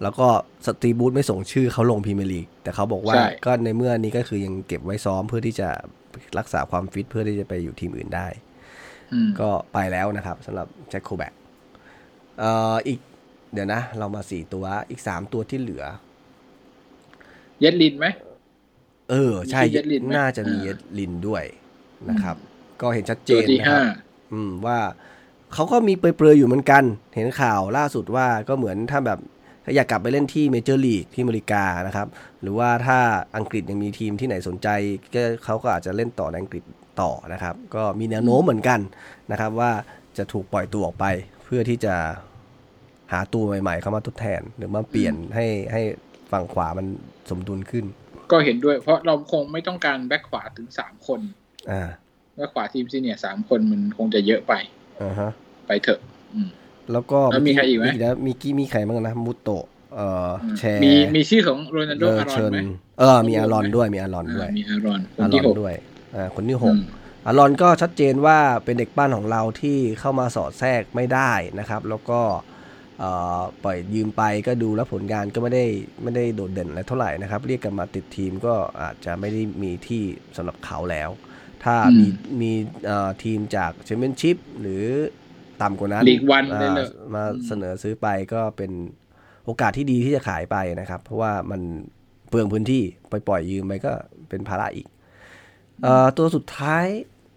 แล้วก็สตีฟบูธไม่ส่งชื่อเขาลงพรีเมียร์ลีกแต่เขาบอกว่าก็ในเมื่อนี้ก็คือยังเก็บไว้ซ้อมเพื่อที่จะรักษาความฟิตเพื่อที่จะไปอยู่ทีมอื่นได้ก็ไปแล้วนะครับสำหรับแจ็คโคแบ็กอีกเดี๋ยวนะเรามา4ตัวอีก3ตัวที่เหลือเยดลินไหมใช่น่าจะมีเยดลินด้วยนะครับก็เห็นชัดเจนนะครับว่าเขาก็มีเปรยๆอยู่เหมือนกันเห็นข่าวล่าสุดว่าก็เหมือนถ้าแบบอยากกลับไปเล่นที่เมเจอร์ลีกที่อเมริกานะครับหรือว่าถ้าอังกฤษยังมีทีมที่ไหนสนใจก็เขาก็อาจจะเล่นต่อในอังกฤษต่อนะครับก็มีแนวโน้มเหมือนกันนะครับว่าจะถูกปล่อยตัวออกไปเพื่อที่จะหาตัวใหม่ๆเข้ามาทดแทนหรือมาเปลี่ยนให้ฝั่งขวามันสมดุลขึ้นก็เห็นด้วยเพราะเราคงไม่ต้องการแบ็คขวาถึง3คนแบ็คขวาทีมซีเนียร์3คนมันคงจะเยอะไปไปเถอะแล้วก็มีใครอีกไหมมีใครบ้างนะมุโตะแชร์มีชื่อของโรนัลโดอารอนไหมมีอารอนด้วยมีอารอนด้วยมีอารอนคนที่6 ด้วยคนที่6อารอนก็ชัดเจนว่าเป็นเด็กบ้านของเราที่เข้ามาสอดแทรกไม่ได้นะครับแล้วก็ปล่อยยืมไปก็ดูแล้วผลงานก็ไม่ได้โดดเด่นอะไรเท่าไหร่นะครับเรียกกันมาติดทีมก็อาจจะไม่ได้มีที่สำหรับเขาแล้วถ้ามีทีมจากแชมเปี้ยนชิพหรือต่ำกว่านั้นลีกวันมาเสนอซื้อไปก็เป็นโอกาสที่ดีที่จะขายไปนะครับเพราะว่ามันเปลืองพื้นที่ไปปล่อยยืมไปก็เป็นภาระอีกตัวสุดท้าย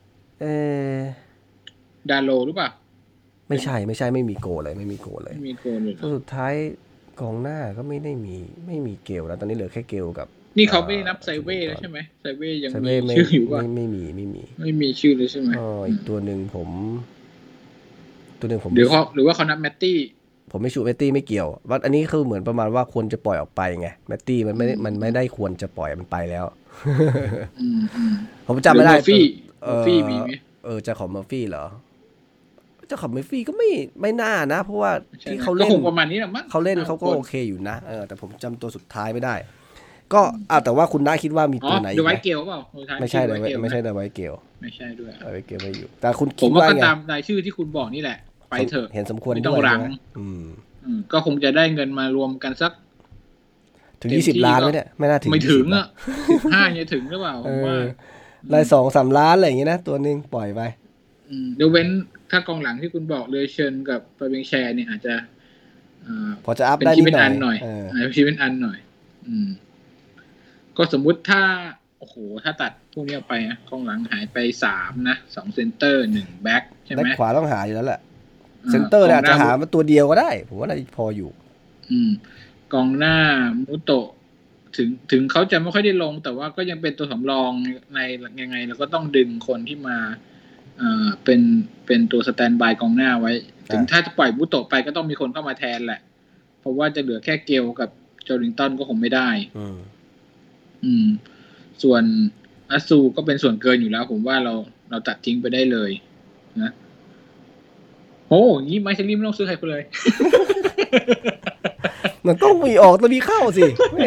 ดาโลหรือเปล่าไม่ใช่ไม่มีโกเลยตัวสุดท้ายกองหน้าก็ไม่มีเกลแล้วตอนนี้เหลือแค่เกลกับนี่เขาไม่ได้นับไซเว่แล้วใช่ไหมไซเว่ยังมีชื่ออยู่ว่าไม่มีชื่อเลยใช่ไหมอีกตัวหนึ่งผมหรือว่าเขานับแมตตี้ผมไม่ชูแมตตี้ไม่เกี่ยวว่าอันนี้คือเหมือนประมาณว่าควรจะปล่อยออกไปไงแมตตี้มันไม่ได้ควรจะปล่อยมันไปแล้วผมจำไม่ได้ฟี่มีไหมจะของเมอร์ฟี่เหรอเจ้าของเมอร์ฟี่ก็ไม่น่านะเพราะว่าที่เขาเล่นประมาณนี้แหละมั้งเขาเล่นเขาก็โอเคอยู่นะแต่ผมจำตัวสุดท้ายไม่ได้ก็แต่ว่าคุณน้าคิดว่ามีตัวไหนเดอะไวท์เกลเปล่าไม่ใช่เดอะไวท์เกลไม่ใช่ด้วยเดอะไวท์เกลไม่อยู่แต่คุณคิดว่าไงผมก็ตามรายชื่อที่คุณบอกนี่แหละไปเถอะเห็นสมควรด้วยใช่ไหมก็คงจะได้เงินมารวมกันสักถึง20 ล้านไหมเนี่ยไม่น่าถึงไม่ถึงอ่ะ15จะถึงหรือเปล่าผมว่าราย 2-3 ล้านอะไรอย่างเงี้ยนะตัวนึงปล่อยไปเดี๋ยวเว้นถ้ากองหลังที่คุณบอกเลยเชิญกับฟาเบียงแชร์เนี่ยอาจจะพอจะอัพได้นิดหน่อยชีวิตอันหน่อยก็สมมุติถ้าโอ้โหถ้าตัดพวกนี้ออกไปนะกองหลังหายไป3นะ2เซนเตอร์1แบ็คใช่ไหมแบ็คขวาต้องหาอยู่แล้วแหละเซนเตอร์เนี่ยอาจจะหามาตัวเดียวก็ได้ผมว่าน่าจะพออยู่กองหน้ามุโตะถึงเขาจะไม่ค่อยได้ลงแต่ว่าก็ยังเป็นตัวสำรองในยังไงเราก็ต้องดึงคนที่มาเป็นตัวสแตนด์บายกองหน้าไว้ถึงถ้าจะปล่อยมุโตะไปก็ต้องมีคนเข้ามาแทนแหละเพราะว่าจะเหลือแค่เกลกับโจลิงตันก็คงไม่ได้ส่วนอาซูก็เป็นส่วนเกินอยู่แล้วผมว่าเราตัดทิ้งไปได้เลยนะโอ้ยงี้ไมเชลลี่ไม่ต้องซื้อใครไปเลยมันต้องมีออกต้องมีเข้าสิแหม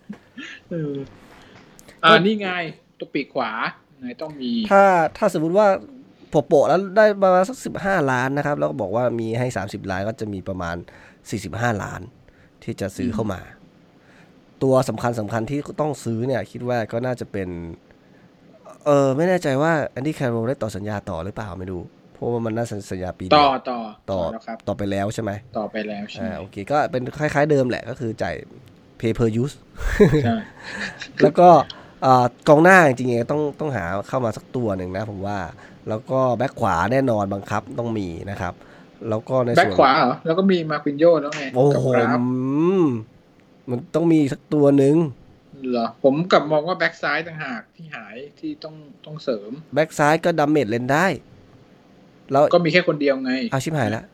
นี่ไงตัวปีกขวาไงต้องมีถ้าสมมุติว่าโปะแล้วได้ประมาณสัก15 ล้านนะครับแล้วก็บอกว่ามีให้30 ล้านก็จะมีประมาณ45 ล้านที่จะซื้อเข้ามาตัวสำคัญที่ต้องซื้อเนี่ยคิดว่าก็น่าจะเป็นไม่แน่ใจว่าแอนดี้แคโรลได้ต่อสัญญาต่อหรือเปล่าไม่รู้เพราะว่ามันน่าสัญญาปีเดียวต่อไปแล้วใช่ไหมต่อไปแล้วใช่โอเคก็เป็นคล้ายๆเดิมแหละก็คือจ่าย pay per use ใช่แล้วก็กองหน้าจริงๆต้องหาเข้ามาสักตัวหนึ่งนะผมว่าแล้วก็แบ็คขวาแน่นอนบังคับต้องมีนะครับแล้วก็ในส่วนแบ็คขวาเหรอแล้วก็มีมาร์ควินโญ่แล้วไงโอ้โหมันต้องมีสักตัวหนึ่งเหรอผมกลับมองว่าแบ็คซ้ายต่างหากที่หายที่ต้องเสริมแบ็คซ้ายก็ดัมเมจเล่นได้แล้วก็มีแค่คนเดียวไงชิบหายแล้ว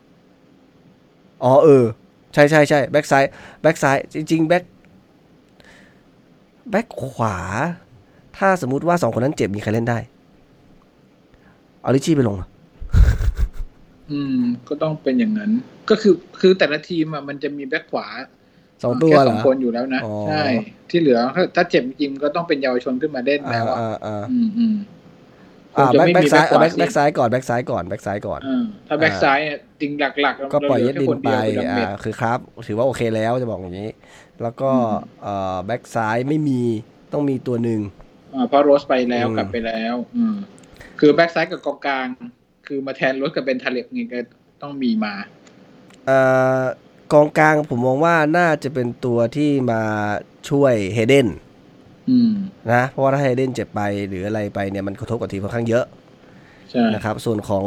ใช่แบ็คซ้ายจริงๆแบ็คขวาถ้าสมมุติว่า2คนนั้นเจ็บมีใครเล่นได้เอาลิชี่ไปลงก็ต้องเป็นอย่างนั้นก็คือแต่ละทีมอ่ะมันจะมีแบ็คขวา 2 ตัวเหรอ 2 คนอยู่แล้วนะใช่ที่เหลือถ้าเจ็บจริงก็ต้องเป็นเยาวชนขึ้นมาเล่นแล้วคงจะไม่มีแบ็คขวาแบ็คซ้ายก่อนถ้าแบ็คซ้ายเนี่ยจริงหลักๆก็ปล่อยเยดดินไปคือคือครับถือว่าโอเคแล้วจะบอกอย่างนี้แล้วก็แบ็คซ้ายไม่มีต้องมีตัวหนึ่งเพราะโรสไปแล้วกลับไปแล้วคือแบ็คซ้ายกับกองกลางคือมาแทนโรสกับเบนทาเลปนี่ก็ต้องมีมากองกลางผมมองว่าน่าจะเป็นตัวที่มาช่วยเฮเดนนะเพราะว่าถ้าเฮเดนเจ็บไปหรืออะไรไปเนี่ยมันกระทบกับทีมค่อนข้างเยอะนะครับส่วนของ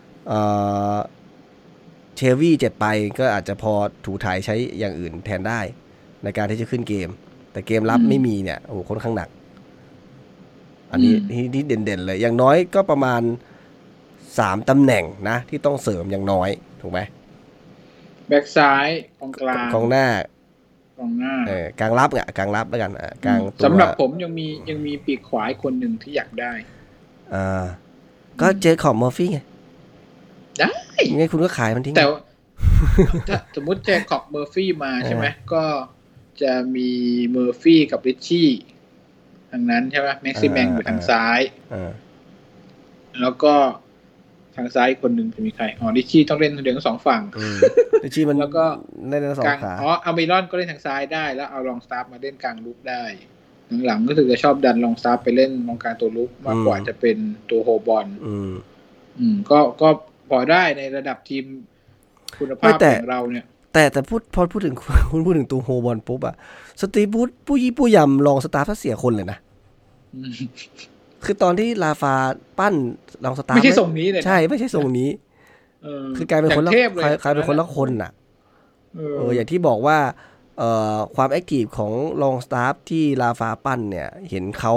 เชวี่เจ็บไปก็อาจจะพอถูถ่ายใช้อย่างอื่นแทนได้ในการที่จะขึ้นเกมแต่เกมรับไม่มีเนี่ยโอ้โหค่อนข้างหนักอันนี้ที่เด่นๆเลยอย่างน้อยก็ประมาณ3ตำแหน่งนะที่ต้องเสริมอย่างน้อยถูกไหมแบ็คซ้ายกองกลางกองหน้ากลางรับอ่ะกลางรับแล้วกันกลางสำหรับผมยังมีปีกขวาคนหนึ่งที่อยากได้ก็เจคอบเมอร์ฟี่ไงได้ไงคุณก็ขายมันทิ้งแต่ถ้าสมมติเจคอบเมอร์ฟี่มาใช่ไหมก็จะมีเมอร์ฟี่กับริชชี่ทางนั้นใช่ไหมแม็กซิแมงอยู่ทางซ้ายแล้วก็ทางซ้ายคนหนึ่งจะมีใครริชชี่ต้องเล่นทั้งสองฝั่งริชชี่มันแล้วก็เล่นทั้งสองขาอัลมิรอนก็เล่นทางซ้ายได้แล้วเอาลองสตาร์ฟมาเล่นกลางลุกได้หลังๆก็ถือจะชอบดันลองสตาร์ฟไปเล่นตรงกลางตัวลุกมากกว่าจะเป็นตัวโฮบอลก็พอได้ในระดับทีมคุณภาพของเราเนี่ยแต่พอพูดถึงตัวโฮบอลปุ๊บอะสตีบูธผู้ยำลองสตาร์ฟเสียคนเลยนะคือตอนที่ลาฟาปั้นลองสตาร์ไม่ใช่ทรงนี้เลยใช่ไม่ใช่ทรงนี้คือกลายเป็นคนละใครเป็นคนละคนน่ะอย่างที่บอกว่าความแอคทีฟของลองสตาร์ฟที่ลาฟาปั้นเนี่ยเห็นเขา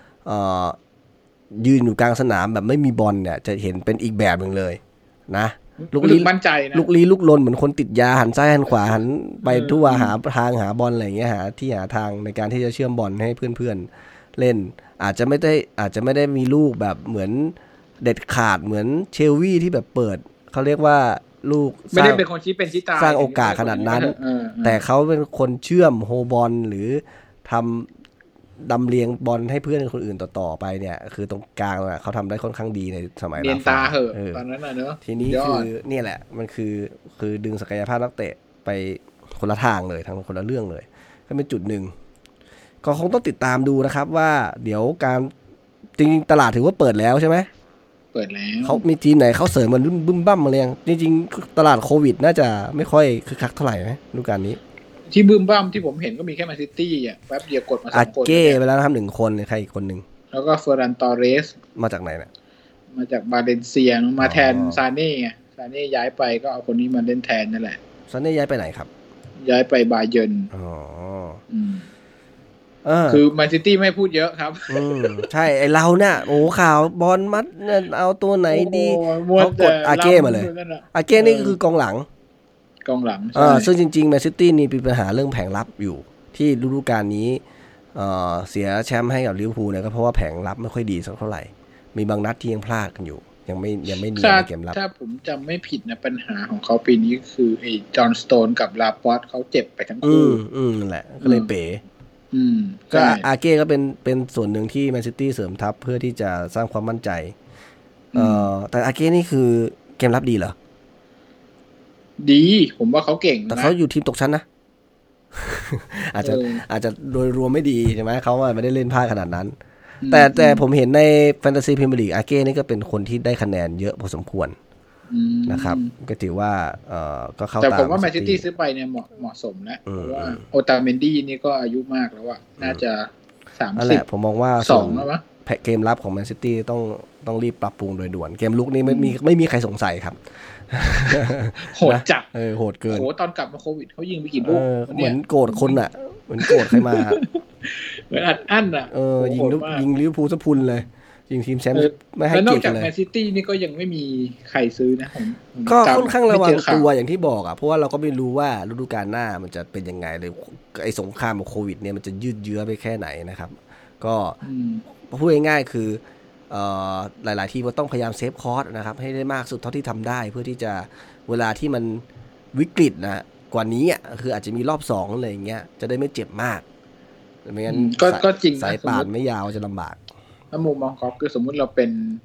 ยืนอยู่กลางสนามแบบไม่มีบอลเนี่ยจะเห็นเป็นอีกแบบหนึ่งเลยนะลุกลี้มั่นใจนะลุกลี้ลุกลนเหมือนคนติดยาหันซ้ายหันขวาหันไปทั่วหาทางหาบอลอะไรอย่างเงี้ยหาทางในการที่จะเชื่อมบอลให้เพื่อนๆเล่นอาจจะไม่ได้มีลูกแบบเหมือนเด็ดขาดเหมือนเชลวี่ที่แบบเปิดเขาเรียกว่าลูกไม่ได้เป็นคนชี้เป็นชี้ตายสร้างโอกาสขนาดนั้นแต่เขาเป็นคนเชื่อมโฮบอลหรือทำดำเลียงบอลให้เพื่อนคนอื่นต่อไปเนี่ยคือตรงกลางเขาทำได้ค่อนข้างดีในสมัยเรียนตาเหอะตอนนั้นเนอะทีนี้คือเนี่ยแหละมันคือดึงศักยภาพนักเตะไปคนละทางเลยทั้งคนละเรื่องเลยก็เป็นจุดหนึ่งก็คงต้องติดตามดูนะครับว่าเดี๋ยวการจริงๆตลาดถือว่าเปิดแล้วใช่ไหมเปิดแล้วเขามีทีมไหนเขาเสริมมันบึ้มบั้มมาเลยจริงๆตลาดโควิดน่าจะไม่ค่อยคึกคักเท่าไหร่ไหมฤดูกาลนี้ที่บึ้มบ้ามที่ผมเห็นก็มีแค่แมนซิตี้อ่ะแป๊บเดียวกดมา2 คนอาเก้ไปแล้วนะครับ1 คนใครอีกคนหนึ่งแล้วก็เฟอร์รันตอเรสมาจากไหนเนี่ยมาจากบาเลนเซียมาแทนซาเน่ไงซาเน่ย้ายไปก็เอาคนนี้มาเล่นแทนนั่นแหละซาเน่ย้ายไปไหนครับย้ายไปบาเยิร์นคือแมนซิตี้ไม่พูดเยอะครับใช่ไอเราเนี่ยโอ้ข่าวบอลมัดเอาตัวไหนดีเขากดอาเก้มาเลยอาเก้นี่คือกองหลังซึ่งจริงๆแมนซิตี้นี่มีปัญหาเรื่องแผงรับอยู่ที่ฤดูกาลนี้เสียแชมป์ให้กับลิเวอร์พูลเนี่ยก็เพราะว่าแผงรับไม่ค่อยดีสักเท่าไหร่มีบางนัดที่ยังพลาดกันอยู่ยังไม่ดีในเกมรับถ้าผมจำไม่ผิดนะปัญหาของเขาปีนี้คือไอ้จอห์นสโตนกับลาปอร์ตเขาเจ็บไปทั้งคู่นั่นแหละก็เลยเป๋ก็อาเก้ก็เป็นส่วนหนึ่งที่แมนซิตี้เสริมทัพเพื่อที่จะสร้างความมั่นใจแต่อาเก้นี่คือเกมรับดีเหรอดีผมว่าเขาเก่งแต่เขาอยู่ทีมตกชั้นนะอาจจะโดยรวมไม่ดีใช่ไหมเขาไม่ได้เล่นพลาดขนาดนั้นแต่ผมเห็นในแฟนตาซีพรีเมียร์ลีกอาเก้นี่ก็เป็นคนที่ได้คะแนนเยอะพอสมควรนะครับก็ถือว่าก็เข้าตามแต่ผมว่าแมนซิตี้ซื้อไปเนี่ยเหมาะสมนะเพราะว่าโอตาเมนดี้นี่ก็อายุมากแล้วอ่ะน่าจะ30 นั่นแหละผมมองว่า 2แล้วมั้ยเกมรับของแมนซิตี้ต้องรีบปรับปรุงโดยด่วนเกมลุกนี่ไม่มีใครสงสัยครับโหดจัดโหดเกินโหตอนกลับมาโควิดเขายิงไปกี่ลูกเหมือนโกรธคนอ่ะเหมือนโกรธใครมาเหมือนอัดอ่ะยิงลิเวอร์พูลซะพุนเลยยิงทีมแชมป์ไม่ให้เกียรติเลยแล้วนอกจากแมนซิตี้นี่ก็ยังไม่มีใครซื้อนะก็ค่อนข้างระวังตัวอย่างที่บอกอ่ะเพราะว่าเราก็ไม่รู้ว่าฤดูกาลหน้ามันจะเป็นยังไงเลยไอ้สงครามกับโควิดเนี่ยมันจะยืดเยื้อไปแค่ไหนนะครับก็พูดง่ายๆคือหลายๆทีมก็ต้องพยายามเซฟคอสนะครับให้ได้มากสุดเท่าที่ทำได้เพื่อที่จะเวลาที่มันวิกฤตนะกว่านี้อ่ะคืออาจจะมีรอบ2อะไรอย่างเงี้ยจะได้ไม่เจ็บมากไม่งั้นก็จริงสายป่านไม่ยาวจะลำบากถ้ามุมมองเขาคือสมมุติเราเป็น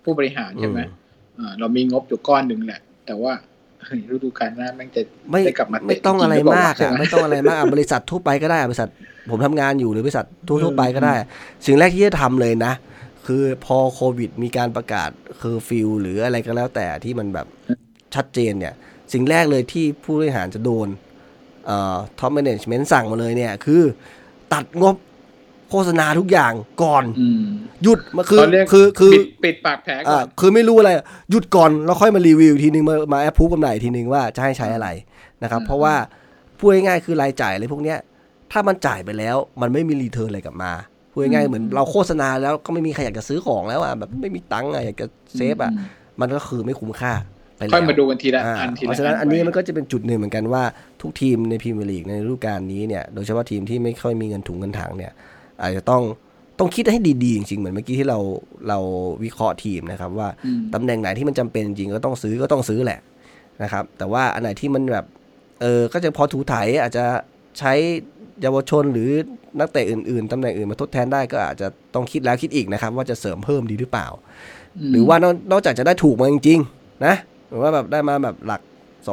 ผู้บริหารใช่ไหมเรามีงบอยู่ก้อนหนึ่งแหละแต่ว่าฤดูกาลหน้าแม่งจะได้กลับมาไม่ต้องอะไรมากอ่ะไม่ต้องอะไรมากบริษัททั่วไปก็ได้บริษัทผมทำงานอยู่หรือบริษัททั่วไปก็ได้สิ่งแรกที่จะทำเลยนะคือพอโควิดมีการประกาศคือฟิลหรืออะไรก็แล้วแต่ที่มันแบบชัดเจนเนี่ยสิ่งแรกเลยที่ผู้บริหารจะโดนท็อปแมเนจเมนต์สั่งมาเลยเนี่ยคือตัดงบโฆษณาทุกอย่างก่อนหยุดมาคือปิดปากแผลก่อนคือไม่รู้อะไรหยุดก่อนแล้วค่อยมารีวิวทีนึงมาแอปพูฟกำไรทีนึงว่าจะให้ใช้อะไรนะครับเพราะว่าพูดง่ายๆคือรายจ่ายอะไรพวกเนี้ยถ้ามันจ่ายไปแล้วมันไม่มีรีเทิร์นอะไรกลับมาพูดง่ายๆเหมือนเราโฆษณาแล้วก็ไม่มีใครอยากจะซื้อของแล้วอ่ะแบบไม่มีตังค์อ่ะอยากจะเซฟอ่ะมันก็คือไม่คุ้มค่าไปแล้วค่อยมาดูกันทีละอันเพราะฉะนั้นอันนี้มันก็จะเป็นจุดหนึ่งเหมือนกันว่าทุกทีมในพรีเมียร์ลีกในฤดูกาลนี้เนี่ยโดยเฉพาะทีมที่ไม่ค่อยมีเงินถุงเงินถังเนี่ยอาจจะต้องคิดให้ดีๆจริงๆเหมือนเมื่อกี้ที่เราวิเคราะห์ทีมนะครับว่าตำแหน่งไหนที่มันจำเป็นจริงก็ต้องซื้อแหละนะครับแต่ว่าอันไหนที่มันแบบก็จะพอถูถ่ายอาจจะใช้เยาวชนหรือนักเตะอื่นๆตำแหน่งอื่นมาทดแทนได้ก็อาจจะต้องคิดแล้วคิดอีกนะครับว่าจะเสริมเพิ่มดีหรือเปล่าหรือว่านอกจากจะได้ถูกมาจริงๆนะหรือว่าแบบได้มาแบบหลัก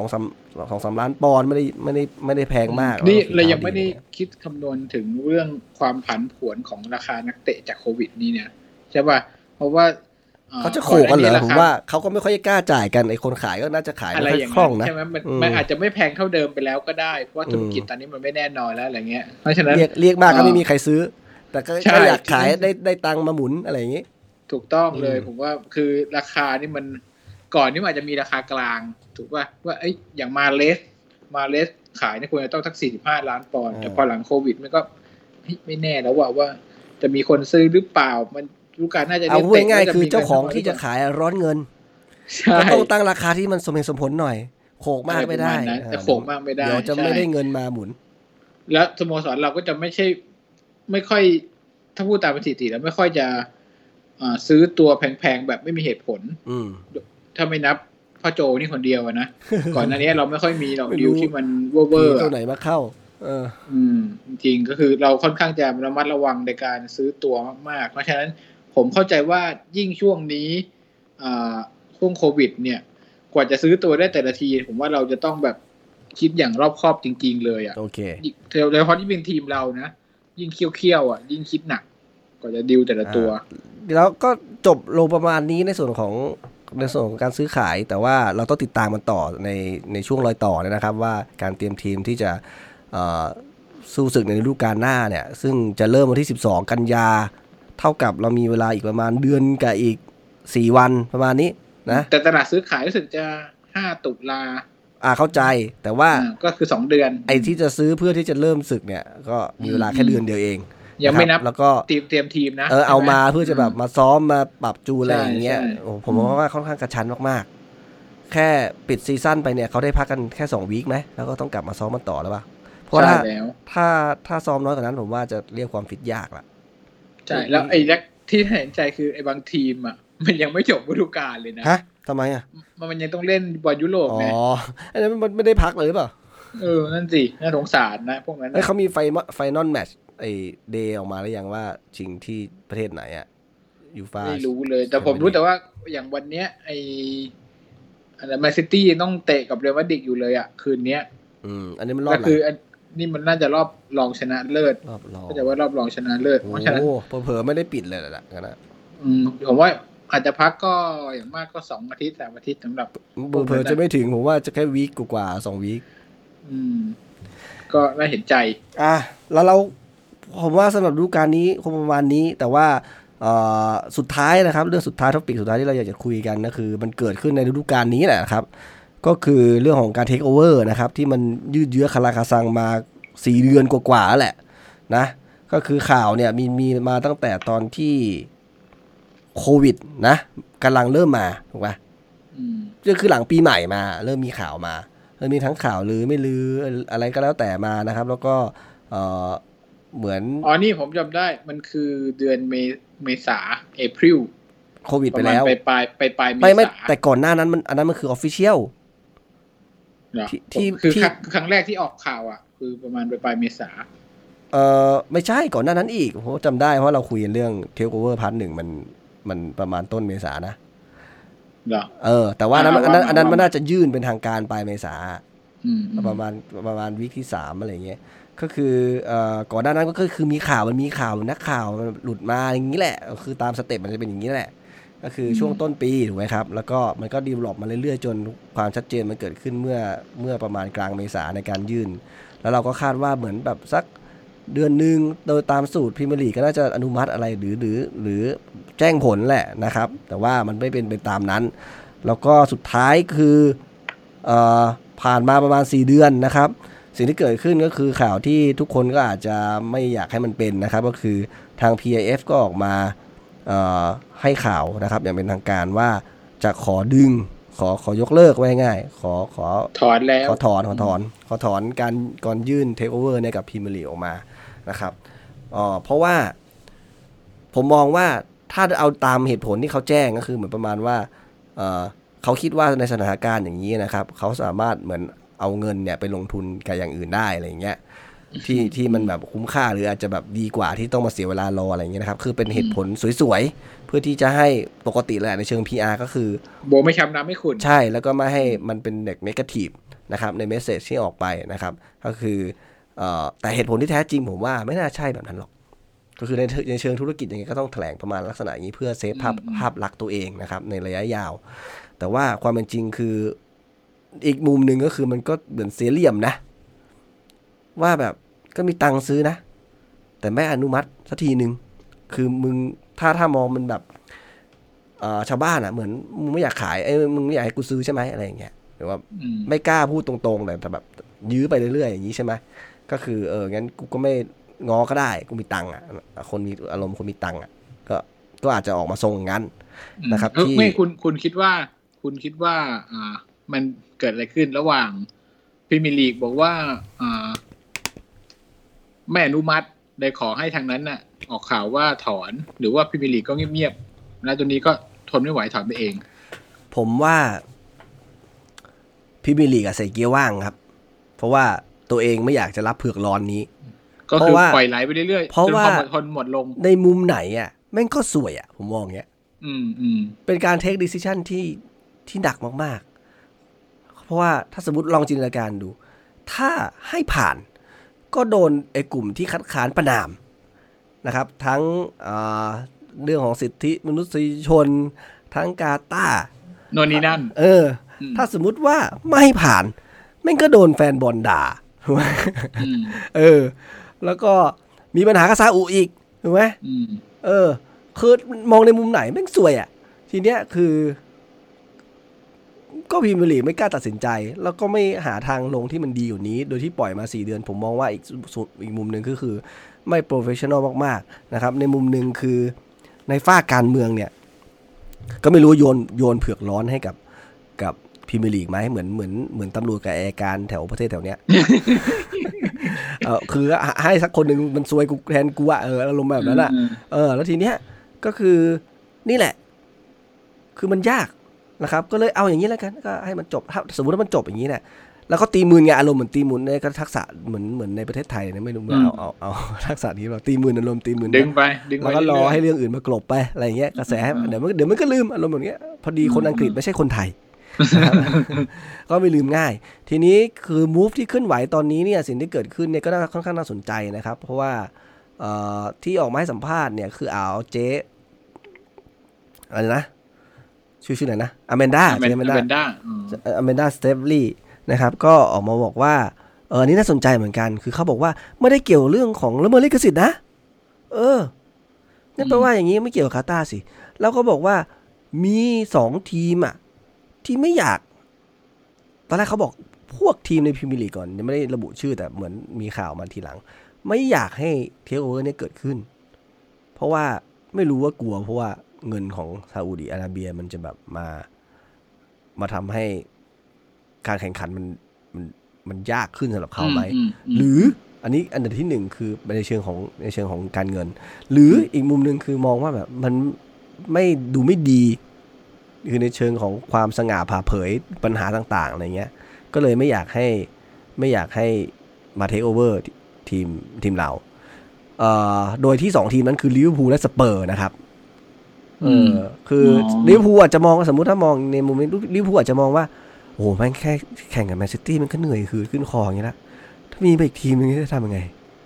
2-3 ล้านปอนด์ไม่ได้แพงมากนี่เรายังไม่ได้คิดคำนวณถึงเรื่องความผันผวนของราคานักเตะจากโควิดนี่เนี่ยใช่ป่ะเพราะว่าเขาจะโขกกันเหรอผมว่าเขาก็ไม่ค่อยกล้าจ่ายกันไอ้คนขายก็น่าจะขายไม่ค่อยคล่องนะใช่ไหมมันอาจจะไม่แพงเท่าเดิมไปแล้วก็ได้เพราะว่าธุรกิจตอนนี้มันไม่แน่นอนแล้วอะไรเงี้ยเพราะฉะนั้นเรียกมากก็ไม่มีใครซื้อแต่ก็อยากขายได้ตังค์มาหมุนอะไรอย่างงี้ถูกต้องเลยผมว่าคือราคานี่มันก่อนนี่มันอาจจะมีราคากลางถูกป่ะว่าอย่างมาเลสขายนี่ควรจะต้องสัก45 ล้านปอนด์แต่พอหลังโควิดมันก็ไม่แน่แล้วว่าจะมีคนซื้อหรือเปล่ามันลูกค้าน่าจะเอาง่ายๆคือเจ้าของที่จะขายร้อนเงินก็ต้องตั้งราคาที่มันสมเหตุสมผลหน่อยโขกมากไม่ได้จะโขกมากไม่ได้เดี๋ยวจะไม่ได้เงินมาหมุนแล้วสโมสรเราก็จะไม่ค่อยถ้าพูดตามสถิติแล้วไม่ค่อยจะซื้อตัวแพงๆแบบไม่มีเหตุผลถ้าไม่นับพ่อโจนี่คนเดียวนะก่อนหน้านี้เราไม่ค่อยมีหรอกดิวที่มันเวอร์ตัวไหนมาเข้าจริงๆก็คือเราค่อนข้างจะระมัดระวังในการซื้อตัวมากๆเพราะฉะนั้นผมเข้าใจว่ายิ่งช่วงนี้ช่วงโควิดเนี่ยกว่าจะซื้อตัวได้แต่ละทีผมว่าเราจะต้องแบบคิดอย่างรอบคอบจริงๆเลยโอเคโดยเฉพาะที่เป็นทีมเรานะยิ่งเคี่ยวยิ่งคิดหนักกว่าจะดิวแต่ละตัวแล้วก็จบลงประมาณนี้ในส่วนของการซื้อขายแต่ว่าเราต้องติดตามมันต่อในช่วงรอยต่อนะครับว่าการเตรียมทีมที่จะสู้ศึกในฤดูกาลหน้าเนี่ยซึ่งจะเริ่มวันที่12 กันยาเท่ากับเรามีเวลาอีกประมาณเดือนกับอีก4 วันประมาณนี้นะแต่ตลาดซื้อขายรู้สึกจะ5 ตุลาเข้าใจแต่ว่าก็คือ2 เดือนไอ้ที่จะซื้อเพื่อที่จะเริ่มศึกเนี่ยก็มีเวลาแค่เดือนเดียวเองยังไม่นับแล้วก็เตรียมทีมนะเอามาเพื่อจะแบบมาซ้อมมาปรับจูนอะไรอย่างเงี้ยผมว่าค่อนข้างกระชั้นมากๆแค่ปิดซีซั่นไปเนี่ยเขาได้พักกันแค่2 วีคไหมแล้วก็ต้องกลับมาซ้อมมันต่อแล้วป่ะเพราะถ้าซ้อมน้อยกว่านั้นผมว่าจะเรียกความฟิตยากละใช่แล้วไอ้ที่เห็นใจคือไอ้บางทีมอ่ะมันยังไม่จบฤดูกาลเลยนะฮะทำไมอ่ะมันยังต้องเล่นบอลยุโรปไงอันนั้นมันไม่ได้พักเลยหรือเปล่านั่นสิน่าสงสารนะพวกนั้นเขามีไฟนอลแมตช์ไอ้เดย์ออกมาแล้วยังว่าชิงที่ประเทศไหนอ่ะยูฟ่าไม่รู้เลยแต่ผมรู้แต่ว่าอย่างวันเนี้ยไอ้แมนซิตี้ต้องเตะกับเรอัลมาดริดอยู่เลยอ่ะคืนนี้อันนี้มันรอบก็คือนี่มันน่าจะรอบรองชนะเลิศก็จะว่ารอบรองชนะเลิศเพราะฉะนั้นเผลอๆไม่ได้ปิดเลยแหละนะผมว่าอาจจะพักก็อย่างมากก็2 อาทิตย์3 อาทิตย์สำหรับเผลอๆจะไม่ถึงผมว่าจะแค่วีคกว่า2 วีคก็น่าเห็นใจแล้วผมว่าสำหรับฤดูกาลนี้คงประมาณนี้แต่ว่าสุดท้ายนะครับเรื่องสุดท้ายท็อปิกสุดท้ายที่เราอยากจะคุยกันก็คือมันเกิดขึ้นในฤดูกาลนี้แหละครับก็คือเรื่องของการเทคโอเวอร์นะครับที่มันยืดเยื้อคาราคาซังมา4 เดือนกว่าๆแล้วแหละนะก็คือข่าวเนี่ยมีมาตั้งแต่ตอนที่โควิดนะกำลังเริ่มมาถูกป่ะก็คือหลังปีใหม่มาเริ่มมีข่าวมามีทั้งข่าวลือไม่ลืออะไรก็แล้วแต่มานะครับแล้วก็เหมือนนี่ผมจำได้มันคือเดือนเมษาเอพริลโควิดไปแล้วไปปลายเมษาไม่แต่ก่อนหน้านั้นอันนั้นมันคือออฟฟิเชียลที่คือครั้งแรกที่ออกข่าวอ่ะคือประมาณปลายเมษาไม่ใช่ก่อนหน้านั้นอีกผมจำได้เพราะเราคุยกันเรื่องเทคโอเวอร์พาร์ท 1มันประมาณต้นเมษานะเหรอแต่ว่าอันนั้นมันน่าจะยื่นเป็นทางการปลายเมษาประมาณวีคที่3อะไรเงี้ยก็คือก่อนหน้านั้นก็คือมีข่าวนักข่าวหลุดมาอย่างนี้แหละคือตามสเต็ปมันจะเป็นอย่างนี้แหละก็คือช่วงต้นปีถูกไหมครับแล้วก็มันก็ดีเวลลอปมาเรื่อยๆจนความชัดเจนมันเกิดขึ้นเมื่อประมาณกลางเมษาในการยื่นแล้วเราก็คาดว่าเหมือนแบบสักเดือนนึงโดยตามสูตรพรีเมียร์ลีกก็น่าจะอนุมัติอะไรหรือแจ้งผลแหละนะครับแต่ว่ามันไม่เป็นไปตามนั้นแล้วก็สุดท้ายคือผ่านมาประมาณ4เดือนนะครับสิ่งที่เกิดขึ้นก็คือข่าวที่ทุกคนก็อาจจะไม่อยากให้มันเป็นนะครับก็คือทาง PIF ก็ออกมาให้ข่าวนะครับอย่างเป็นทางการว่าจะขอยกเลิกไว้ง่ายขอถอนแล้วขอถอนการก่อนยื่นเทคโอเวอร์เนี่ยกับพรีเมียร์ลีกออกมานะครับเพราะว่าผมมองว่าถ้าเอาตามเหตุผลที่เขาแจ้งก็คือเหมือนประมาณว่าเขาคิดว่าในสถานการณ์อย่างนี้นะครับเขาสามารถเหมือนเอาเงินเนี่ยไปลงทุนกับอย่างอื่นได้อะไรอย่างเงี้ยที่มันแบบคุ้มค่าหรืออาจจะแบบดีกว่าที่ต้องมาเสียเวลารออะไรอย่างเงี้ยนะครับคือเป็นเหตุผลสวยๆเพื่อที่จะให้ปกติแหละในเชิง PR ก็คือโบไม่ช้ำน้ำไม่ขุ่นใช่แล้วก็ไม่ให้มันเป็นเด็กเนกาทีฟนะครับในเมสเสจที่ออกไปนะครับก็คือแต่เหตุผลที่แท้จริงผมว่าไม่น่าใช่แบบนั้นหรอกก็คือในเชิงธุรกิจยังไงก็ต้องแถลงประมาณลักษณะอย่างนี้เพื่อเซฟภาพลักษณ์ตัวเองนะครับในระยะยาวแต่ว่าความเป็นจริงคืออีกมุมหนึ่งก็คือมันก็เหมือนเสียเหลี่ยมนะว่าแบบก็มีตังค์ซื้อนะแต่ไม่อนุมัติสักทีนึงคือมึงถ้ามองมันแบบชาวบ้านอ่ะเหมือนมึงไม่อยากขายมึงไม่อยากให้กูซื้อใช่ไหมอะไรอย่างเงี้ยหรือว่าไม่กล้าพูดตรงๆแต่แบบยื้อไปเรื่อยๆอย่างนี้ใช่ไหมก็คืองั้นกูก็ไม่ง้อก็ได้กูมีตังค์อ่ะคนมีอารมณ์คนมีตังค์อ่ะก็อาจจะออกมาทรงอย่างนั้นนะครับที่ไม่คุณคิดว่ามันเกิดอะไรขึ้นระหว่างพรีเมียร์ลีกบอกว่าไม่อนุมัติเลยขอให้ทางนั้นน่ะออกข่าวว่าถอนหรือว่าพรีเมียร์ลีกก็เงียบๆแล้วตัวนี้ก็ทนไม่ไหวถอนไปเองผมว่าพรีเมียร์ลีกใส่เกียร์ว่างครับเพราะว่าตัวเองไม่อยากจะรับเผือกร้อนนี้ก็คือปล่อยไหลไปเรื่อยๆเพราะว่าทนหมดลงในมุมไหนอ่ะแม่งก็สวยอ่ะผมมองเงี้ยเป็นการเทคดิซิชั่นที่หนักมากๆเพราะว่าถ้าสมมติลองจินตนาการดูถ้าให้ผ่านก็โดนไอ้กลุ่มที่คัดค้านประณามนะครับทั้งเรื่องของสิทธิมนุษยชนทั้งกาตาร์โน่นนี่นั่นถ้าสมมุติว่าไม่ผ่านแม่งก็โดนแฟนบอลด่าถูกไหมแล้วก็มีปัญหากับซาอุอีกถูกไหมคือมองในมุมไหนแม่งสวยอ่ะทีเนี้ยคือก็พรีเมียร์ลีกไม่กล้าตัดสินใจแล้วก็ไม่หาทางลงที่มันดีอยู่นี้โดยที่ปล่อยมา4เดือนผมมองว่าอีกมุมนึงก็คือไม่โปรเฟสชั่นอลมากๆนะครับในมุมนึงคือในฝ้าการเมืองเนี่ยก็ไม่รู้โยนเผือกร้อนให้กับพรีเมียร์ลีกไหมเหมือนตำรวจกับอัยการแถวประเทศแถวเนี้ย คือให้สักคนหนึ่งมันซวยกูแทนกูอะอารมณ์แบบนั้นอะแล้วทีเนี้ยก็คือนี่แหละคือมันยากนะครับก็เลยเอาอย่างนี้แล้วกันก็ให้มันจบถ้าสมมติว่ามันจบอย่างนี้เนี่ยแล้วก็ตีมืนไงอารมณ์เหมือนตีมืนในก็ทักษะเหมือนในประเทศไทยนะไม่รู้เอาทักษะนี้เราตีมืนอารมณ์ตีมืนดึงไปแล้วก็รอให้เรื่องอื่นมากลบไปอะไรอย่างเงี้ยกระแสเดี๋ยวมันก็ลืมอารมณ์แบบนี้พอดีคนอังกฤษไม่ใช่คนไทยก็ไม่ลืมง่ายทีนี้คือ move ที่ขึ้นไหวตอนนี้เนี่ยสิ่งที่เกิดขึ้นเนี่ยก็ค่อนข้างน่าสนใจนะครับเพราะว่าที่ออกมาให้สัมภาษณ์เนี่ยคือเจ๊อะไรนะชื่อไหนนะอแมนดาสเตฟลี่นะครับก็ออกมาบอกว่านี่น่าสนใจเหมือนกันคือเขาบอกว่าไม่ได้เกี่ยวเรื่องของละเมิดลิขสิทธิ์นะนั่นแปลว่าอย่างนี้ไม่เกี่ยวกับคาตาร์สิแล้วก็บอกว่ามี2ทีมอ่ะที่ไม่อยากตอนแรกเขาบอกพวกทีมในพรีเมียร์ลีกก่อนยังไม่ได้ระบุชื่อแต่เหมือนมีข่าวมาทีหลังไม่อยากให้เทคโอเวอร์เนี่ยเกิดขึ้นเพราะว่าไม่รู้ว่ากลัวเพราะว่าเงินของซาอุดิอาระเบียมันจะแบบมาทำให้การแข่งขันมันยากขึ้นสำหรับเขาไหมหรืออันนี้อันดับที่1คือในเชิงของการเงินหรืออีกมุมนึงคือมองว่าแบบมันไม่ดูไม่ดีคือในเชิงของความสง่าผ่าเผยปัญหาต่างๆอะไรเงี้ยก็เลยไม่อยากให้มาเทคโอเวอร์ทีมเราโดยที่2ทีมนั้นคือลิเวอร์พูลและสเปอร์นะครับคือลิเวอร์พูลอาจจะมองสมมุติถ้ามองในมุมนี้ลิเวอร์พูลอาจจะมองว่าโอ้แม่งแค่แข่งกับแมนซิตี้มันก็เหนื่อยคือขึ้นคออย่างนี้ละถ้ามีไปอีกทีมนึงจะทำยังไง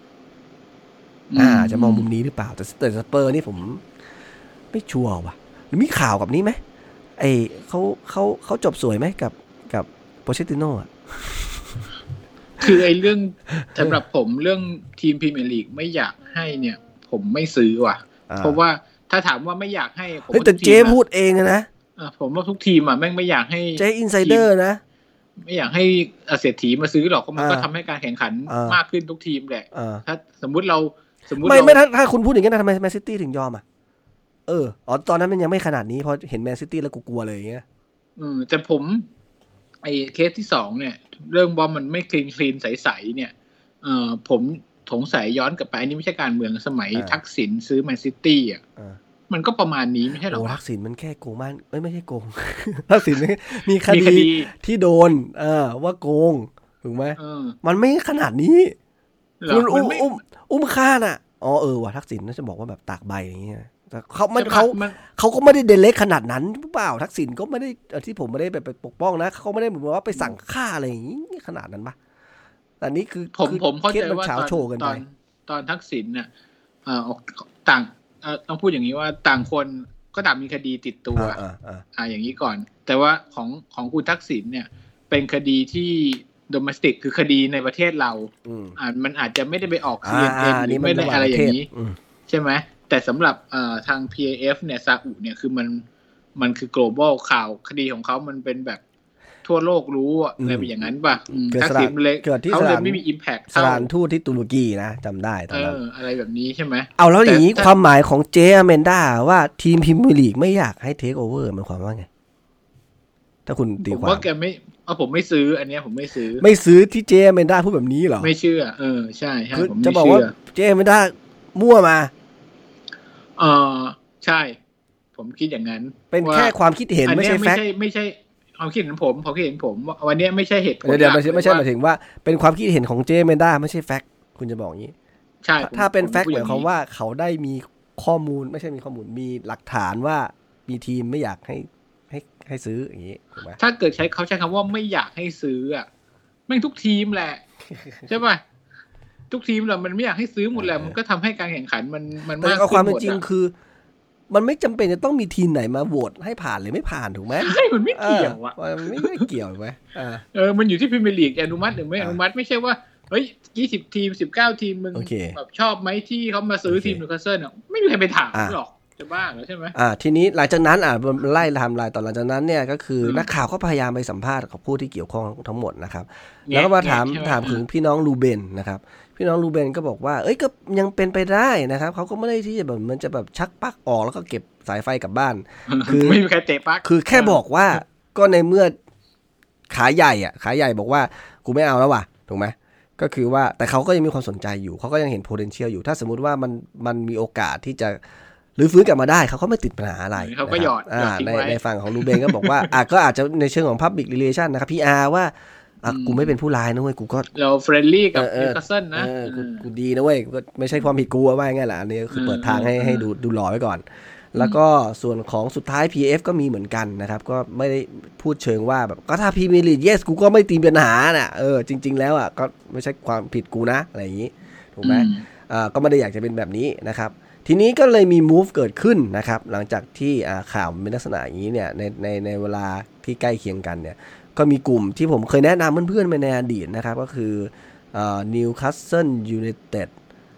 จะมองมุมนี้หรือเปล่าแต่สเปอร์นี่ผมไม่ชัวร์ว่ะหรือมีข่าวกับนี้ไหมไอเขาจบสวยไหมกับโปเชตติโน่อะคือไอ้เรื่องสำหรับผมเรื่องทีมพรีเมียร์ลีกไม่อยากให้เนี่ยผมไม่ซื้อว่ะเพราะว่าถ้าถามว่าไม่อยากให้ผมแต่เจ๊พูดเองนะผมว่าทุกทีมแม่งไม่อยากให้เจ๊อินไซเดอร์นะไม่อยากให้เศรษฐีมาซื้อหรอกเพราะมันก็ทำให้การแข่งขันมากขึ้นทุกทีมแหละถ้าสมมุติไม่ถ้าคุณพูดอย่างนั้นทำไมแมนซิตี้ถึงยอมตอนนั้นมันยังไม่ขนาดนี้พอเห็นแมนซิตี้แล้วกูกลัวเลยอย่างเงี้ยแต่ผมไอ้เคสที่2เนี่ยเรื่องว่ามันไม่คลีนใสๆเนี่ยผมสงสัยย้อนกลับไปอันนี้ไม่ใช่การเมืองสมัยทักษิณซื้อแมนซิตี้มันก็ประมาณนี้ไม่ใช่หรอทักษิณมันแค่โกงมันไม่ใช่โกงทักษิณมีคดีที่โดนว่าโกงถูกไหมมันไม่ขนาดนี้คุณอุ้มฆ่าน่ะว่ะทักษิณน่าจะบอกว่าแบบตากใบอย่างเงี้ยเขาก็ไม่ได้เดเล็กขนาดนั้นหรือเปล่าทักษิณก็ไม่ได้ที่ผมไม่ได้ไปปกป้องนะเขาไม่ได้เหมือนว่าไปสั่งฆ่าอะไรอย่างงี้ขนาดนั้นปะแต่นี้คือผมเข้าใจว่าตอนทักษิณเนี่ยต่างต้องพูดอย่างนี้ว่าต่างคนก็ต่างมีคดีติดตัวอย่างนี้ก่อนแต่ว่าของคุณทักษิณเนี่ยเป็นคดีที่โดเมสติกคือคดีในประเทศเรามันอาจจะไม่ได้ไปออก CNN หรือไม่ได้อะไรอย่างนี้ใช่ไหมแต่สำหรับทาง PAF เนี่ยซาอุเนี่ยคือมันคือ global ข่าวคดีของเขามันเป็นแบบทั่วโลกรู้อะไรแบบอย่างนั้นป่ะทักษิณเลยเขาเลยไม่มี impact สถานทูตที่ตุรกีนะจำได้ตอนนั้นอะไรแบบนี้ใช่ไหมเอาแล้วอย่างนี้ความหมายของเจอเมนด้าว่าทีมพรีเมียร์ลีกไม่อยากให้เทคโอเวอร์มันความว่าไงถ้าคุณตีความผมว่าแกไม่ผมไม่ซื้ออันนี้ผมไม่ซื้อที่เจเมนด้าพูดแบบนี้เหรอไม่เชื่อใช่ผมจะบอกว่าเจเมนด้ามั่วมาใช่ผมคิดอย่างนั้นเป็นแค่ความคิดเห็นไม่ใช่แฟกต์ไม่ใช่ความคิดเห็นผมวันนี้ไม่ใช่เหตุผลเดี๋ยวไม่ใช่หมายถึงว่าเป็นความคิดเห็นของเจเมนด้าไม่ใช่แฟกต์คุณจะบอกอย่างนี้ใช่ถ้าเป็นแฟกต์หมายความว่าเขาได้มีข้อมูลไม่ใช่มีข้อมูลมีหลักฐานว่ามีทีมไม่อยากให้ซื้ออย่างนี้ถูกไหมถ้าเกิดเขาใช้คำว่าไม่อยากให้ซื้อแม่งทุกทีมแหละใช่ป่ะทุกทีมแหละมันไม่อยากให้ซื้อหมดแหละมันก็ทำให้การแข่งขันมันมากขึ้นหมดแต่ความเป็นจริงคือมันไม่จำเป็นจะต้องมีทีมไหนมาโหวตให้ผ่านหรือไม่ผ่านถูกไหมใช่มันไม่เกี่ยวมันไม่เกี่ยวไหมมันอยู่ที่พรีเมียร์ลีกอนุมัติหรือไม่อนุมัติไม่ใช่ว่าเฮ้ย20ทีม19ทีมมึงแบบชอบไหมที่เขามาซื้อทีมนิวคาสเซิลไม่มีใครไปถามหรอกจะบ้าแล้วใช่ไหมทีนี้หลังจากนั้นไล่ไทม์ไลน์ต่อหลังจากนั้นเนี่ยก็คือนักข่าวก็พยายามไปสัมภาษณ์กับผู้ที่เกี่ยวข้องทั้งหมดนะครับแล้วก็มาถามถึงพี่น้องลูเบนนะครับพี่น้องลูเบนก็บอกว่าก็ยังเป็นไปได้นะครับเขาก็ไม่ได้ที่จะแบบมันจะแบบชักปลั๊กออกแล้วก็เก็บสายไฟกลับบ้านคือไม่มีใครเตะปลั๊กคือแค่บอกว่าก็ในเมื่อขาใหญ่บอกว่ากูไม่เอาแล้วว่ะถูกไหมก็คือว่าแต่เขาก็ยังมีความสนใจอยู่เขาก็ยังเห็น potential อยู่ถ้าสมมุติว่ามันมีโอกาสที่จะหรือฟื้นกลับมาได้เขาก็ไม่ติดปัญหาอะไรเขาก็หยอดในฝั่งของลูเบนก็บอกว่าก็อาจจะในเชิงของ public relation นะครับ PR ว่ากูไม่เป็นผู้ร้ายนะเว้ยกูก็เราเฟรนลี่กับนิวคาสเซิลนะกูดีนะเว้ยก็ไม่ใช่ความผิดกูว่าไงล่ะอันนี้คือเปิดทางให้ดูหล่อไว้ก่อนแล้วก็ส่วนของสุดท้าย PF ก็มีเหมือนกันนะครับก็ไม่ได้พูดเชิงว่าแบบก็ถ้าพีเมียร์ลีก yes กูก็ไม่ตีปัญหาน่ะจริงๆแล้วก็ไม่ใช่ความผิดกูนะอะไรอย่างนี้ถูกไหมก็ไม่ได้อยากจะเป็นแบบนี้นะครับทีนี้ก็เลยมี move เกิดขึ้นนะครับหลังจากที่ข่าวเป็นลักษณะอย่างนี้เนี่ยในเวลาที่ใกล้เคียงกันเนี่ยก็มีกลุ่มที่ผมเคยแนะนำเพื่อนๆไปในอดีตนะครับก็คือNewcastle United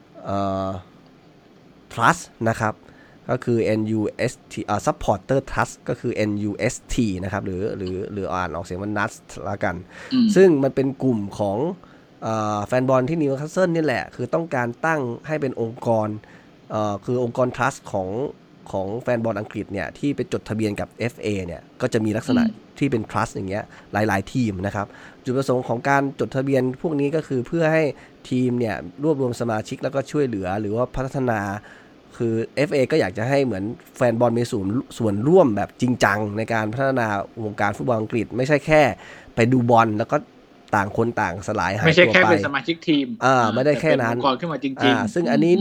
Trust นะครับก็คือ NUST Supporter Trust ก็คือ NUST นะครับหรืออ่านออกเสียงว่า NUST ละกันซึ่งมันเป็นกลุ่มของแฟนบอลที่นิวคาสเซิลนี่แหละคือต้องการตั้งให้เป็นองค์กรคือองค์กร trust ของแฟนบอลอังกฤษเนี่ยที่ไปจดทะเบียนกับ FA เนี่ยก็จะมีลักษณะที่เป็น trust อย่างเงี้ยหลายๆทีมนะครับจุดประสงค์ของการจดทะเบียนพวกนี้ก็คือเพื่อให้ทีมเนี่ยรวบรวมสมาชิกแล้วก็ช่วยเหลือหรือว่าพัฒนาคือ FA ก็อยากจะให้เหมือนแฟนบอลมีส่วนร่วมแบบจริงจังในการพัฒนาวงการฟุตบอลอังกฤษไม่ใช่แค่ไปดูบอลแล้วก็ต่างคนต่างสลายหายตัวไปไม่ใช่แค่เป็นสมาชิกทีมไม่ได้แค่นั้นองค์กรขึ้นมาจริงซึ่งอันนี้เนี่ย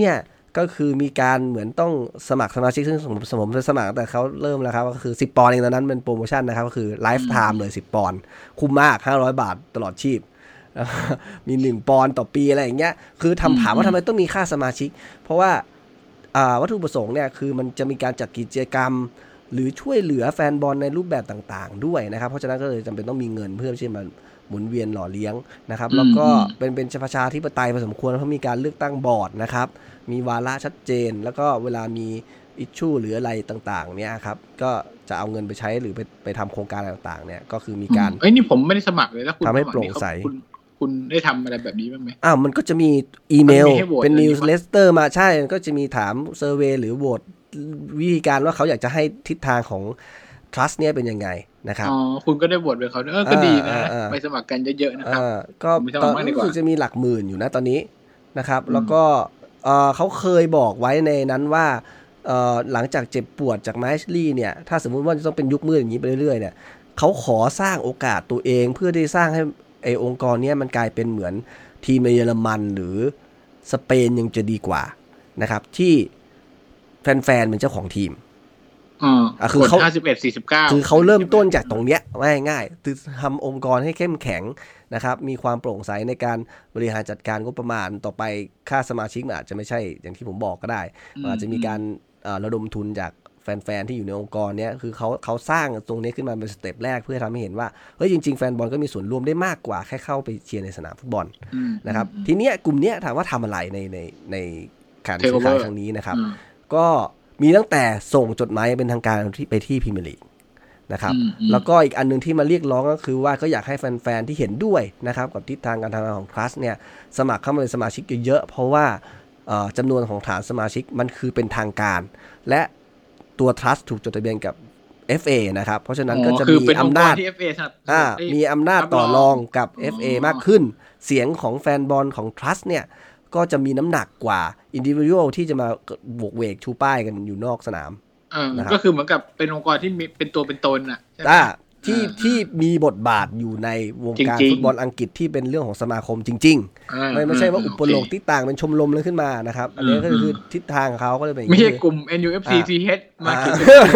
ก็คือมีการเหมือนต้องสมัครสมาชิกซึ่งผมสมัครแต่เขาเริ่มแล้วครับก็คือ10 ปอนด์เองตอนนั้นเป็นโปรโมชั่นนะครับก็คือไลฟ์ไทม์เลย10 ปอนด์คุ้มมาก500 บาทตลอดชีพมี1 ปอนด์ต่อปีอะไรอย่างเงี้ยคือถามว่าทำไมต้องมีค่าสมาชิกเพราะว่าวัตถุประสงค์เนี่ยคือมันจะมีการจัดกิจกรรมหรือช่วยเหลือแฟนบอลในรูปแบบต่างๆด้วยนะครับเพราะฉะนั้นก็เลยจำเป็นต้องมีเงินเพื่อที่จะมาหมุนเวียนหล่อเลี้ยงนะครับแล้วก็เป็นประชาธิปไตยพอสมควรเพราะมีการเลือกตั้งบอร์ดนะครับมีวาระชัดเจนแล้วก็เวลามีอิชชูหรืออะไรต่างๆเนี่ยครับก็จะเอาเงินไปใช้หรือไปทำโครงการอะไรต่างๆเนี่ยก็คือมีการนี่ผมไม่ได้สมัครเลยแล้วคุณทำให้โปร่งใสคุณได้ทำอะไรแบบนี้บ้างไหมมันก็จะมีอีเมลเป็นนิวส์เลสเตอร์มาใช่ก็จะมีถามเซอร์เวย์หรือโหวตวิธีการว่าเขาอยากจะให้ทิศทางของ trust เนี่ยเป็นยังไงนะครับคุณก็ได้โหวตไปเขาก็ดีนะไปสมัครกันเยอะๆนะครับก็ตอนนี้คือจะมีหลักหมื่นอยู่นะตอนนี้นะครับแล้วก็เขาเคยบอกไว้ในนั้นว่าหลังจากเจ็บปวดจากแมชลี่เนี่ยถ้าสมมุติว่าจะต้องเป็นยุคมืดอย่างนี้ไปเรื่อยๆเนี่ยเขาขอสร้างโอกาสตัวเองเพื่อที่สร้างให้ไอ้องค์กรนี้มันกลายเป็นเหมือนทีมในเยอรมันหรือสเปนยังจะดีกว่านะครับที่แฟนๆเป็นเจ้าของทีมคือเขา51-49 คือเขาเริ่มต้นจากตรงเนี้ยง่ายๆคือทำองค์กรให้เข้มแข็งนะครับมีความโปร่งใสในการบริหารจัดการงบประมาณต่อไปค่าสมาชิกอาจจะไม่ใช่อย่างที่ผมบอกก็ได้อาจจะมีการระดมทุนจากแฟนๆที่อยู่ในองค์กรเนี้ยคือเขาสร้างตรงนี้ขึ้นมาเป็นสเต็ปแรกเพื่อทำให้เห็นว่าเฮ้ยจริงๆแฟนบอลก็มีส่วนร่วมได้มากกว่าแค่เข้าไปเชียร์ในสนามฟุตบอลนะครับทีเนี้ยกลุ่มเนี้ยถามว่าทำอะไรในการซื้อขายครั้งนี้นะครับก็มีตั้งแต่ส่งจดหมายเป็นทางการไปที่พรีเมียร์ลีกนะครับแล้วก็อีกอันนึงที่มาเรียกร้องก็คือว่าก็อยากให้แฟนๆที่เห็นด้วยนะครับกับทิศทางการทำงานของทรัสเนี่ยสมัครเข้ามาเป็นสมาชิกเยอะๆเพราะว่าจำนวนของฐานสมาชิกมันคือเป็นทางการและตัวทรัสถูกจดทะเบียนกับ FA นะครับเพราะฉะนั้นก็จะมีอำนาจมีอำนาจต่อรองกับ FA มากขึ้นเสียงของแฟนบอลของทรัสเนี่ยก็จะมีน้ำหนักกว่าอินดิวิวที่จะมาบวกเวกชูป้ายกันอยู่นอกสนามก็คือเหมือนกับเป็นองค์กรที่มีเป็นตัวเป็นตนใช่ไหมที่มีบทบาทอยู่ในวงการฟุตบอลอังกฤษที่เป็นเรื่องของสมาคมจริงๆไม่ใช่ว่าอุปโลกที่ต่างเป็นชมรมเลยขึ้นมานะครับอันนี้ก็คือทิศทางเขาก็เลยเป็นไม่ใช่กลุ่ม NUFCCH มาคิด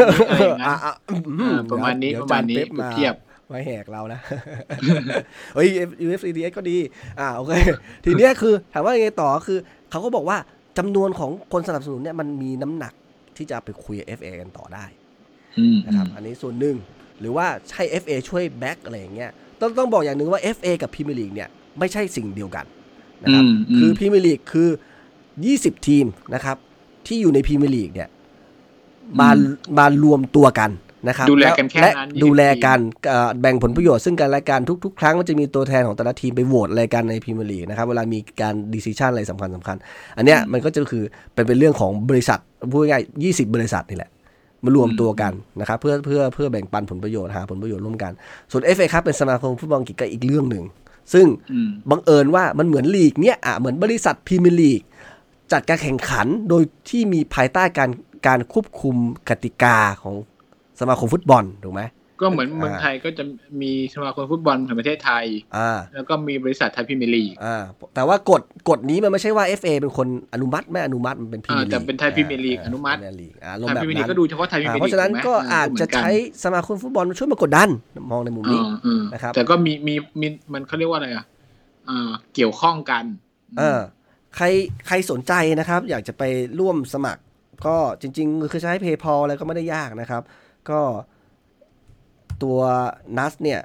ประมาณนี้เทียบไว้แหกเรานะเฮ้ย UFCDS ก็ดีโอเคทีเนี้ยคือถามว่ายังไงต่อคือเขาก็บอกว่าจำนวนของคนสนับสนุนเนี่ยมันมีน้ำหนักที่จะไปคุย FA กันต่อได้นะครับอันนี้ส่วนหนึ่งหรือว่าให้ FA ช่วยแบ็กอะไรอย่างเงี้ยต้องบอกอย่างหนึ่งว่า FA กับพรีเมียร์ลีกเนี่ยไม่ใช่สิ่งเดียวกันนะครับคือพรีเมียร์ลีกคือ20ทีมนะครับที่อยู่ในพรีเมียร์ลีกเนี่ยมารวมตัวกันนะครับดูแลกันแค่นั้นดูแลกันแบ่งผลประโยชน์ซึ่งกันและกันทุกๆครั้งมันจะมีตัวแทนของแต่ละทีมไปโหวตอะไรกันในพรีเมียร์ลีกนะครับเวลามีการดิซิชั่นอะไรสำคัญอันเนี้ยมันก็จะคือเป็นเรื่องของบริษัทพูดง่ายๆ20บริษัทนี่แหละมารวมตัวกันนะครับเพื่อแบ่งปันผลประโยชน์หาผลประโยชน์ร่วมกันส่วน FA ครับเป็นสมาคมฟุตบอลอังกฤษก็อีกเรื่องนึงซึ่งบังเอิญว่ามันเหมือนลีกเนี้ยเหมือนบริษัทพรีเมียร์ลีกจัดการแข่งขันโดยที่มีภายใต้การควบคุมกติกาของสมาคมฟุตบอลถูกไหมก็เหมือนเมืองไทยก็จะมีสมาคมฟุตบอลแห่งประเทศไทยแล้วก็มีบริษัทไทยพรีเมียร์ลีกแต่ว่ากฎนี้มันไม่ใช่ว่า FA เป็นคนอนุมัติไม่อนุมัติมันเป็นพรีเมียร์ลีกแต่เป็นไทยพรีเมียร์ลีกอนุมัติไทยพรีเมียร์ลีกก็ดูเฉพาะไทยพรีเมียร์ลีกเพราะฉะนั้นก็อาจจะใช้สมาคมฟุตบอลช่วยมากดดันมองในมุมนี้นะครับแต่ก็มีมันเขาเรียกว่าอะไรเกี่ยวข้องกันใครสนใจนะครับอยากจะไปร่วมสมัครก็จริงๆคือใช้ PayPal อะไรก็ไม่ได้ยากนะครับก็ตัว NUS เนี่ย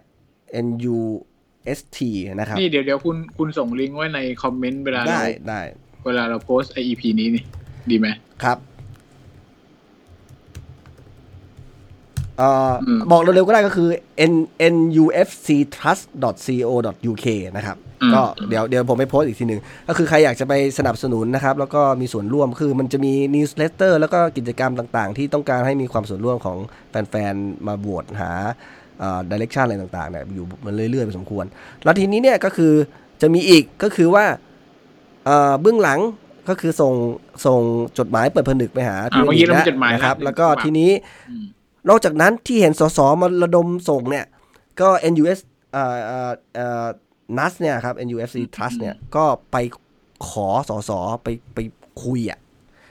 NUST นะครับนี่เดี๋ยวคุณส่งลิงก์ไว้ในคอมเมนต์เวลาได้เวลาเราโพสต์ EP นี้นี่ดีไหมครับบอกเร็วๆก็ได้ก็คือ nufctrust.co.uk นะครับก็เดี๋ยวผมไปโพสต์อีกทีนึงก็คือใครอยากจะไปสนับสนุนนะครับแล้วก็มีส่วนร่วมคือมันจะมีนิวส์เลตเตอร์แล้วก็กิจกรรมต่างๆที่ต้องการให้มีความส่วนร่วมของแฟนๆมาโหวตหาดิเรกชันอะไรต่างๆเนี่ยอยู่มันเรื่อยๆไปสมควรแล้วทีนี้เนี่ยก็คือจะมีอีกก็คือว่าเบื้องหลังก็คือส่งจดหมายเปิดผนึกไปหาที่นี่นะครับแล้วก็ทีนี้นอกจากนั้นที่เห็นสสมาระดมส่งเนี่ยก็ NUS NUS เนี่ยครับ NUFC Trust เนี่ยก็ไปขอสสไปคุย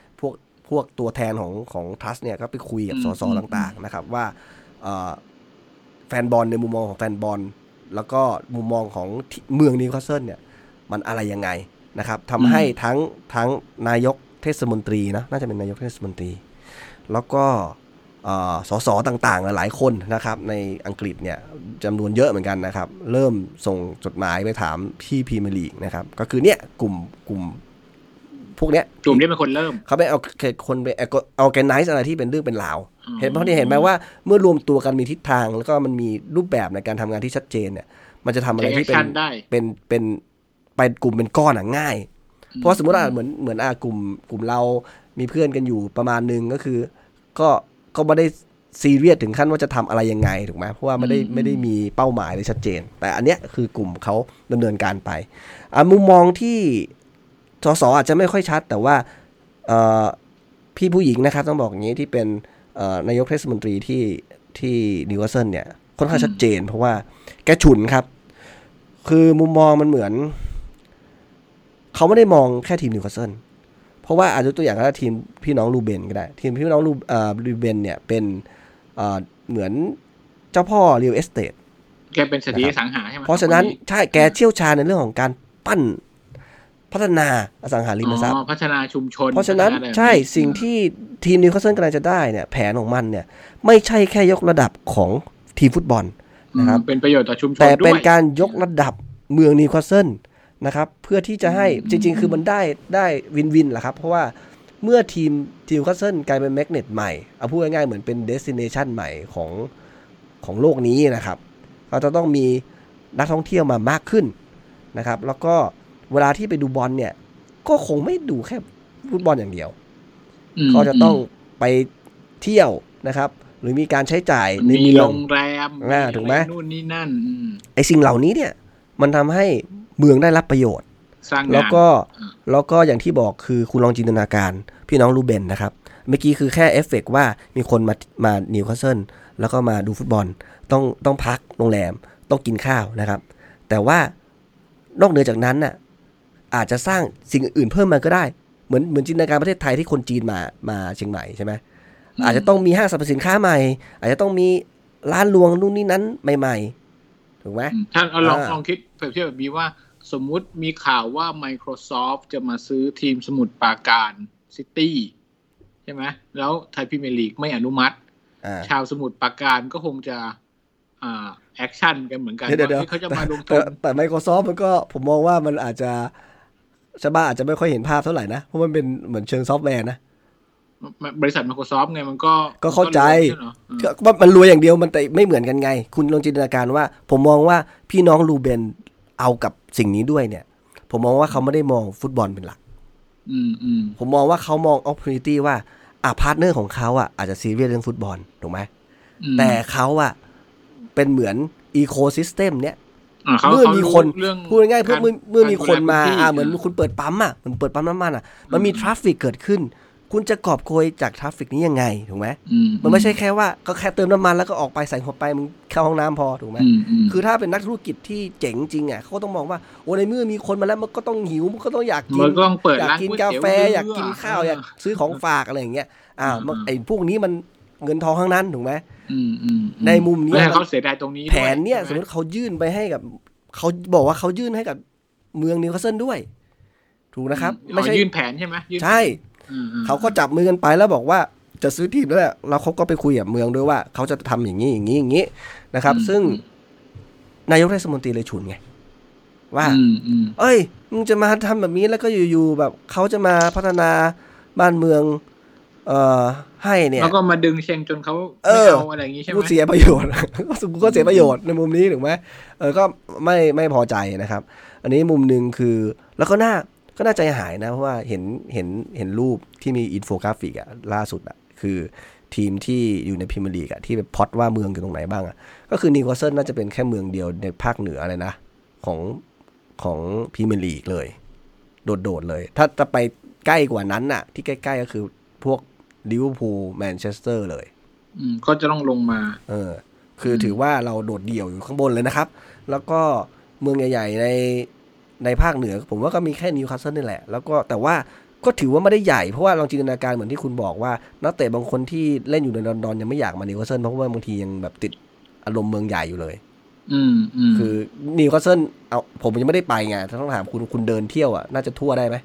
พวกตัวแทนของทัสเนี่ยก็ไปคุยกับสสต่างๆนะครับว่าแฟนบอลในมุมมองของแฟนบอลแล้วก็มุมมองของเมืองนิวคาสเซิลเนี่ยมันอะไรยังไงนะครับทำให้ทั้งนายกเทศมนตรีนะน่าจะเป็นนายกเทศมนตรีแล้วก็สสต่างๆหลายคนนะครับในอังกฤษเนี่ยจำนวนเยอะเหมือนกันนะครับเริ่มส่งจดหมายไปถามที่พรีเมียร์ลีกนะครับก็คือเนี่ยกลุ่มพวกเนี้ยกลุ่มนี้เป็นคนเริ่มเขาไปเอาคนไปเอาแกนไนซ์อะไรที่เป็นเรื่องเป็นราวเห็นเพราะนี่เห็นไหมว่าเมื่อรวมตัวกันมีทิศทางแล้วก็มันมีรูปแบบในการทำงานที่ชัดเจนเนี่ยมันจะทำอะไรที่เป็นไปกลุ่มเป็นก้อนง่ายเพราะสมมติว่าเหมือนกลุ่มเรามีเพื่อนกันอยู่ประมาณนึงก็คือก็ไม่ได้ซีเรียสถึงขั้นว่าจะทำอะไรยังไงถูกไหมเพราะว่าไม่ได้มีเป้าหมายเลยชัดเจนแต่อันเนี้ยคือกลุ่มเขาดำเนินการไปมุมมองที่สสอาจจะไม่ค่อยชัดแต่ว่าพี่ผู้หญิงนะครับต้องบอกอย่างนี้ที่เป็นนายกเทศมนตรีที่นิวคาสเซิลเนี่ยค่อนข้างชัดเจนเพราะว่าแกฉุนครับคือมุมมองมันเหมือนเขาไม่ได้มองแค่ทีมนิวคาสเซิลเพราะว่าอาจจะตัวอย่างก็ทีมพี่น้องลูเบนก็ได้ทีมพี่น้องลูเบนเนี่ยเป็นเหมือนเจ้าพ่อเรียลเอสเตทแกเป็นเศรษฐีอสังหาใช่ไหมเพราะฉะนั้นใช่แกเชี่ยวชาญในเรื่องของการปั้นพัฒนาอสังหาริมทรัพย์พัฒนาชุมชนเพราะฉะนั้นใช่สิ่งที่ทีมนิวคาสเซิลกำลังจะได้เนี่ยแผนของมันเนี่ยไม่ใช่แค่ยกระดับของทีมฟุตบอลนะครับเป็นประโยชน์ต่อชุมชนแต่เป็นการยกระดับเมืองนิวคาสเซิลนะครับเพื่อที่จะให้จริงๆคือมันได้วินแหละครับเพราะว่าเมื่อทีมนิวคาสเซิลกลายเป็นแมกเนตใหม่เอาพูดง่ายๆเหมือนเป็นเดสติเนชันใหม่ของโลกนี้นะครับเราจะต้องมีนักท่องเที่ยวมามากขึ้นนะครับแล้วก็เวลาที่ไปดูบอลเนี่ยก็คงไม่ดูแค่ฟุตบอลอย่างเดียวเขาจะต้องไปเที่ยวนะครับหรือมีการใช้จ่ายในมีโรงแรมถูกไหมนู่นนี่นั่นไอสิ่งเหล่านี้เนี่ยมันทำให้เมืองได้รับประโยชน์แล้วก็อย่างที่บอกคือคุณลองจินตนาการพี่น้องลูเบนนะครับเมื่อกี้คือแค่เอฟเฟกต์ว่ามีคนมานิวคาสเซิลแล้วก็มาดูฟุตบอลต้องพักโรงแรมต้องกินข้าวนะครับแต่ว่านอกเหนือจากนั้นน่ะอาจจะสร้างสิ่งอื่นเพิ่มมาก็ได้เหมือนจินตนาการประเทศไทยที่คนจีนมาเชียงใหม่ใช่ไหมอาจจะต้องมีห้างสรรพสินค้าใหม่อาจจะต้องมีร้านรวงนู่นนี่นั้นใหม่ๆถูกไหมท่านลองคิดเปรียบเทียบแบบนี้ว่าสมมุติมีข่าวว่า Microsoft จะมาซื้อทีมสมุทรปราการซิตี้ใช่ไหมแล้วไทยพรีเมียร์ลีกไม่อนุมัติชาวสมุทรปราการก็คงจะแอคชั่นกันเหมือนกันว่าเขาจะมาลงทุนแต่ Microsoft มันก็ผมมองว่ามันอาจจะชาวบ้านอาจจะไม่ค่อยเห็นภาพเท่าไหร่นะเพราะมันเป็นเหมือนเชิงซอฟต์แวร์นะบริษัท Microsoft ไงมันก็เข้าใจว่ามันรวยอย่างเดียวมันแต่ไม่เหมือนกันไงคุณลองจินตนาการว่าผมมองว่าพี่น้องลูเบนเอากับสิ่งนี้ด้วยเนี่ยผมมองว่าเขาไม่ได้มองฟุตบอลเป็นหลักผมมองว่าเขามอง opportunity ว่าพาร์ทเนอร์ของเขาอาจจะซีเรียสเรื่องฟุตบอลถูกไหมแต่เขาเป็นเหมือนอีโคซิสเต็มเนี้ยเมื่อมีคนพูดง่ายๆเมื่อมีคนมาเหมือนคุณเปิดปั๊มเหมือนเปิดปั๊มน้ำมันมันมีทราฟฟิกเกิดขึ้นคุณจะกอบโกยจากทราฟฟิกนี้ยังไงถูกไหมมันไม่ใช่แค่ว่าก็แค่เติมน้ำมันแล้วก็ออกไปใส่หัวไปมึงเข้าห้องน้ำพอถูกไหมคือถ้าเป็นนักธุรกิจที่เจ๋งจริงเขาต้องมองว่าโอ้ในเมื่อมีคนมาแล้วมันก็ต้องหิวมันก็ต้องอยากกินอยากกินกาแฟอยากกินข้าวอยากซื้อของฝากอะไรอย่างเงี้ยไอ้พวกนี้มันเงินทองทั้งนั้นถูกไหมในมุมนี้เขาเสียดายตรงนี้แผนเนี่ยสมมติเขายื่นไปให้กับเขาบอกว่าเขายื่นให้กับเมืองนิวคาสเซิลด้วยถูกนะครับไม่ใช่ยื่นแผนใช่ไหมใช่เขาก็จับมือกันไปแล้วบอกว่าจะซื้อทีมแล้วแหละแล้วเขาก็ไปคุยกับเมืองด้วยว่าเขาจะทำอย่างนี้อย่างนี้อย่างนี้นะครับซึ่งนายกเทศมนตรีเลยฉุนไงว่าเอ้ยมึงจะมาทำแบบนี้แล้วก็อยู่ๆแบบเขาจะมาพัฒนาบ้านเมืองให้เนี่ยแล้วก็มาดึงเชงจนเขาไม่เอาอะไรอย่างนี้ใช่ไหมกูเสียประโยชน์ก็เสียประโยชน์ในมุมนี้ถูกไหมก็ไม่พอใจนะครับอันนี้มุมนึงคือแล้วก็น่าใจหายนะเพราะว่าเห็นรูปที่มีอินโฟกราฟิกล่าสุดคือทีมที่อยู่ในพรีเมียร์ลีกที่แบบพล็อตว่าเมืองอยู่ตรงไหนบ้างก็คือนิวคาสเซิลน่าจะเป็นแค่เมืองเดียวในภาคเหนืออะไรนะของพรีเมียร์ลีกเลยโดดเลยถ้าจะไปใกล้กว่านั้นที่ใกล้ๆก็คือพวกลิเวอร์พูลแมนเชสเตอร์เลยก็จะต้องลงมาคือถือว่าเราโดดเดี่ยวอยู่ข้างบนเลยนะครับแล้วก็เมืองใหญ่ๆในภาคเหนือผมว่าก็มีแค่นิวคาสเซิลนี่แหละแล้วก็แต่ว่าก็ถือว่าไม่ได้ใหญ่เพราะว่าลองจินตนาการเหมือนที่คุณบอกว่านักเตะบางคนที่เล่นอยู่ในลอนดอนยังไม่อยากมานิวคาสเซิลเพราะว่าบางทียังแบบติดอารมณ์เมืองใหญ่อยู่เลยคือนิวคาสเซิลเอาผมยังไม่ได้ไปไงต้องถามคุณเดินเที่ยวอ่ะน่าจะทั่วได้ไหม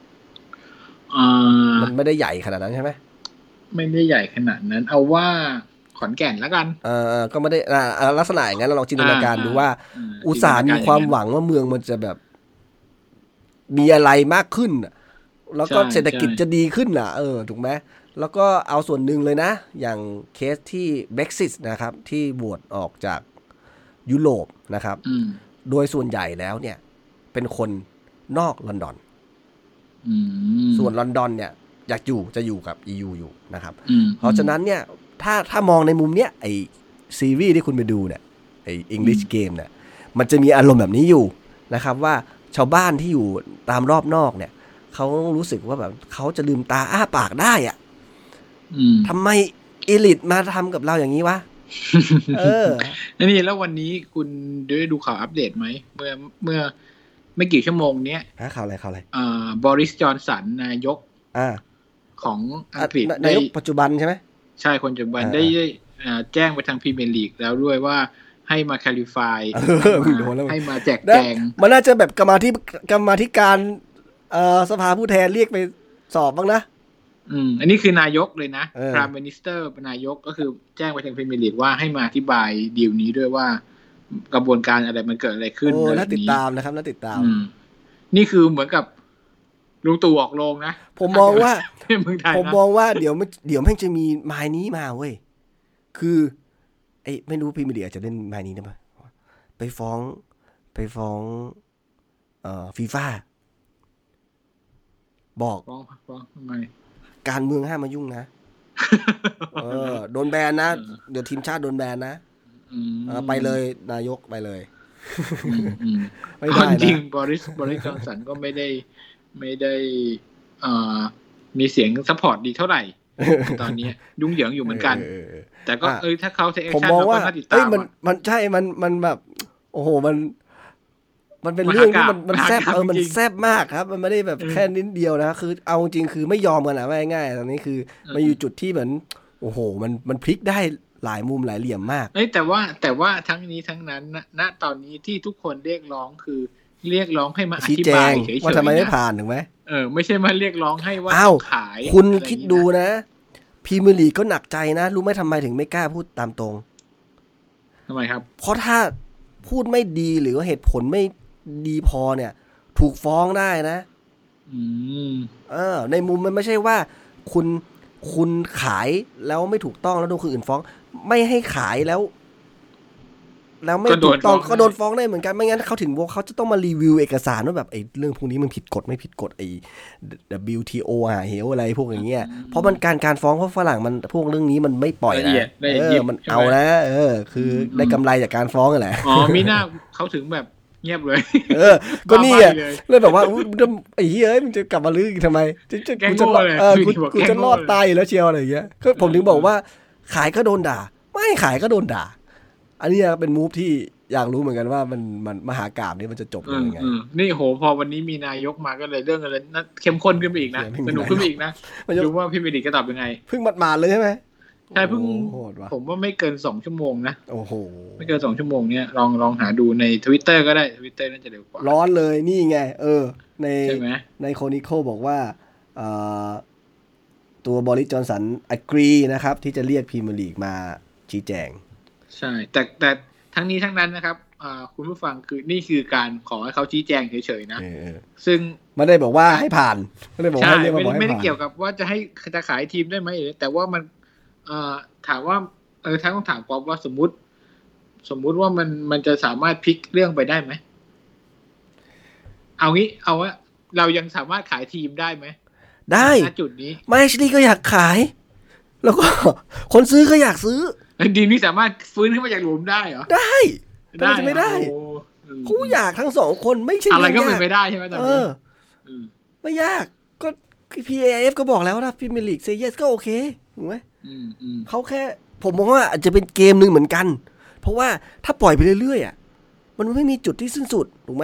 มันไม่ได้ใหญ่ขนาดนั้นใช่ไหมไม่ได้ใหญ่ขนาดนั้นเอาว่าขอนแก่นแล้วกันก็ไม่ได้ลักษณะอย่างนั้นเราลองจินตนาการดูว่าอุตสาหมีความหวังว่าเมืองมันจะแบบมีอะไรมากขึ้นแล้วก็เศรษฐกิจจะดีขึ้นอ่ะถูกไหมแล้วก็เอาส่วนหนึ่งเลยนะอย่างเคสที่ Brexit นะครับที่โหวตออกจากยุโรปนะครับโดยส่วนใหญ่แล้วเนี่ยเป็นคนนอกลอนดอนส่วนลอนดอนเนี่ยอยากจะอยู่กับ EU อยู่นะครับเพราะฉะนั้นเนี่ยถ้ามองในมุมเนี้ยไอซีรีส์ที่คุณไปดูเนี่ยไอ English Game เนี่ยมันจะมีอารมณ์แบบนี้อยู่นะครับว่าชาวบ้านที่อยู่ตามรอบนอกเนี่ยเขารู้สึกว่าแบบเขาจะลืมตาอ้าปากได้อ่ะทำไมอีลิทมาทำกับเราอย่างนี้วะนี่แล้ววันนี้คุณได้ดูข่าวอัปเดตไหมเมื่อไม่กี่ชั่วโมงเนี้ยข่าวอะไรบริส จอนสันนายกของอังกฤษนายกปัจจุบันใช่ไหมใช่คนปัจจุบันได้แจ้งไปทางพรีเมียร์ลีกแล้วด้วยว่าให้มาแคลิฟายให้มาแจกแจงมันน่าจะแบบกรรมาธิการสภาผู้แทนเรียกไปสอบบ้างนะอันนี้คือนายกเลยนะ Prime Minister นายกก็คือแจ้งไปทางพรีเมียร์ลีกว่าให้มาอธิบายดีลนี้ด้วยว่ากระบวนการอะไรมันเกิดอะไรขึ้นน่าติดตามนะครับน่าติดตามนี่คือเหมือนกับลุงตู่ออกโรงนะผมมองว่าเดี๋ยวแม่งจะมีไม้นี้มาเว้ยคือไม่รู้พรีเมียร์ลีกอาจจะเล่นไม้นี้ได้ไหมไปฟ้องฟีฟ่าบอกทำไมการเมืองห้ามมายุ่งนะโดนแบนนะเดี๋ยวทีมชาติโดนแบนนะไปเลยนายกไปเลยไม่ได้จริงบริส จอนสันก็ไม่ได้มีเสียงซัพพอร์ตดีเท่าไหร่ตอนนี้ยุ่งเหยิงอยู่เหมือนกันแต่ก็ถ้าเขาเทคแอคชั่นเราก็น่าติดตามมันใช่มันแบบโอ้โหมันเป็นเรื่องที่มันแซ่บมันแซ่บมากครับมันไม่ได้แบบแค่นิดเดียวนะคือเอาจริงคือไม่ยอมกันนะง่ายๆตอนนี้คือมันอยู่จุดที่เหมือนโอ้โหมันพลิกได้หลายมุมหลายเหลี่ยมมากแต่ว่าทั้งนี้ทั้งนั้นณตอนนี้ที่ทุกคนเรียกร้องคือเรียกร้องให้มาอธิบายเฉยๆว่าทำไมไม่ผ่านถูกไหมไม่ใช่มาเรียกร้องให้ว่าขายคุณคิดดูนะพรีเมียร์ลีกก็หนักใจนะรู้ไหมทำไมถึงไม่กล้าพูดตามตรงทำไมครับเพราะถ้าพูดไม่ดีหรือว่าเหตุผลไม่ดีพอเนี่ยถูกฟ้องได้นะในมุมมันไม่ใช่ว่าคุณขายแล้วไม่ถูกต้องแล้วโดนคนอื่นฟ้องไม่ให้ขายแล้วไม่ถูกต้องก็โดนฟ้องได้เหมือนกันไม่งั้นเขาถึงว่าเขาจะต้องมารีวิวเอกสารว่าแบบเรื่องพวกนี้มันผิดกฎไม่ผิดกฎWTO เหวอะไรพวกอย่างเงี้ยเพราะมันการฟ้องเพราะฝรั่งมันพวกเรื่องนี้มันไม่ปล่อยนะมันเอานะคือได้กำไรจากการฟ้องนั่นแหละมีหน้าเขาถึงแบบเงียบเลยก็นี่อ่ะเลยแบบว่าไอ้เฮ้ยมึงจะกลับมาลื้ออีกทำไมกูจะรอดตายแล้วเชียวอะไรอย่างเงี้ยก็ผมถึงบอกว่าขายก็โดนด่าไม่ขายก็โดนด่าอันนี้เป็นมูฟที่อยากรู้เหมือนกันว่ามันมหากาพย์นี้มันจะจบยังไงนี่โหพอวันนี้มีนายกมาก็เลยเรื่องอะไรน่าเข้มข้นขึ้นไปอีกนะสนุกขึ้นไปอีกนะดูว่าพี่เมดิกจะตอบยังไงเพิ่งมาเลยใช่ไหมใช่เพิ่งผมว่าไม่เกิน2 ชั่วโมงนะโอ้โหไม่เกิน2 ชั่วโมงเนี่ยลองหาดูใน Twitter ก็ได้ Twitter น่าจะเร็วกว่าร้อนเลยนี่ไงในโคนิโคบอกว่าตัวบริส จอนสันagree นะครับที่จะเรียกพรีเมียร์ลีกมาชี้แจงใช่แต่ทั้งนี้ทั้งนั้นนะครับคุณผู้ฟังคือนี่คือการขอให้เขาชี้แจงเฉยๆนะซึ่งไม่ได้บอกว่าให้ผ่านไม่ได้บอกว่าไม่ได้เกี่ยวกับว่าจะขายทีมได้ไหมแต่ว่ามันถามว่าทั้งต้องถามป๊อปว่าสมมุติว่ามันจะสามารถพลิกเรื่องไปได้ไหมเอาว่าเรายังสามารถขายทีมได้ไหมได้ณจุดนี้แมนซิตี้ก็อยากขายแล้วก็คนซื้อก็อยากซื้อทีมนี้สามารถฟื้นขึ้นมาจากหลุมได้เหรอได้จะไม่ได้เขาอยากทั้ง2คนไม่ใช่อะไรก็เป็นไปได้ใช่ไหมตอนนี้ไม่ยากก็ PAF ก็บอกแล้วนะพรีเมียร์ลีกเซเยสก็โอเคถูกไหมเขาแค่ผมมองว่าอาจจะเป็นเกมนึงเหมือนกันเพราะว่าถ้าปล่อยไปเรื่อยๆมันไม่มีจุดที่สิ้นสุดถูกไหม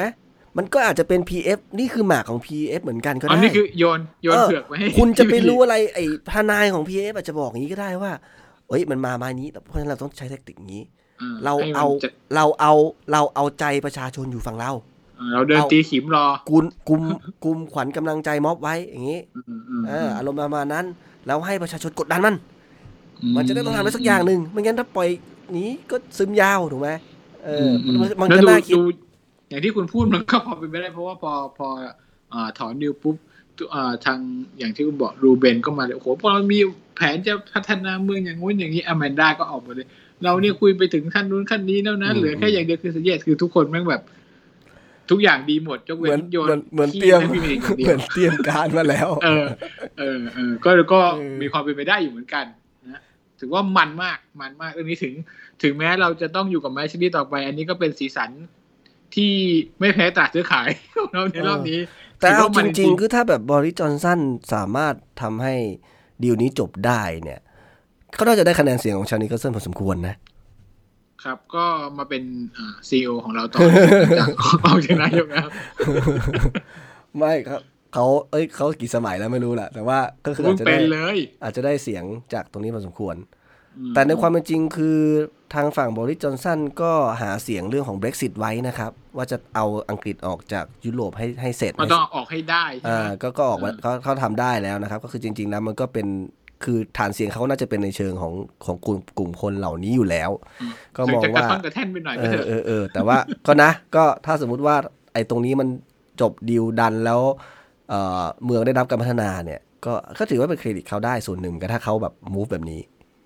มันก็อาจจะเป็น PF นี่คือหมากของ PF เหมือนกันก็ได้อันนี้คือโยนเผือกไว้ให้คุณจะไปรู้อะไรไอ้ทนายของ PF อาจจะบอกอย่างนี้ก็ได้ว่าเอ้ยมันมานี้เพราะฉะนั้นเราต้องใช้แทคติกนี้เราเอาใจประชาชนอยู่ฝั่งเราเดินตีขิมรอกุมขวัญกำลังใจม็อบไว้อย่างนี้อารมณ์ประมาณนั้นแล้วให้ประชาชนกดดันมันจะได้ต้องทำอะไรสักอย่างนึงไม่งั้นถ้าปล่อยนี้ก็ซึมยาวถูกไหมมันก็น่าคิดอย่างที่คุณพูดมันก็พอเป็นไปได้เพราะว่าพอถอนนิวปุ๊บทางอย่างที่คุณบอกรูเบนก็มาเลยโอ้โหพอเรามีแผนจะพัฒนาเมืองอย่างงู้นอย่างนี้อแมนด้าก็ออกมาเลยเราเนี่ยคุยไปถึงขั้นนู้นขั้นนี้แล้วนะเหลือแค่อย่างเดียวคือเยสคือทุกคนแม่งแบบทุกอย่างดีหมดยกเว้นโยนเหมือนเตรียมการมาแล้วก็มีความเป็นไปได้อยู่เหมือนกันนะถือว่ามันมากเรื่องนี้ถึงแม้เราจะต้องอยู่กับแมตช์นี้ต่อไปอันนี้ก็เป็นสีสันที่ไม่แพ้ตลาดซื้อขายของเราในรอบนี้แต่เอาจริงๆคือถ้าแบบบริส จอนสันสามารถทำให้ดีลนี้จบได้เนี่ยเขาน่าจะได้คะแนนเสียงของชานิเคิลสันพอสมควรนะครับก็มาเป็นCEO ของเราต่อจากเอาชนะยกนะครับไม่ครับเขากี่สมัยแล้วไม่รู้แหละแต่ว่าก็คืออาจจะได้เสียงจากตรงนี้พอสมควรแต่ในความเป็นจริงคือทางฝั่งบริส จอนสันก็หาเสียงเรื่องของ Brexit ไว้นะครับว่าจะเอาอังกฤษออกจากยุโรปให้เสร็จมันต้องออกให้ได้ใช่ไหมก็ออกเขาทำได้แล้วนะครับก็คือจริงๆแล้วมันก็เป็นคือฐานเสียงเขาน่าจะเป็นในเชิงของกลุ่มคนเหล่านี้อยู่แล้วก็มองว่ากระแท่นไปหน่อยไม่เถอะแต่ว่าก็นะก็ถ้าสมมุติว่าไอ้ตรงนี้มันจบดีลดันแล้วเมืองได้รับการพัฒนาเนี่ยก็ถือว่าเป็นเครดิตเขาได้ส่วนหนึ่งก็ถ้าเขาแบบมูฟแบบนี้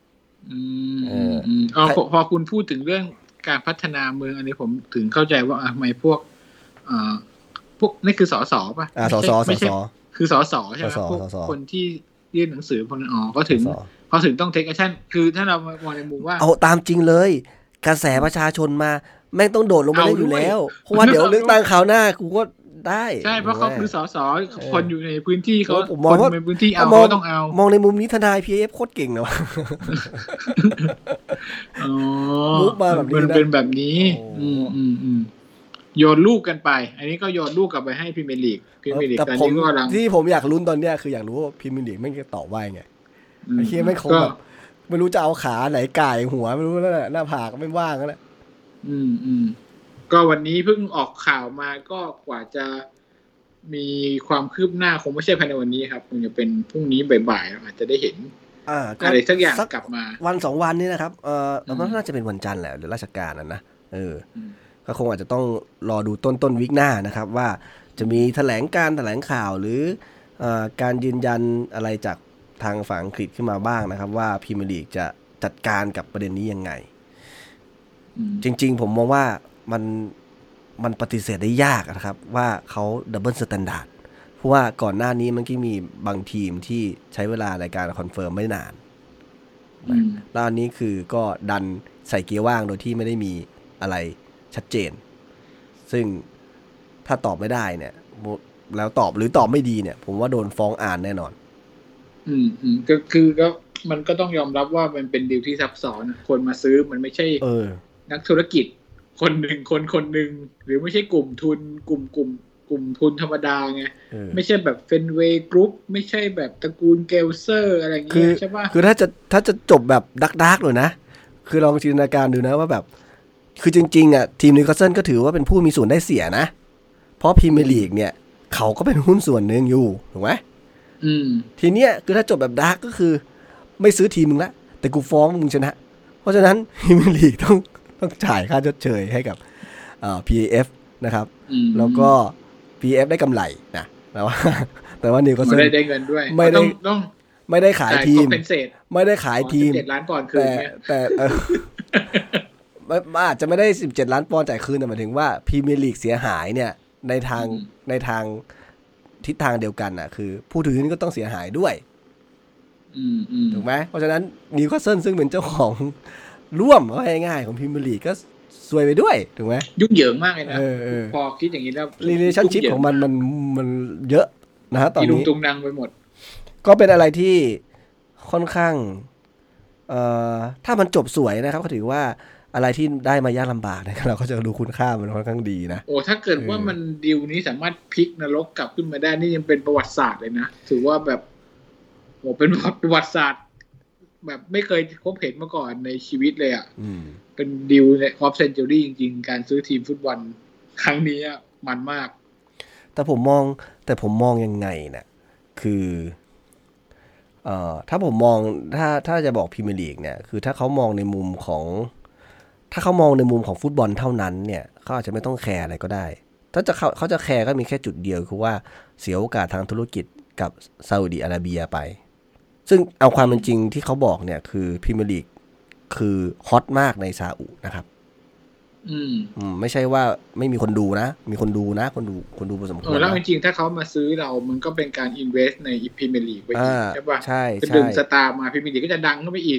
พอคุณพูดถึงเรื่องการพัฒนาเมืองอันนี้ผมถึงเข้าใจว่าทำไมพวกนี่คือสสป่ะไม่ใช่คือสสใช่ไหมพวกคนที่ยื่นหนังสือพวกนั้นเขาถึงต้องเทคแอคชั่นคือถ้าเรามองในมุมว่าเอาตามจริงเลยกระแสประชาชนมาแม่งต้องโดดลงมาได้อยู่แล้วเพราะว่าเดี๋ยวเลือกตั้งคราวหน้ากูก็ได้ใช่เพราะเขาคือสสคนอยู่ในพื้นที่เขาคนในพื้นที่เอาเขาต้องเอามองในมุมนี้ทนาย PF โคตรเก่งนะมุกมาแบบนี้มันเป็นแบบนี้โยนลูกกันไปอันนี้ก็โยนลูกกลับไปให้พรีเมียร์ลีกแต่ผมที่ผมอยากลุ้นตอนเนี้ยคืออยากรู้ว่าพรีเมียร์ลีกแม่งจะตอบว่าไงไอ้เหี้ยไม่คงแบบไม่รู้จะเอาขาไหนก่ายหัวไม่รู้แล้วแหละหน้าผากไม่ว่างแล้วแหละก็วันนี้เพิ่งออกข่าวมาก็กว่าจะมีความคืบหน้าคงไม่ใช่ภายในวันนี้ครับคงจะเป็นพรุ่งนี้บ่ายๆอาจจะได้เห็นอะไรสักอย่างกลับมาวัน2วันนี้นะครับมันน่าจะเป็นวันจันทร์แหละหรือราชการนะก็คงอาจจะต้องรอดูต้นวิกหน้านะครับว่าจะมีแถลงข่าวหรือการยืนยันอะไรจากทางฝั่งอังกฤษขึ้นมาบ้างนะครับว่าพรีเมียร์ลีกจะจัดการกับประเด็นนี้ยังไงจริงๆผมมองว่ามันปฏิเสธได้ยากนะครับว่าเขาดับเบิลสแตนดาร์ดเพราะว่าก่อนหน้านี้มันก็มีบางทีมที่ใช้เวลาในการคอนเฟิร์มไม่นานแล้วอันนี้คือก็ดันใส่เกียร์ว่างโดยที่ไม่ได้มีอะไรชัดเจนซึ่งถ้าตอบไม่ได้เนี่ยแล้วตอบหรือตอบไม่ดีเนี่ยผมว่าโดนฟ้องอ่านแน่นอนก็มันก็ต้องยอมรับว่ามันเป็นดีลที่ซับซ้อนคนมาซื้อมันไม่ใช่นักธุรกิจคนหนึ่งหรือไม่ใช่กลุ่มทุนกลุ่มทุนธรรมดาไงไม่ใช่แบบเฟนเวย์กรุ๊ปไม่ใช่แบบตระกูลเกลเซอร์อะไรอย่างเงี้ยใช่ป่ะคือถ้าจะจบแบบดักเลยนะคือลองจินตนาการดูนะว่าแบบคือจริงๆอ่ะทีมนิวคาสเซิลก็ถือว่าเป็นผู้มีส่วนได้เสียนะเพราะพรีเมียร์ลีกเนี่ยเขาก็เป็นหุ้นส่วนหนึ่งอยู่ถูกไหมทีเนี้ยคือถ้าจบแบบดาร์กก็คือไม่ซื้อทีมมึงละแต่กูฟ้องมึงชนะเพราะฉะนั้นพรีเมียร์ลีกต้องจ่ายค่าชดเชยให้กับPAF นะครับแล้วก็ PAF ได้กำไรนะแต่ว่านิวคาสเซิลได้เงินด้วยไม่ได้ขายทีมไม่ได้ขายทีม 17 ล้านปอนด์คืนแต่อาจจะไม่ได้17 ล้านปอนด์จ่ายคืนแต่หมายถึงว่าพรีเมียร์ลีกเสียหายเนี่ยในทางทิศทางเดียวกันน่ะคือผู้ถือหุ้นก็ต้องเสียหายด้วยถูกไหมเพราะฉะนั้นนิวคาสเซิลซึ่งเป็นเจ้าของร่วมง่ายๆของพรีเมียร์ลีกก็ซวยไปด้วยถูกไหมยุ่งเหยิงมากเลยนะพอคิดอย่างนี้แล้ว relationship ของมันเยอะนะฮะตอนนี้ตุงนังไปหมดก็เป็นอะไรที่ค่อนข้างถ้ามันจบสวยนะครับก็ถือว่าอะไรที่ได้มายากลำบากเนี่ยเราก็จะดูคุณค่ามันค่อนข้างดีนะโอ้ถ้าเกิดว่ามันดีลนี้สามารถพลิกนรกกลับขึ้นมาได้นี่ยังเป็นประวัติศาสตร์เลยนะถือว่าแบบโอ้เป็นประวัติศาสตร์แบบไม่เคยพบเห็นมาก่อนในชีวิตเลยอ่ะเป็นดีลในออฟเซนจูรี่จริงๆการซื้อทีมฟุตบอลครั้งนี้มันมากแต่ผมมองยังไงเนี่ยคือถ้าผมมองถ้าจะบอกพรีเมียร์ลีกเนี่ยคือถ้าเขามองในมุมของฟุตบอลเท่านั้นเนี่ยเขาอาจจะไม่ต้องแคร์อะไรก็ได้ถ้าจะเขาจะแคร์ก็มีแค่จุดเดียวคือว่าเสียโอกาสทางธุรกิจกับซาอุดิอาระเบียไปซึ่งเอาความเป็นจริงที่เขาบอกเนี่ยคือพรีเมียร์ลีกคือฮอตมากในซาอุนะครับไม่ใช่ว่าไม่มีคนดูนะมีคนดูนะคนดูพอสมควรแล้วจริงๆถ้าเขามาซื้อเรามันก็เป็นการอินเวสต์ในพรีเมียร์ลีกไปอีกใช่ป่ะใช่จะดึงสตาร์มาพรีเมียร์ลีกก็จะดังขึ้นไปอีก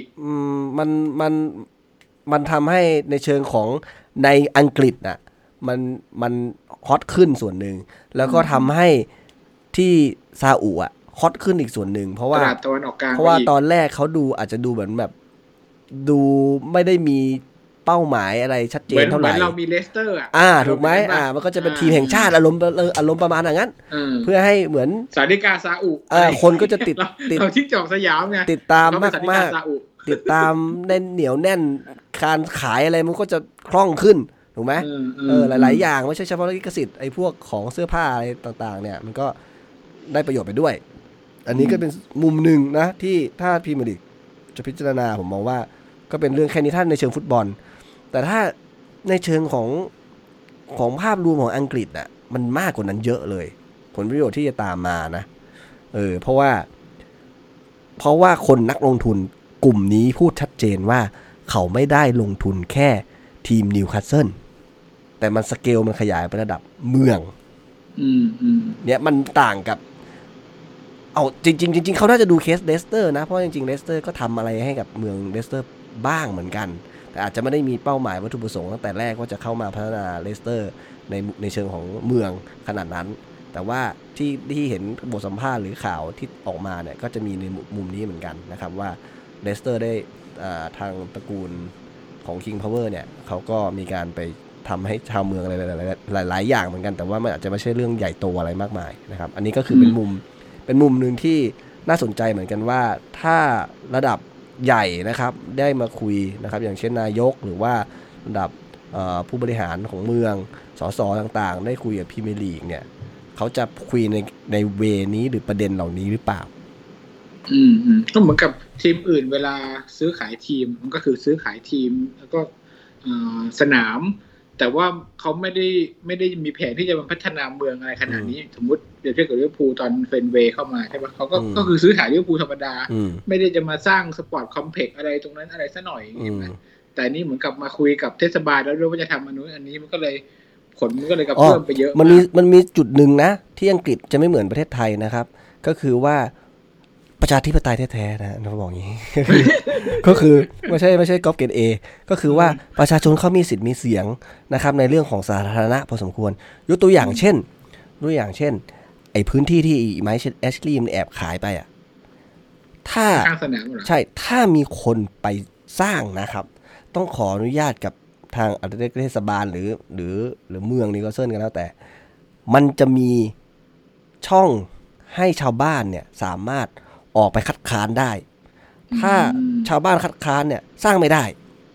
มันทำให้ในเชิงของในอังกฤษน่ะมันฮอตขึ้นส่วนหนึ่งแล้วก็ทำให้ที่ซาอุอ่ะฮอตขึ้นอีกส่วนหนึ่งเพราะว่าตอนแรกเขาดูอาจจะดูเหมือนแบบดูไม่ได้มีเป้าหมายอะไรชัดเจนเท่าไหร่เหมือนเรามีเลสเตอร์ถูกไหมมันก็จะเป็นทีมแห่งชาติอารมณ์ประมาณอย่างนั้นเพื่อให้เหมือนสาธิกาซาอุคนก็จะติดเราที่จอกสยามไงติดตามมากติดตามแน่นเหนียวแน่นการขายอะไรมันก็จะคล่องขึ้นถูกไหมหลายๆอย่างไม่ใช่เฉพาะลิขสิทธิ์ไอ้พวกของเสื้อผ้าอะไรต่างๆเนี่ยมันก็ได้ประโยชน์ไปด้วยอันนี้ก็เป็นมุมหนึ่งนะที่ถ้าพรีเมียร์ลีกจะพิจารณาผมมองว่าก็เป็นเรื่องแค่นี้ท่านในเชิงฟุตบอลแต่ถ้าในเชิงของภาพรวมของอังกฤษอ่ะมันมากกว่านั้นเยอะเลยผลประโยชน์ที่จะตามมานะเพราะว่าคนนักลงทุนกลุ่มนี้พูดชัดเจนว่าเขาไม่ได้ลงทุนแค่ทีมนิวคาสเซิลแต่มันสเกลมันขยายไประดับเมืองเนี่ยมันต่างกับเอาจริงเขาน่าจะดูเคสเลสเตอร์นะเพราะจริงๆเลสเตอร์ก็ทำอะไรให้กับเมืองเลสเตอร์บ้างเหมือนกันแต่อาจจะไม่ได้มีเป้าหมายวัตถุประสงค์ตั้งแต่แรกว่าจะเข้ามาพัฒนาเลสเตอร์ในเชิงของเมืองขนาดนั้นแต่ว่าที่เห็นบทสัมภาษณ์หรือข่าวที่ออกมาเนี่ยก็จะมีในมุมนี้เหมือนกันนะครับว่าเลสเตอร์ได้ทางตระกูลของ King Power เนี่ยเขาก็มีการไปทำให้ชาวเมืองอะไรหลายอย่างเหมือนกันแต่ว่ามันอาจจะไม่ใช่เรื่องใหญ่โตอะไรมากมายนะครับอันนี้ก็คือเป็นมุมนึงที่น่าสนใจเหมือนกันว่าถ้าระดับใหญ่นะครับได้มาคุยนะครับอย่างเช่นนายกหรือว่าระดับผู้บริหารของเมืองสสต่างๆได้คุยกับพรีเมียร์ลีกเนี่ยเขาจะคุยในเวนี้หรือประเด็นเหล่านี้หรือเปล่าก็เหมือนกับทีมอื่นเวลาซื้อขายทีมมันก็คือซื้อขายทีมแล้วก็สนามแต่ว่าเขาไม่ได้มีแผนที่จะมาพัฒนาเมืองอะไรขนาดนี้สมมติเดี๋ยวเทียบกับลิเวอร์พูลตอนเฟนเวย์เข้ามาใช่ปะเขาก็คือซื้อขายลิเวอร์พูลธรรมดาไม่ได้จะมาสร้างสปอร์ตคอมเพล็กซ์อะไรตรงนั้นอะไรซะหน่อยใช่ไหมแต่นี่เหมือนกับมาคุยกับเทศบาลแล้วด้วยว่าจะทำอันนู้นอันนี้มันก็เลยผลมันก็เลยกับเพิ่มไปเยอะมันมีจุดหนึ่งนะที่อังกฤษจะไม่เหมือนประเทศไทยนะครับก็คือว่าประชาธิปไตยแท้ๆนะเขาบอกอย่างนี้ ก็คือไม่ใช่กอล์ฟเกรด A ก็คือว่าประชาชนเขามีสิทธิ์มีเสียงนะครับในเรื่องของสาธารณะพอสมควรยกตัวอย่างเช่นไอ้พื้นที่ที่ไมค์แอชลีย์มันแอบขายไปอ่ะถ้าใช่ถ้ามีคนไปสร้างนะครับต้องขออนุญาตกับทางเทศบาลหรือเมืองนิวคาสเซิลกันแล้วแต่มันจะมีช่องให้ชาวบ้านเนี่ยสามารถออกไปคัดค้านได้ถ้าชาวบ้านคัดค้านเนี่ยสร้างไม่ได้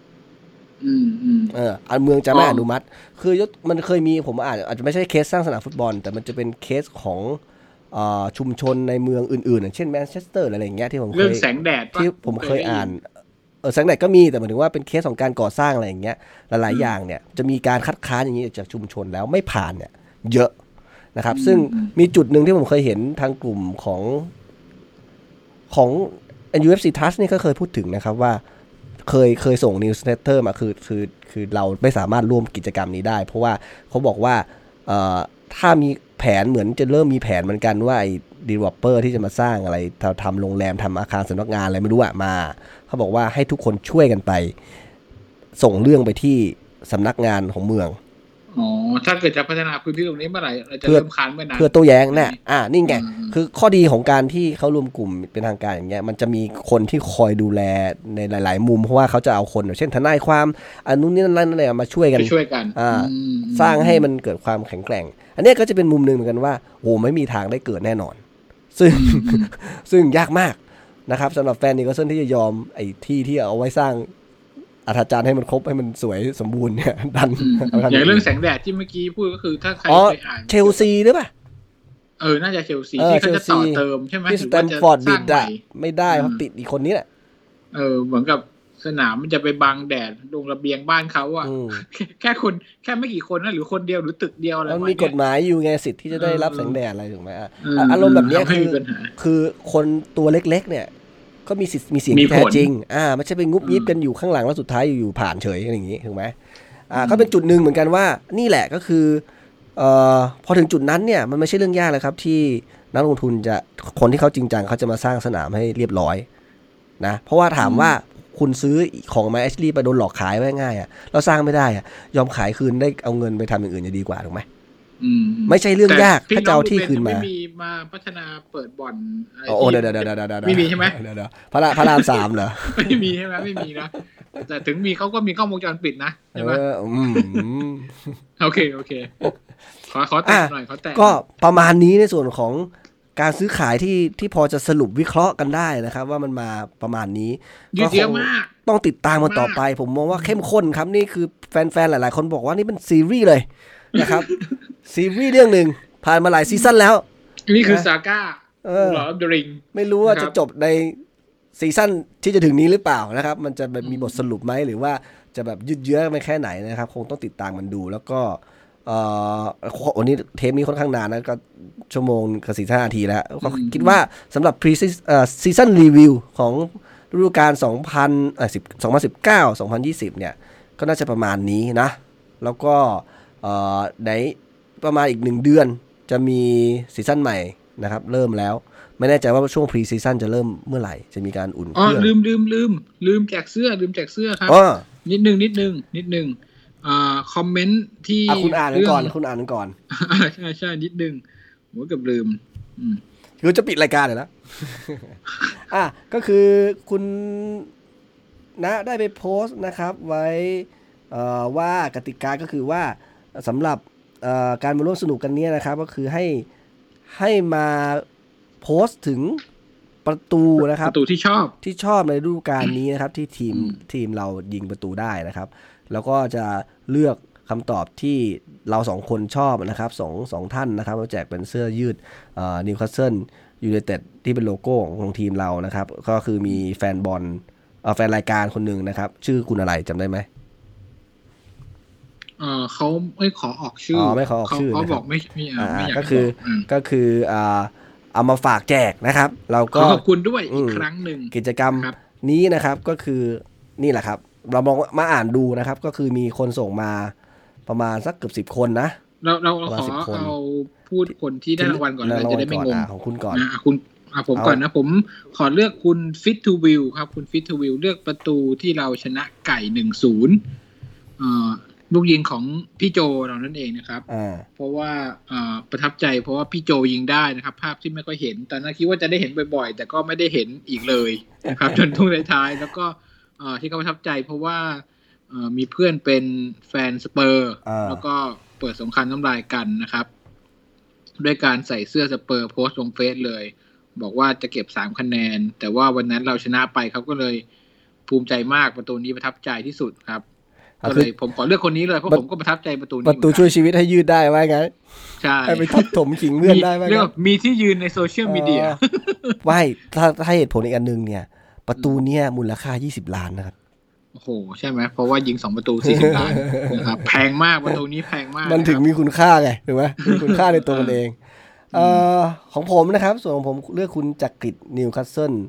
เมืองจะไม่อนุมัติคือมันเคยมีผมอาจจะไม่ใช่เคสสร้างสนามฟุตบอลแต่มันจะเป็นเคสของชุมชนในเมืองอื่นๆอย่างเช่นแมนเชสเตอร์อะไรอย่างเงี้ยที่ผมเคยเรื่องแสงแดดที่ผมเคยอ่านแสงแดดก็มีแต่หมายถึงว่าเป็นเคสของการก่อสร้างอะไรอย่างเงี้ยหลายๆอย่างเนี่ยจะมีการคัดค้านอย่างนี้จากชุมชนแล้วไม่ผ่านเนี่ยเยอะนะครับซึ่งมีจุดหนึ่งที่ผมเคยเห็นทางกลุ่มของ UFC Trust นี่ก็เคยพูดถึงนะครับว่าเคยส่ง newsletter มาคือเราไม่สามารถร่วมกิจกรรมนี้ได้เพราะว่าเขาบอกว่าถ้ามีแผนเหมือนจะเริ่มมีแผนเหมือนกันว่าไอ้ developer ที่จะมาสร้างอะไรทำโรงแรมทำอาคารสำนักงานอะไรไม่รู้อะมาเขาบอกว่าให้ทุกคนช่วยกันไปส่งเรื่องไปที่สำนักงานของเมืองอ๋อถ้าเกิดจะพัฒนาพื้นที่ตรงนี้เมื่อไหร่เราจะเริ่มค้านเมื่อนั้นเพื่อโต้แย้งเนี่ยนี่ไงคือข้อดีของการที่เขารวมกลุ่มเป็นทางการอย่างเงี้ยมันจะมีคนที่คอยดูแลในหลายๆมุมเพราะว่าเขาจะเอาคนเช่นทนายความนู้นนี่นั่นอะไรมาช่วยกันสร้างให้มันเกิดความแข็งแกร่งอันนี้ก็จะเป็นมุมนึงเหมือนกันว่าโหไม่มีทางได้เกิดแน่นอนซึ่งยากมากนะครับสำหรับแฟนนิโคลสันที่จะยอมไอ้ที่เอาไว้สร้างอาจารย์ให้มันครบให้มันสวยสมบูรณ์เนี่ยดันอย่างเรื่องแสงแดดที่เมื่อกี้พูดก็คือถ้าใครเคยอ่านเชลซีหรือเปล่าน่าจะเชลซีที่เขาจะต่อเติมใช่ไหมที่สแตมฟอร์ดบิดอะไม่ได้เพราะติดอีกคนนี้แหละเหมือนกับสนามมันจะไปบังแดดลงระเบียงบ้านเขาอะแค่ไม่กี่คนนะหรือคนเดียวหรือตึกเดียวอะไรมันมีกฎหมายอยู่ไงสิทธิ์ที่จะได้รับแสงแดดอะไรถูกไหมอารมณ์แบบนี้คือคนตัวเล็กๆเนี่ยก็มีสิทธิ์มีเสียงที่แท้จริงไม่ใช่ไปงุบยิบกันอยู่ข้างหลังแล้วสุดท้ายอยู่ผ่านเฉยอย่างนี้ถูกไหมก็เป็นจุดหนึ่งเหมือนกันว่านี่แหละก็คือพอถึงจุดนั้นเนี่ยมันไม่ใช่เรื่องยากเลยครับที่นักลงทุนจะคนที่เขาจริงจังเขาจะมาสร้างสนามให้เรียบร้อยนะเพราะว่าถามว่าคุณซื้อของไมแอชลีย์ไปโดนหลอกขายไว้ง่ายเราสร้างไม่ได้ยอมขายคืนได้เอาเงินไปทำอย่างอื่นจะดีกว่าถูกไหมไม่ใช่เรื่องยากถ้าจะเอาที่คืนมาไม่มีมาพัฒนาเปิดบ่อนอะไรเดี๋ยวไม่มีใช่ไหมเดี๋ยวพระราม3เหรอไม่มีใช่ไหมไม่มีนะแต่ถึงมีเขาก็มีกล้องวงจรปิดนะใช่ไหมโอเคขอแตะหน่อยก็ประมาณนี้ในส่วนของการซื้อขายที่พอจะสรุปวิเคราะห์กันได้นะครับว่ามันมาประมาณนี้ก็เยอะมากต้องติดตามมันต่อไปผมมองว่าเข้มข้นครับนี่คือแฟนๆหลายๆคนบอกว่านี่เป็นซีรีส์เลยนะครับซีรีส์เรื่องนึงผ่านมาหลายซีซั่นแล้วนี่คือซาก้าหลอดเดริงไม่รู้ว่าจะจบในซีซั่นที่จะถึงนี้หรือเปล่านะครับมันจะแบบมีบทสรุปไหมหรือว่าจะแบบยืดเยื้อไปแค่ไหนนะครับคงต้องติดตามมันดูแล้วก็วันนี้เทปนี้ค่อนข้างนานนะก็ชั่วโมงกับ45 นาทีแล้วก็คิดว่าสำหรับซีซั่นรีวิวของฤดูกาล2019-2020เนี่ยก็น่าจะประมาณนี้นะแล้วก็ในประมาณอีก1 เดือนจะมีซีซั่นใหม่นะครับเริ่มแล้วไม่แน่ใจว่าช่วงพรีซีซั่นจะเริ่มเมื่อไหร่จะมีการอุ่นเครื่องลืมแจกเสื้อครับนิดนึงคอมเมนต์ที่คุณอ่านก่อนใช่นิดนึงโหกับลืมคือจะปิดรายการเลยนะก็คือคุณนะได้ไปโพสต์นะครับไว้ว่ากติกาก็คือว่าสำหรับการมาร่วมสนุกกันนี้นะครับก็คือให้มาโพสต์ถึงประตูนะครับประตูที่ชอบในฤดูกาลนี้นะครับที่ทีมเรายิงประตูได้นะครับแล้วก็จะเลือกคำตอบที่เรา2 คนชอบนะครับสองท่านนะครับเราแจกเป็นเสื้อยืดนิวคาสเซิลยูไนเต็ดที่เป็นโลโก้ของทีมเรานะครับก็คือมีแฟนบอลแฟนรายการคนหนึ่งนะครับชื่อคุณอะไรจำได้ไหมเขาไม่ขอออกชื่อไม่ขอออกชื่อเขาบอกไม่อยากก็คือเอามาฝากแจกนะครับเราก็ขอบคุณด้วยอีกครั้งหนึ่งกิจกรรมนี้นะครับก็คือนี่แหละครับเรามาอ่านดูนะครับก็คือมีคนส่งมาประมาณสักเกือบ10 คนนะเราขอเอาพูดคนที่ได้รางวัลก่อนเราจะได้ไม่งงของคุณก่อนผมก่อนนะผมขอเลือกคุณ Fit to View ครับคุณ Fit to View เลือกประตูที่เราชนะไก่ 1-0 ลูกยิงของพี่โจเรานั่นเองนะครับเพราะว่าประทับใจเพราะว่าพี่โจยิงได้นะครับภาพที่ไม่ค่อยเห็นตอนนั้นคิดว่าจะได้เห็นบ่อยๆแต่ก็ไม่ได้เห็นอีกเลยนะครับจนทุ่งท้ายๆแล้วก็ที่เขาประทับใจเพราะว่ามีเพื่อนเป็นแฟนสเปอร์แล้วก็เปิดสงครามน้ำลายกันนะครับด้วยการใส่เสื้อสเปอร์โพสต์ลงเฟซเลยบอกว่าจะเก็บ3 คะแนนแต่ว่าวันนั้นเราชนะไปเขาก็เลยภูมิใจมากประตูนี้ประทับใจที่สุดครับก็เลยผมขอเลือกคนนี้เลยเพราะผมก็ประทับใจประตูนี้ประตูช่วยชีวิตให้ยืดได้ว่าไงใช่ให้ไปทับถมขิงเลื่อนได้ว่าไงมีที่ยืนในโซเชียลมีเดียไม่ถ้าเหตุผลอีกอันนึงเนี่ยประตูเนี้ยมูลค่า20 ล้านนะครับโอ้โหใช่ไหมเพราะว่ายิง2 ประตู40 ล้านนะครับแพงมากประตูนี้แพงมากมันถึงมีคุณค่าไงถูกไหมมีคุณค่าในตัวมันเองของผมนะครับส่วนของผมเลือกคุณจักริดนิวคาสเซิล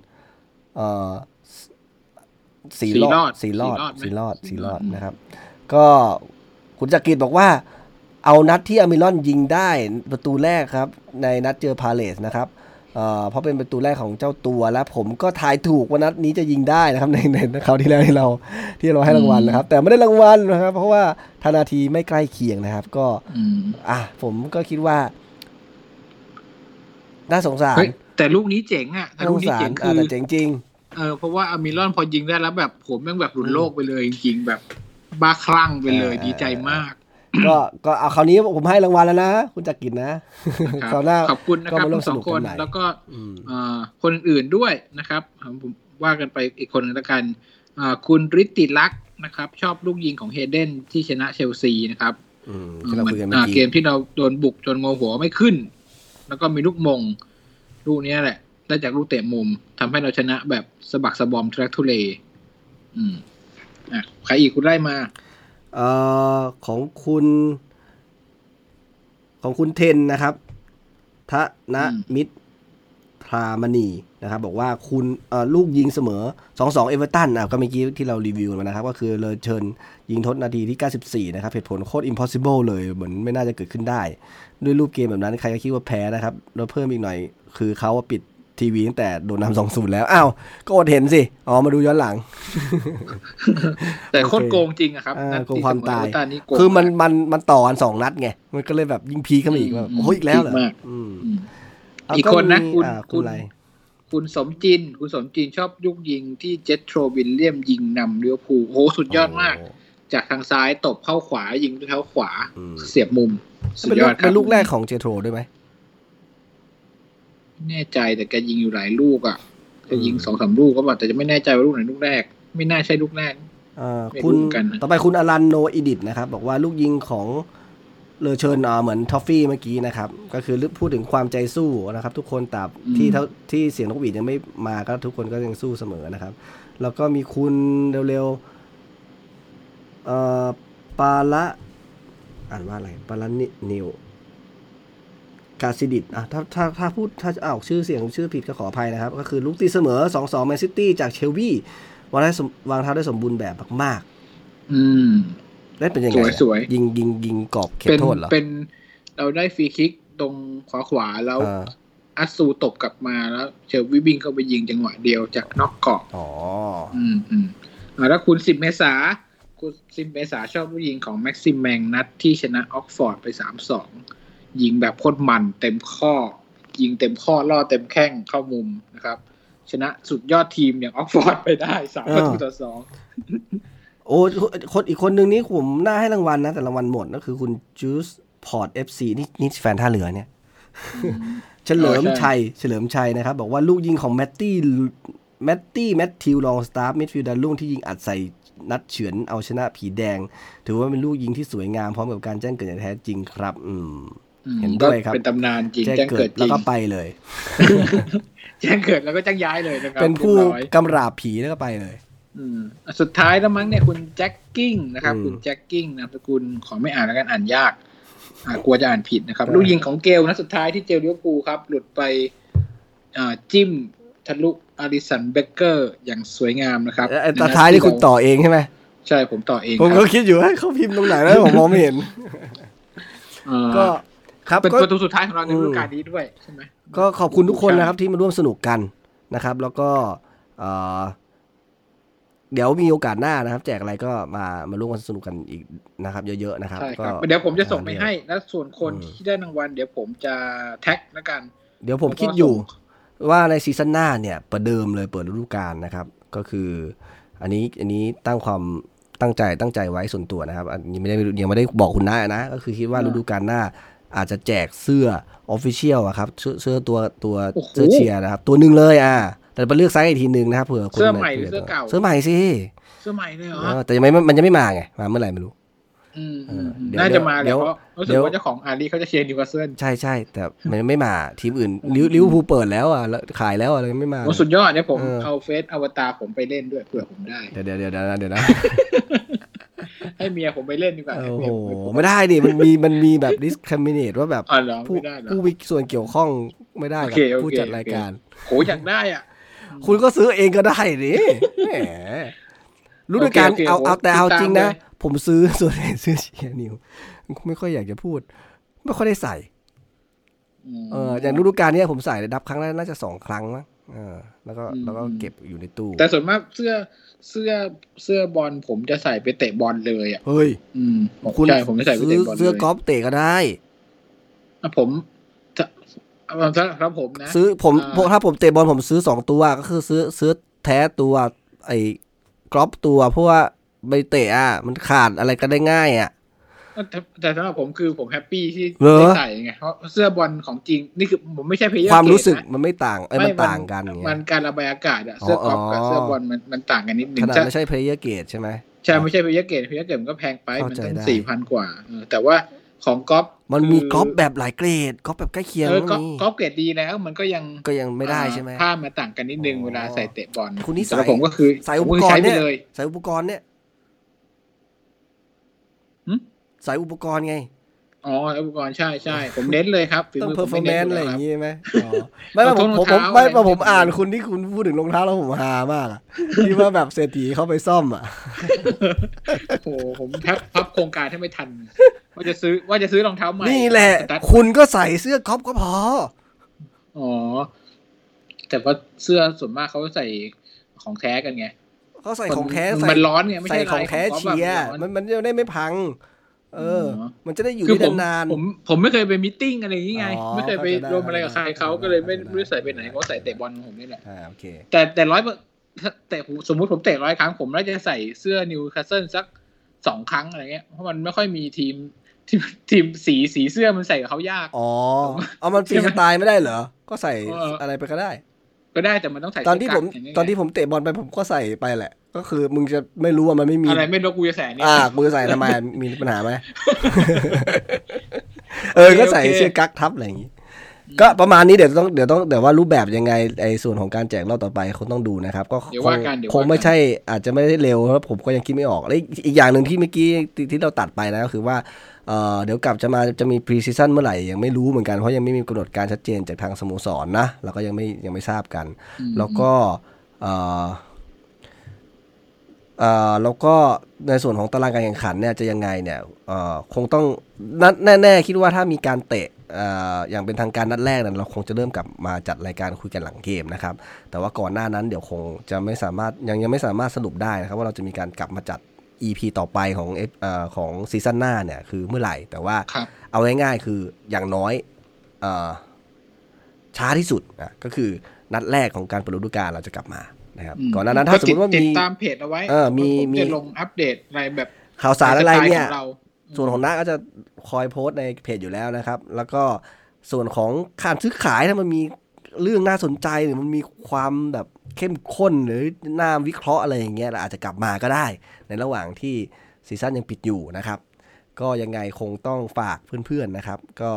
4 รอดนะครับก็คุณจักริดบอกว่าเอานัดที่อามิรอนยิงได้ประตูแรกครับในนัดเจอพาเลสนะครับเพราะเป็นประตูแรกของเจ้าตัวและผมก็ทายถูกว่านัดนี้จะยิงได้นะครับในคราวที่แล้วที่เราให้รางวัลนะครับแต่ไม่ได้รางวัลนะครับเพราะว่าธนาทีไม่ใกล้เคียงนะครับก็ผมก็คิดว่าน่าสงสารแต่ลูกนี้เจ๋งอ่ะแต่ลูกนี้เจ๋งคือแต่เจ๋งจริงเพราะว่าอามิรอนพอยิงได้แล้วแบบผมแม่งแบบหลุดโลกไปเลยจริงๆแบบบ้าคลั่งไปเลยดีใจมากก็เอาคราวนี้ผมให้รางวัลแล้วนะคุณจักรินนะคราวหน้าขอบคุณนะครับทั้งสองคนแล้วก็คนอื่นด้วยนะครับผมว่ากันไปอีกคนนึงแล้วกันคุณฤทธิลักษณ์นะครับชอบลูกยิงของเฮเดนที่ชนะเชลซีนะครับเกมที่เราโดนบุกจนงอหัวไม่ขึ้นแล้วก็มีลูกมงลูกนี้แหละได้จากลูกเตะมุมทำให้เราชนะแบบสะบักสะบอมทุลักทุเลใครอีกคุณไล่มาของคุณเทนนะครับทนมิตรพรามณีนะครับบอกว่าคุณลูกยิงเสมอ 2-2 เอเวอร์ตันก็เมื่อกี้ที่เรารีวิวมานะครับก็คือเลอเชิญยิงทดนาทีที่94นะครับเหตุผลโคตร impossible เลยเหมือนไม่น่าจะเกิดขึ้นได้ด้วยรูปเกมแบบนั้นใครก็คิดว่าแพ้นะครับแล้วเพิ่มอีกหน่อยคือเขาปิดทีวีตั้งแต่โดนนำ 2-0 แล้วก็อดเห็นสิมาดูย้อนหลังแต่โคตรโกงจริงอะครับโกงความตายคือมันต่อกัน2นัดไงมันก็เลยแบบยิ่งพีคขึ้นมาอีกว่าโอ้ยอีกแล้วเหรออีกคนนะคุณสมจินชอบยุกยิงที่เจสโทรวิลเลียมยิงนำลิเวอร์พูลโอ้สุดยอดมากจากทางซ้ายตบเข้าขวายิงด้วยเท้าขวาเสียบมุมสุดยอดครับเป็นลูกแรกของเจสโทรด้วยไหมแน่ใจแต่แกยิงอยู่หลายลูกอ่ะแกยิง 2-3 ลูกก็บอกแต่จะไม่แน่ใจว่าลูกไหนลูกแรกไม่น่าใช่ลูกแรกคุณต่อไปคุณอลันโนอิดิตนะครับบอกว่าลูกยิงของเลอเชิญเหมือนทอฟฟี่เมื่อกี้นะครับก็คือพูดถึงความใจสู้นะครับทุกคนแต่ที่เสียงนกหวีดยังไม่มาก็ทุกคนก็ยังสู้เสมอนะครับแล้วก็มีคุณเร็วๆปาละอ่านว่าอะไรปาละนิวกาซิดิตถ้าพูดถ้าออกชื่อผิดก็ขออภัยนะครับก็คือลูกตีเสมอ 2-2 แมนซิตี้จากเชลวีวางเท้าได้สมบูรณ์แบบมากๆได้เป็นยังไงสวยยิงกรอบเขตโทษเหรอเป็นเราได้ฟรีคิกตรงขวาแล้วอัสซูตบกลับมาแล้วเชลวีวิ่งเข้าไปยิงจังหวะเดียวจากนอกกรอบแล้วคุณ10 เมษายนชอบลูกยิงของแม็กซิมแมงนัดที่ชนะออกฟอร์ดไป 3-2ยิงแบบโคตรมันเต็มข้อยิงเต็มข้อล่อเต็มแข้งเข้ามุมนะครับชนะสุดยอดทีมอย่างออกฟอร์ดไปได้3-2 คนอีกคนนึงนี่ผมน่าให้รางวัลนะแต่รางวัลหมดก็คือคุณจูสพอร์ต FC นี่แฟนท่าเรือเนี่ยเฉลิมชัยนะครับบอกว่าลูกยิงของแมตติวลองสตาร์มิดฟิลด์ดาวรุ่งที่ยิงอัดใส่นัดเฉือนเอาชนะผีแดงถือว่าเป็นลูกยิงที่สวยงามพร้อมกับการแจ้งเกิดอย่างแท้จริงครับเห็นด้วยครับเป็นตำนานจริงแจ้งเกิดแล้วก็ไปเลยแจ้งเกิดแล้วก็แจ้งย้ายเลยนะครับเป็นผู้กำราบผีแล้วก็ไปเลยสุดท้ายแล้วมั้งเนี่ยคุณแจ็คกิ้งนะครับคุณแจ็คกิ้งนามสกุลขอไม่อ่านแล้วกันอ่านยากกลัวจะอ่านผิดนะครับลูกยิงของเกลนะสุดท้ายที่เจอลิเวอร์พูลครับหลุดไปจิ้มทะลุอาริสันเบเกอร์อย่างสวยงามนะครับตอนท้ายที่คุณต่อเองใช่ไหมใช่ผมต่อเองผมก็คิดอยู่ให้เขาพิมพ์ตรงไหนแล้วผมมองไม่เห็นก็ครับเป็นประตูสุดท้ายของเราในฤดูกาลนี้ด้วยใช่ไหมก็ขอบคุณทุกคนนะครับที่มาร่วมสนุกกันนะครับแล้วก็เดี๋ยวมีโอกาสหน้านะครับแจกอะไรก็มาร่วมกันสนุกกันอีกนะครับเยอะๆนะครับก็เดี๋ยวผมจะส่งไปให้แล้วส่วนคนที่ได้รางวัลเดี๋ยวผมจะแท็กแล้วกันเดี๋ยวผมคิดอยู่ว่าในซีซั่นหน้าเนี่ยประเดิมเลยเปิดฤดูกาลนะครับก็คืออันนี้ตั้งใจไว้ส่วนตัวนะครับอันนี้ยังไม่ได้บอกคุณนะก็คือคิดว่าฤดูกาลหน้าอาจจะแจกเสื้อ Official อะครับเสื้อตัวเสื้อเชียร์นะครับตัวนึงเลยแต่ไปเลือกไซส์อีกทีนึงนะครับเผื่อเสื้อใหม่หรือเสื้อเก่าเสื้อใหม่สิเสื้อใหม่เลยเหรอแต่มันจะไม่มาไงมาเมื่อไหร่ไม่รู้น่าจะมาแล้วรู้สึกว่าเจ้าของอารีเขาจะเชียร์นิวคาสเซิลใช่แต่มันไม่มาทีมอื่นลิเวอร์พูลเปิดแล้วขายแล้วอะไรไม่มาสุดยอดเนี่ยผมเอาเฟซอวตารผมไปเล่นด้วยเผื่อผมได้เดี๋ยวนะให้เมียผมไปเล่นดีกว่าโอ้โหไม่ได้ดิมันมีแบบ discriminate ว่าแบบผู้มีส่วนเกี่ยวข้องไม่ได้กับผู้จัดรายการโหอยากได้อ่ะคุณก็ซื้อเองก็ได้ดิแหมรู้ด้วยกันเอาจริงนะผมซื้อส่วนใหญ่ซื้อเชียร์นิวไม่ค่อยอยากจะพูดไม่ค่อยได้ใส่อย่างฤดูกาลนี้ผมใส่นับครั้งแรกน่าจะ2 ครั้งมั้งแล้วก็เก็บอยู่ในตู้แต่ส่วนมากเสื้อบอลผมจะใส่ไปเตะบอลเลยอ่ะเฮ้ยคุณใช่ผมจะใส่ไปเตะบอลเลยเสื้อกอล์ฟเตะก็ได้ผมครับผมนะซื้อผมถ้าผมเตะบอลผมซื้อ2 ตัวก็คือซื้อแท้ตัวไอ้กอล์ฟตัวเพราะว่าไปเตะมันขาดอะไรก็ได้ง่ายแต่สำหรับผมคือผมแฮปปี้ที่ได้ใส่ไงเพราะเสื้อบอลของจริงนี่คือผมไม่ใช่เพลเยอร์ความรู้สึกมันไม่ต่างมันต่างกันมันการระบายอากาศเสื้อกอล์ฟกับเสื้อบอลมันต่างกันนิดนึงขนาดไม่ใช่เพลเยอร์เกรดใช่ไหมใช่ไม่ใช่เพลเยอร์เกรดมันก็แพงไปมันต้อง 4,000 กว่าแต่ว่าของกอล์ฟมันมีกอล์ฟแบบหลายเกรดกอล์ฟแบบใกล้เคียงกอล์ฟเกรดดีแล้วมันก็ยังไม่ได้ใช่ไหมผ้ามันต่างกันนิดนึงเวลาใส่เตะบอลคุณนี่ใส่ผมก็คือใส่อุปกรณ์เนี่ยใส่อุปกรณ์เนี่ยใส่อุปกรณ์ไงอุปกรณ์ใช่ผมเน้นเลยครับต้องเพอร์ฟอร์แมนซ์อะไรอย่างงี้ไหมไม่ผมอ่านคุณที่คุณพูดถึงรองเท้าแล้วผมฮามากที่ว่าแบบเศรษฐีเข้าไปซ่อมโอ้ผมพับโครงการให้ไม่ทันว่าจะซื้อรองเท้าใหม่นี่แหละคุณก็ใส่เสื้อก๊อฟก็พอแต่ว่าเสื้อส่วนมากเขาใส่ของแท้กันไงเขาใส่ของแท้มันร้อนไงไม่ใช่ของแท้เชียร์มันจะได้ไม่พังมันจะได้อยู่ได้นานผมไม่เคยไปมีตติ้งอะไรอย่างงี้ไงไม่เคยไปรวมอะไรกับใครเขาก็เลยไม่รู้ใส่ไปไหนเขาใส่เตะบอลของผมนี่แหละโอเคแต่แต่สมมุติผมเตะ100 ครั้งผมน่าจะใส่เสื้อนิวคาสเซิลสัก2 ครั้งอะไรเงี้ยเพราะมันไม่ค่อยมีทีมสีเสื้อมันใส่กับเขายากมันฟรีสไตล์ไม่ได้เหรอก็ใส่อะไรไปก็ได้แต่มันต้องใส่ตอนที่ผมเตะบอลไปผมก็ใส่ไปแหละก็คือมึงจะไม่รู้ว่ามันไม่มีอะไรไม่รู้กูจะใส่นี่กูจะใส่ทำไมมีปัญหาไหมก็ใส่เสื้อกั๊กทับอะไรอย่างงี้ก็ประมาณนี้เดี๋ยวว่ารูปแบบยังไงไอ้ส่วนของการแจกรอบต่อไปคงต้องดูนะครับก็คงไม่ใช่อาจจะไม่ได้เร็วเพราะผมก็ยังคิดไม่ออกแล้วอีกอย่างนึงที่เมื่อกี้ที่เราตัดไปนะก็คือว่าเดี๋ยวกลับจะมีพรีซีซั่นเมื่อไหร่ยังไม่รู้เหมือนกันเพราะยังไม่มีกำหนดการชัดเจนจากทางสโมสรนะเราก็ยังไม่ทราบกันแล้วก็แล้วก็ในส่วนของตารางการแข่งขันเนี่ยจะยังไงเนี่ยคงต้องแน่คิดว่าถ้ามีการเตะอย่างเป็นทางการนัดแรกนั้นเราคงจะเริ่มกลับมาจัดรายการคุยกันหลังเกมนะครับแต่ว่าก่อนหน้านั้นเดี๋ยวคงจะไม่สามารถยังไม่สามารถสรุปได้นะครับว่าเราจะมีการกลับมาจัด EP ต่อไปของซีซั่นหน้าเนี่ยคือเมื่อไหร่แต่ว่าเอาง่ายๆคืออย่างน้อยช้าที่สุดก็คือนัดแรกของการเปิดฤดูกาลเราจะกลับมานะครับก่อนหน้านั้นถ้าสมมติว่ามีติดตามเพจเอาไว้มีจะลงอัปเดตอะไรแบบข่าวสารอะไรเนี่ยส่วนของนักก็จะคอยโพสต์ในเพจอยู่แล้วนะครับแล้วก็ส่วนของการซื้อขายถ้ามันมีเรื่องน่าสนใจหรือมันมีความแบบเข้มข้นหรือน่าวิเคราะห์อะไรอย่างเงี้ยเราอาจจะกลับมาก็ได้ในระหว่างที่ซีซั่นยังปิดอยู่นะครับก็ยังไงคงต้องฝากเพื่อนๆนะครับก็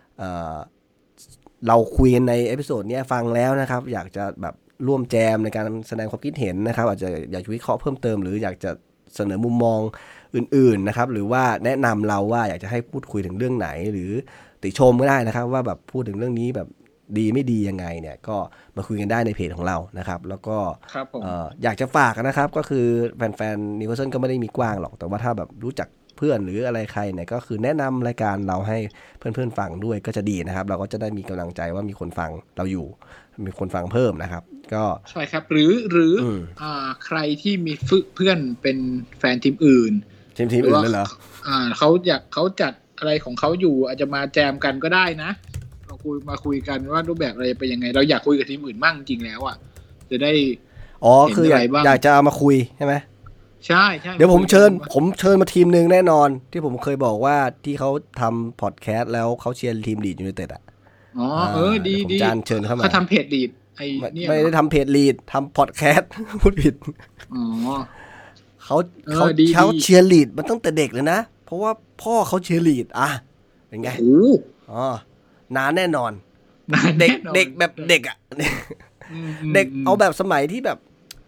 เราคุยกันในเอพิโซดนี้ฟังแล้วนะครับอยากจะแบบร่วมแจมในการแสดงความคิดเห็นนะครับอาจจะอยากวิเคราะห์เพิ่มเติมหรืออยากจะเสนอมุมมองอื่นๆนะครับหรือว่าแนะนำเราว่าอยากจะให้พูดคุยถึงเรื่องไหนหรือติชมก็ได้นะครับว่าแบบพูดถึงเรื่องนี้แบบดีไม่ดียังไงเนี่ยก็มาคุยกันได้ในเพจของเรานะครับแล้วก็อยากจะฝากนะครับก็คือแฟนๆนิวคาสเซิลก็ไม่ได้มีกว้างหรอกแต่ว่าถ้าแบบรู้จักเพื่อนหรืออะไรใครเนี่ยก็คือแนะนำรายการเราให้เพื่อนๆฟังด้วยก็จะดีนะครับเราก็จะได้มีกำลังใจว่ามีคนฟังเราอยู่มีคนฟังเพิ่มนะครับก็ใช่ครับหรือใครที่มีเพื่อนเป็นแฟนทีมอื่นเลยเหรอเขาจัดอะไรของเขาอยู่อาจจะมาแจมกันก็ได้นะเราคุยกันว่ารูปแบบอะไรเป็นยังไงเราอยากคุยกับทีมอื่นมั่งจริงแล้วจะได้คืออยากจะเอามาคุยใช่ไหมใช่เดี๋ยวผมเชิญมาทีมนึงแน่นอนที่ผมเคยบอกว่าที่เขาทำพอดแคสต์แล้วเขาเชียร์ทีมลีดยูไนเต็ดดีผมจานเชิญเข้ามาเขาทำเพจลีดไม่ได้ทำเพจลีดทำพอดแคสต์พูดผิดเขาเชียร์ลีดมันตั้งแต่เด็กเลยนะเพราะว่าพ่อเขาเชียร์ลีดเป็นไงนานแน่นอนเด็กแบบเด็กเด็กเอาแบบสมัยที่แบบ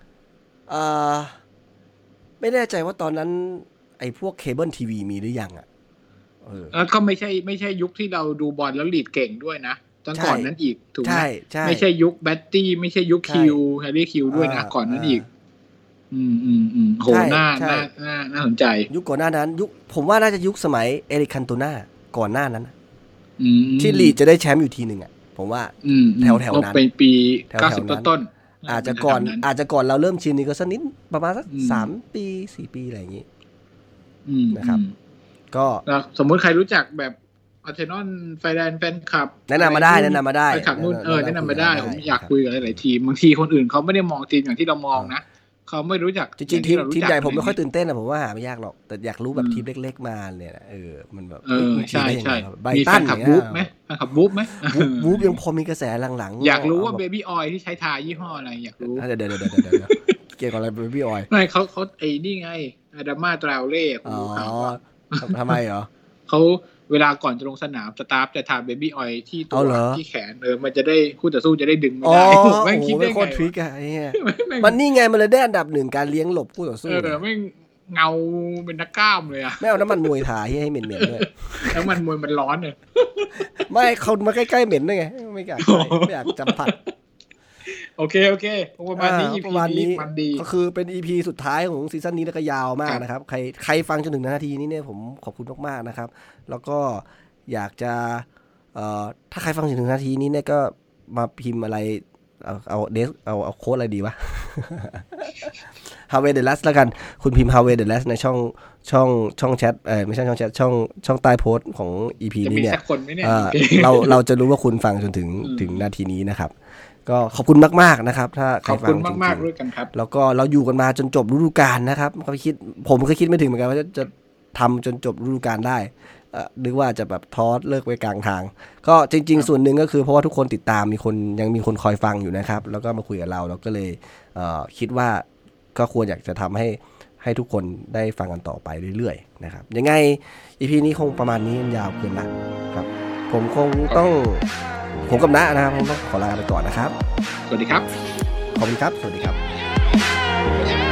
ไม่แน่ใจว่าตอนนั้นไอ้พวกเคเบิลทีวีมีหรือยังก็ไม่ใช่ยุคที่เราดูบอลแล้วลีดเก่งด้วยนะตั้งก่อนนั้นอีกถูกไหมใช่ไม่ใช่ยุคแบตตี้ไม่ใช่ยุคคิวแฮร์รี่คิวด้วยนะก่อนนั้นอีกโหน่าสนใจยุคก่อนหน้านั้นยุคผมว่าน่าจะยุคสมัยเอริกคันโตนาก่อนหน้านั้นที่ลีดจะได้แชมป์อยู่ทีหนึ่งอ่ะผมว่าแถวนั้นเป็นปี90ต้นอาจจะก่อนเราเริ่มชินนี่ก็สักนิดประมาณสัก3 ปี4 ปีอะไรอย่างงี้นะครับก็สมมุติใครรู้จักแบบอาร์เซนอลแฟนคลับแนะนำมาได้แฟนคลับนู่นแนะนำมาได้ผมอยากคุยกับหลายๆทีมบางทีคนอื่นเขาไม่ได้มองทีมอย่างที่เรามองนะเขาไม่รู้จักจริงๆทีมใหญ่ผมไม่ค่อยตื่นเต้นนะผมว่าหาไม่ยากหรอกแต่อยากรู้แบบทีมเล็กๆมาเนี่ยมันแบบใช่ไบรตันขับวูฟไหมขับวูฟไหมวูฟยังพอมีกระแสหลังๆอยากรู้ว่าเบบี้ออยล์ที่ใช้ทายี่ห้ออะไรอยากรู้เดี๋ยวเกี่ยวกับอะไรเบบี้ออยล์ไม่เขาไอ้นี่ไงอาดาม่าตราเล่อ๋อทำไมเหรอเขาเวลาก่อนจะลงสนามสตาฟจะทาเบบี้ออยล์ที่ตัวที่แขนมันจะได้คู่ต่อสู้จะได้ดึงไม่ได้ไม่คิดได้ไงโคตรทริคอะไอ้เนี่ยมันนี่ไงมันเลยได้อันดับ1การเลี้ยงหลบคู่ต่อสู้ไม่เงาเป็นนักกล้ามเลยอะไม่เอาน้ำมันมวยทาให้เหม็นๆด้วยน้ำมันมวยมันร้อนเลยไม่เขามาใกล้ๆเหม็นด้วยไงไม่อยากจำผัดโอเคประมาณนี้ EP นี้มันดีก็คือเป็น EP สุดท้ายของซีซั่นนี้แล้วก็ยาวมากนะครับใครฟังจนถึงนาทีนี้เนี่ยผมขอบคุณมากๆนะครับแล้วก็อยากจะถ้าใครฟังถึงนาทีนี้เนี่ยก็มาพิมพ์อะไรเอาโค้ดอะไรดีวะ Harvey the Last แล้วกันคุณพิมพ์ Harvey the Last ในช่องแชทไม่ใช่ช่องแชทช่องใต้โพสต์ของ EP นี้เนี่ยเราจะรู้ว่าคุณฟังจนถึงนาทีนี้นะครับก็ขอบคุณมากๆนะครับถ้าใครฟังขอบคุณมากๆด้วยกันครับแล้วก็เราอยู่กันมาจนจบฤดูกาลนะครับผมก็คิดไม่ถึงเหมือนกันว่าจะทำจนจบฤดูกาลได้นึกว่าจะแบบท้อเลิกไว้กลางทางก็จริงๆส่วนหนึ่งก็คือเพราะว่าทุกคนติดตามยังมีคนคอยฟังอยู่นะครับแล้วก็มาคุยกับเราก็เลยคิดว่าก็ควรอยากจะทำให้ทุกคนได้ฟังกันต่อไปเรื่อยๆนะครับยังไง EP นี้คงประมาณนี้ยาวเกินละครับผมกับน้านะครับผมต้องขอลาไปก่อนนะครับสวัสดีครับขอบคุณครับสวัสดีครับ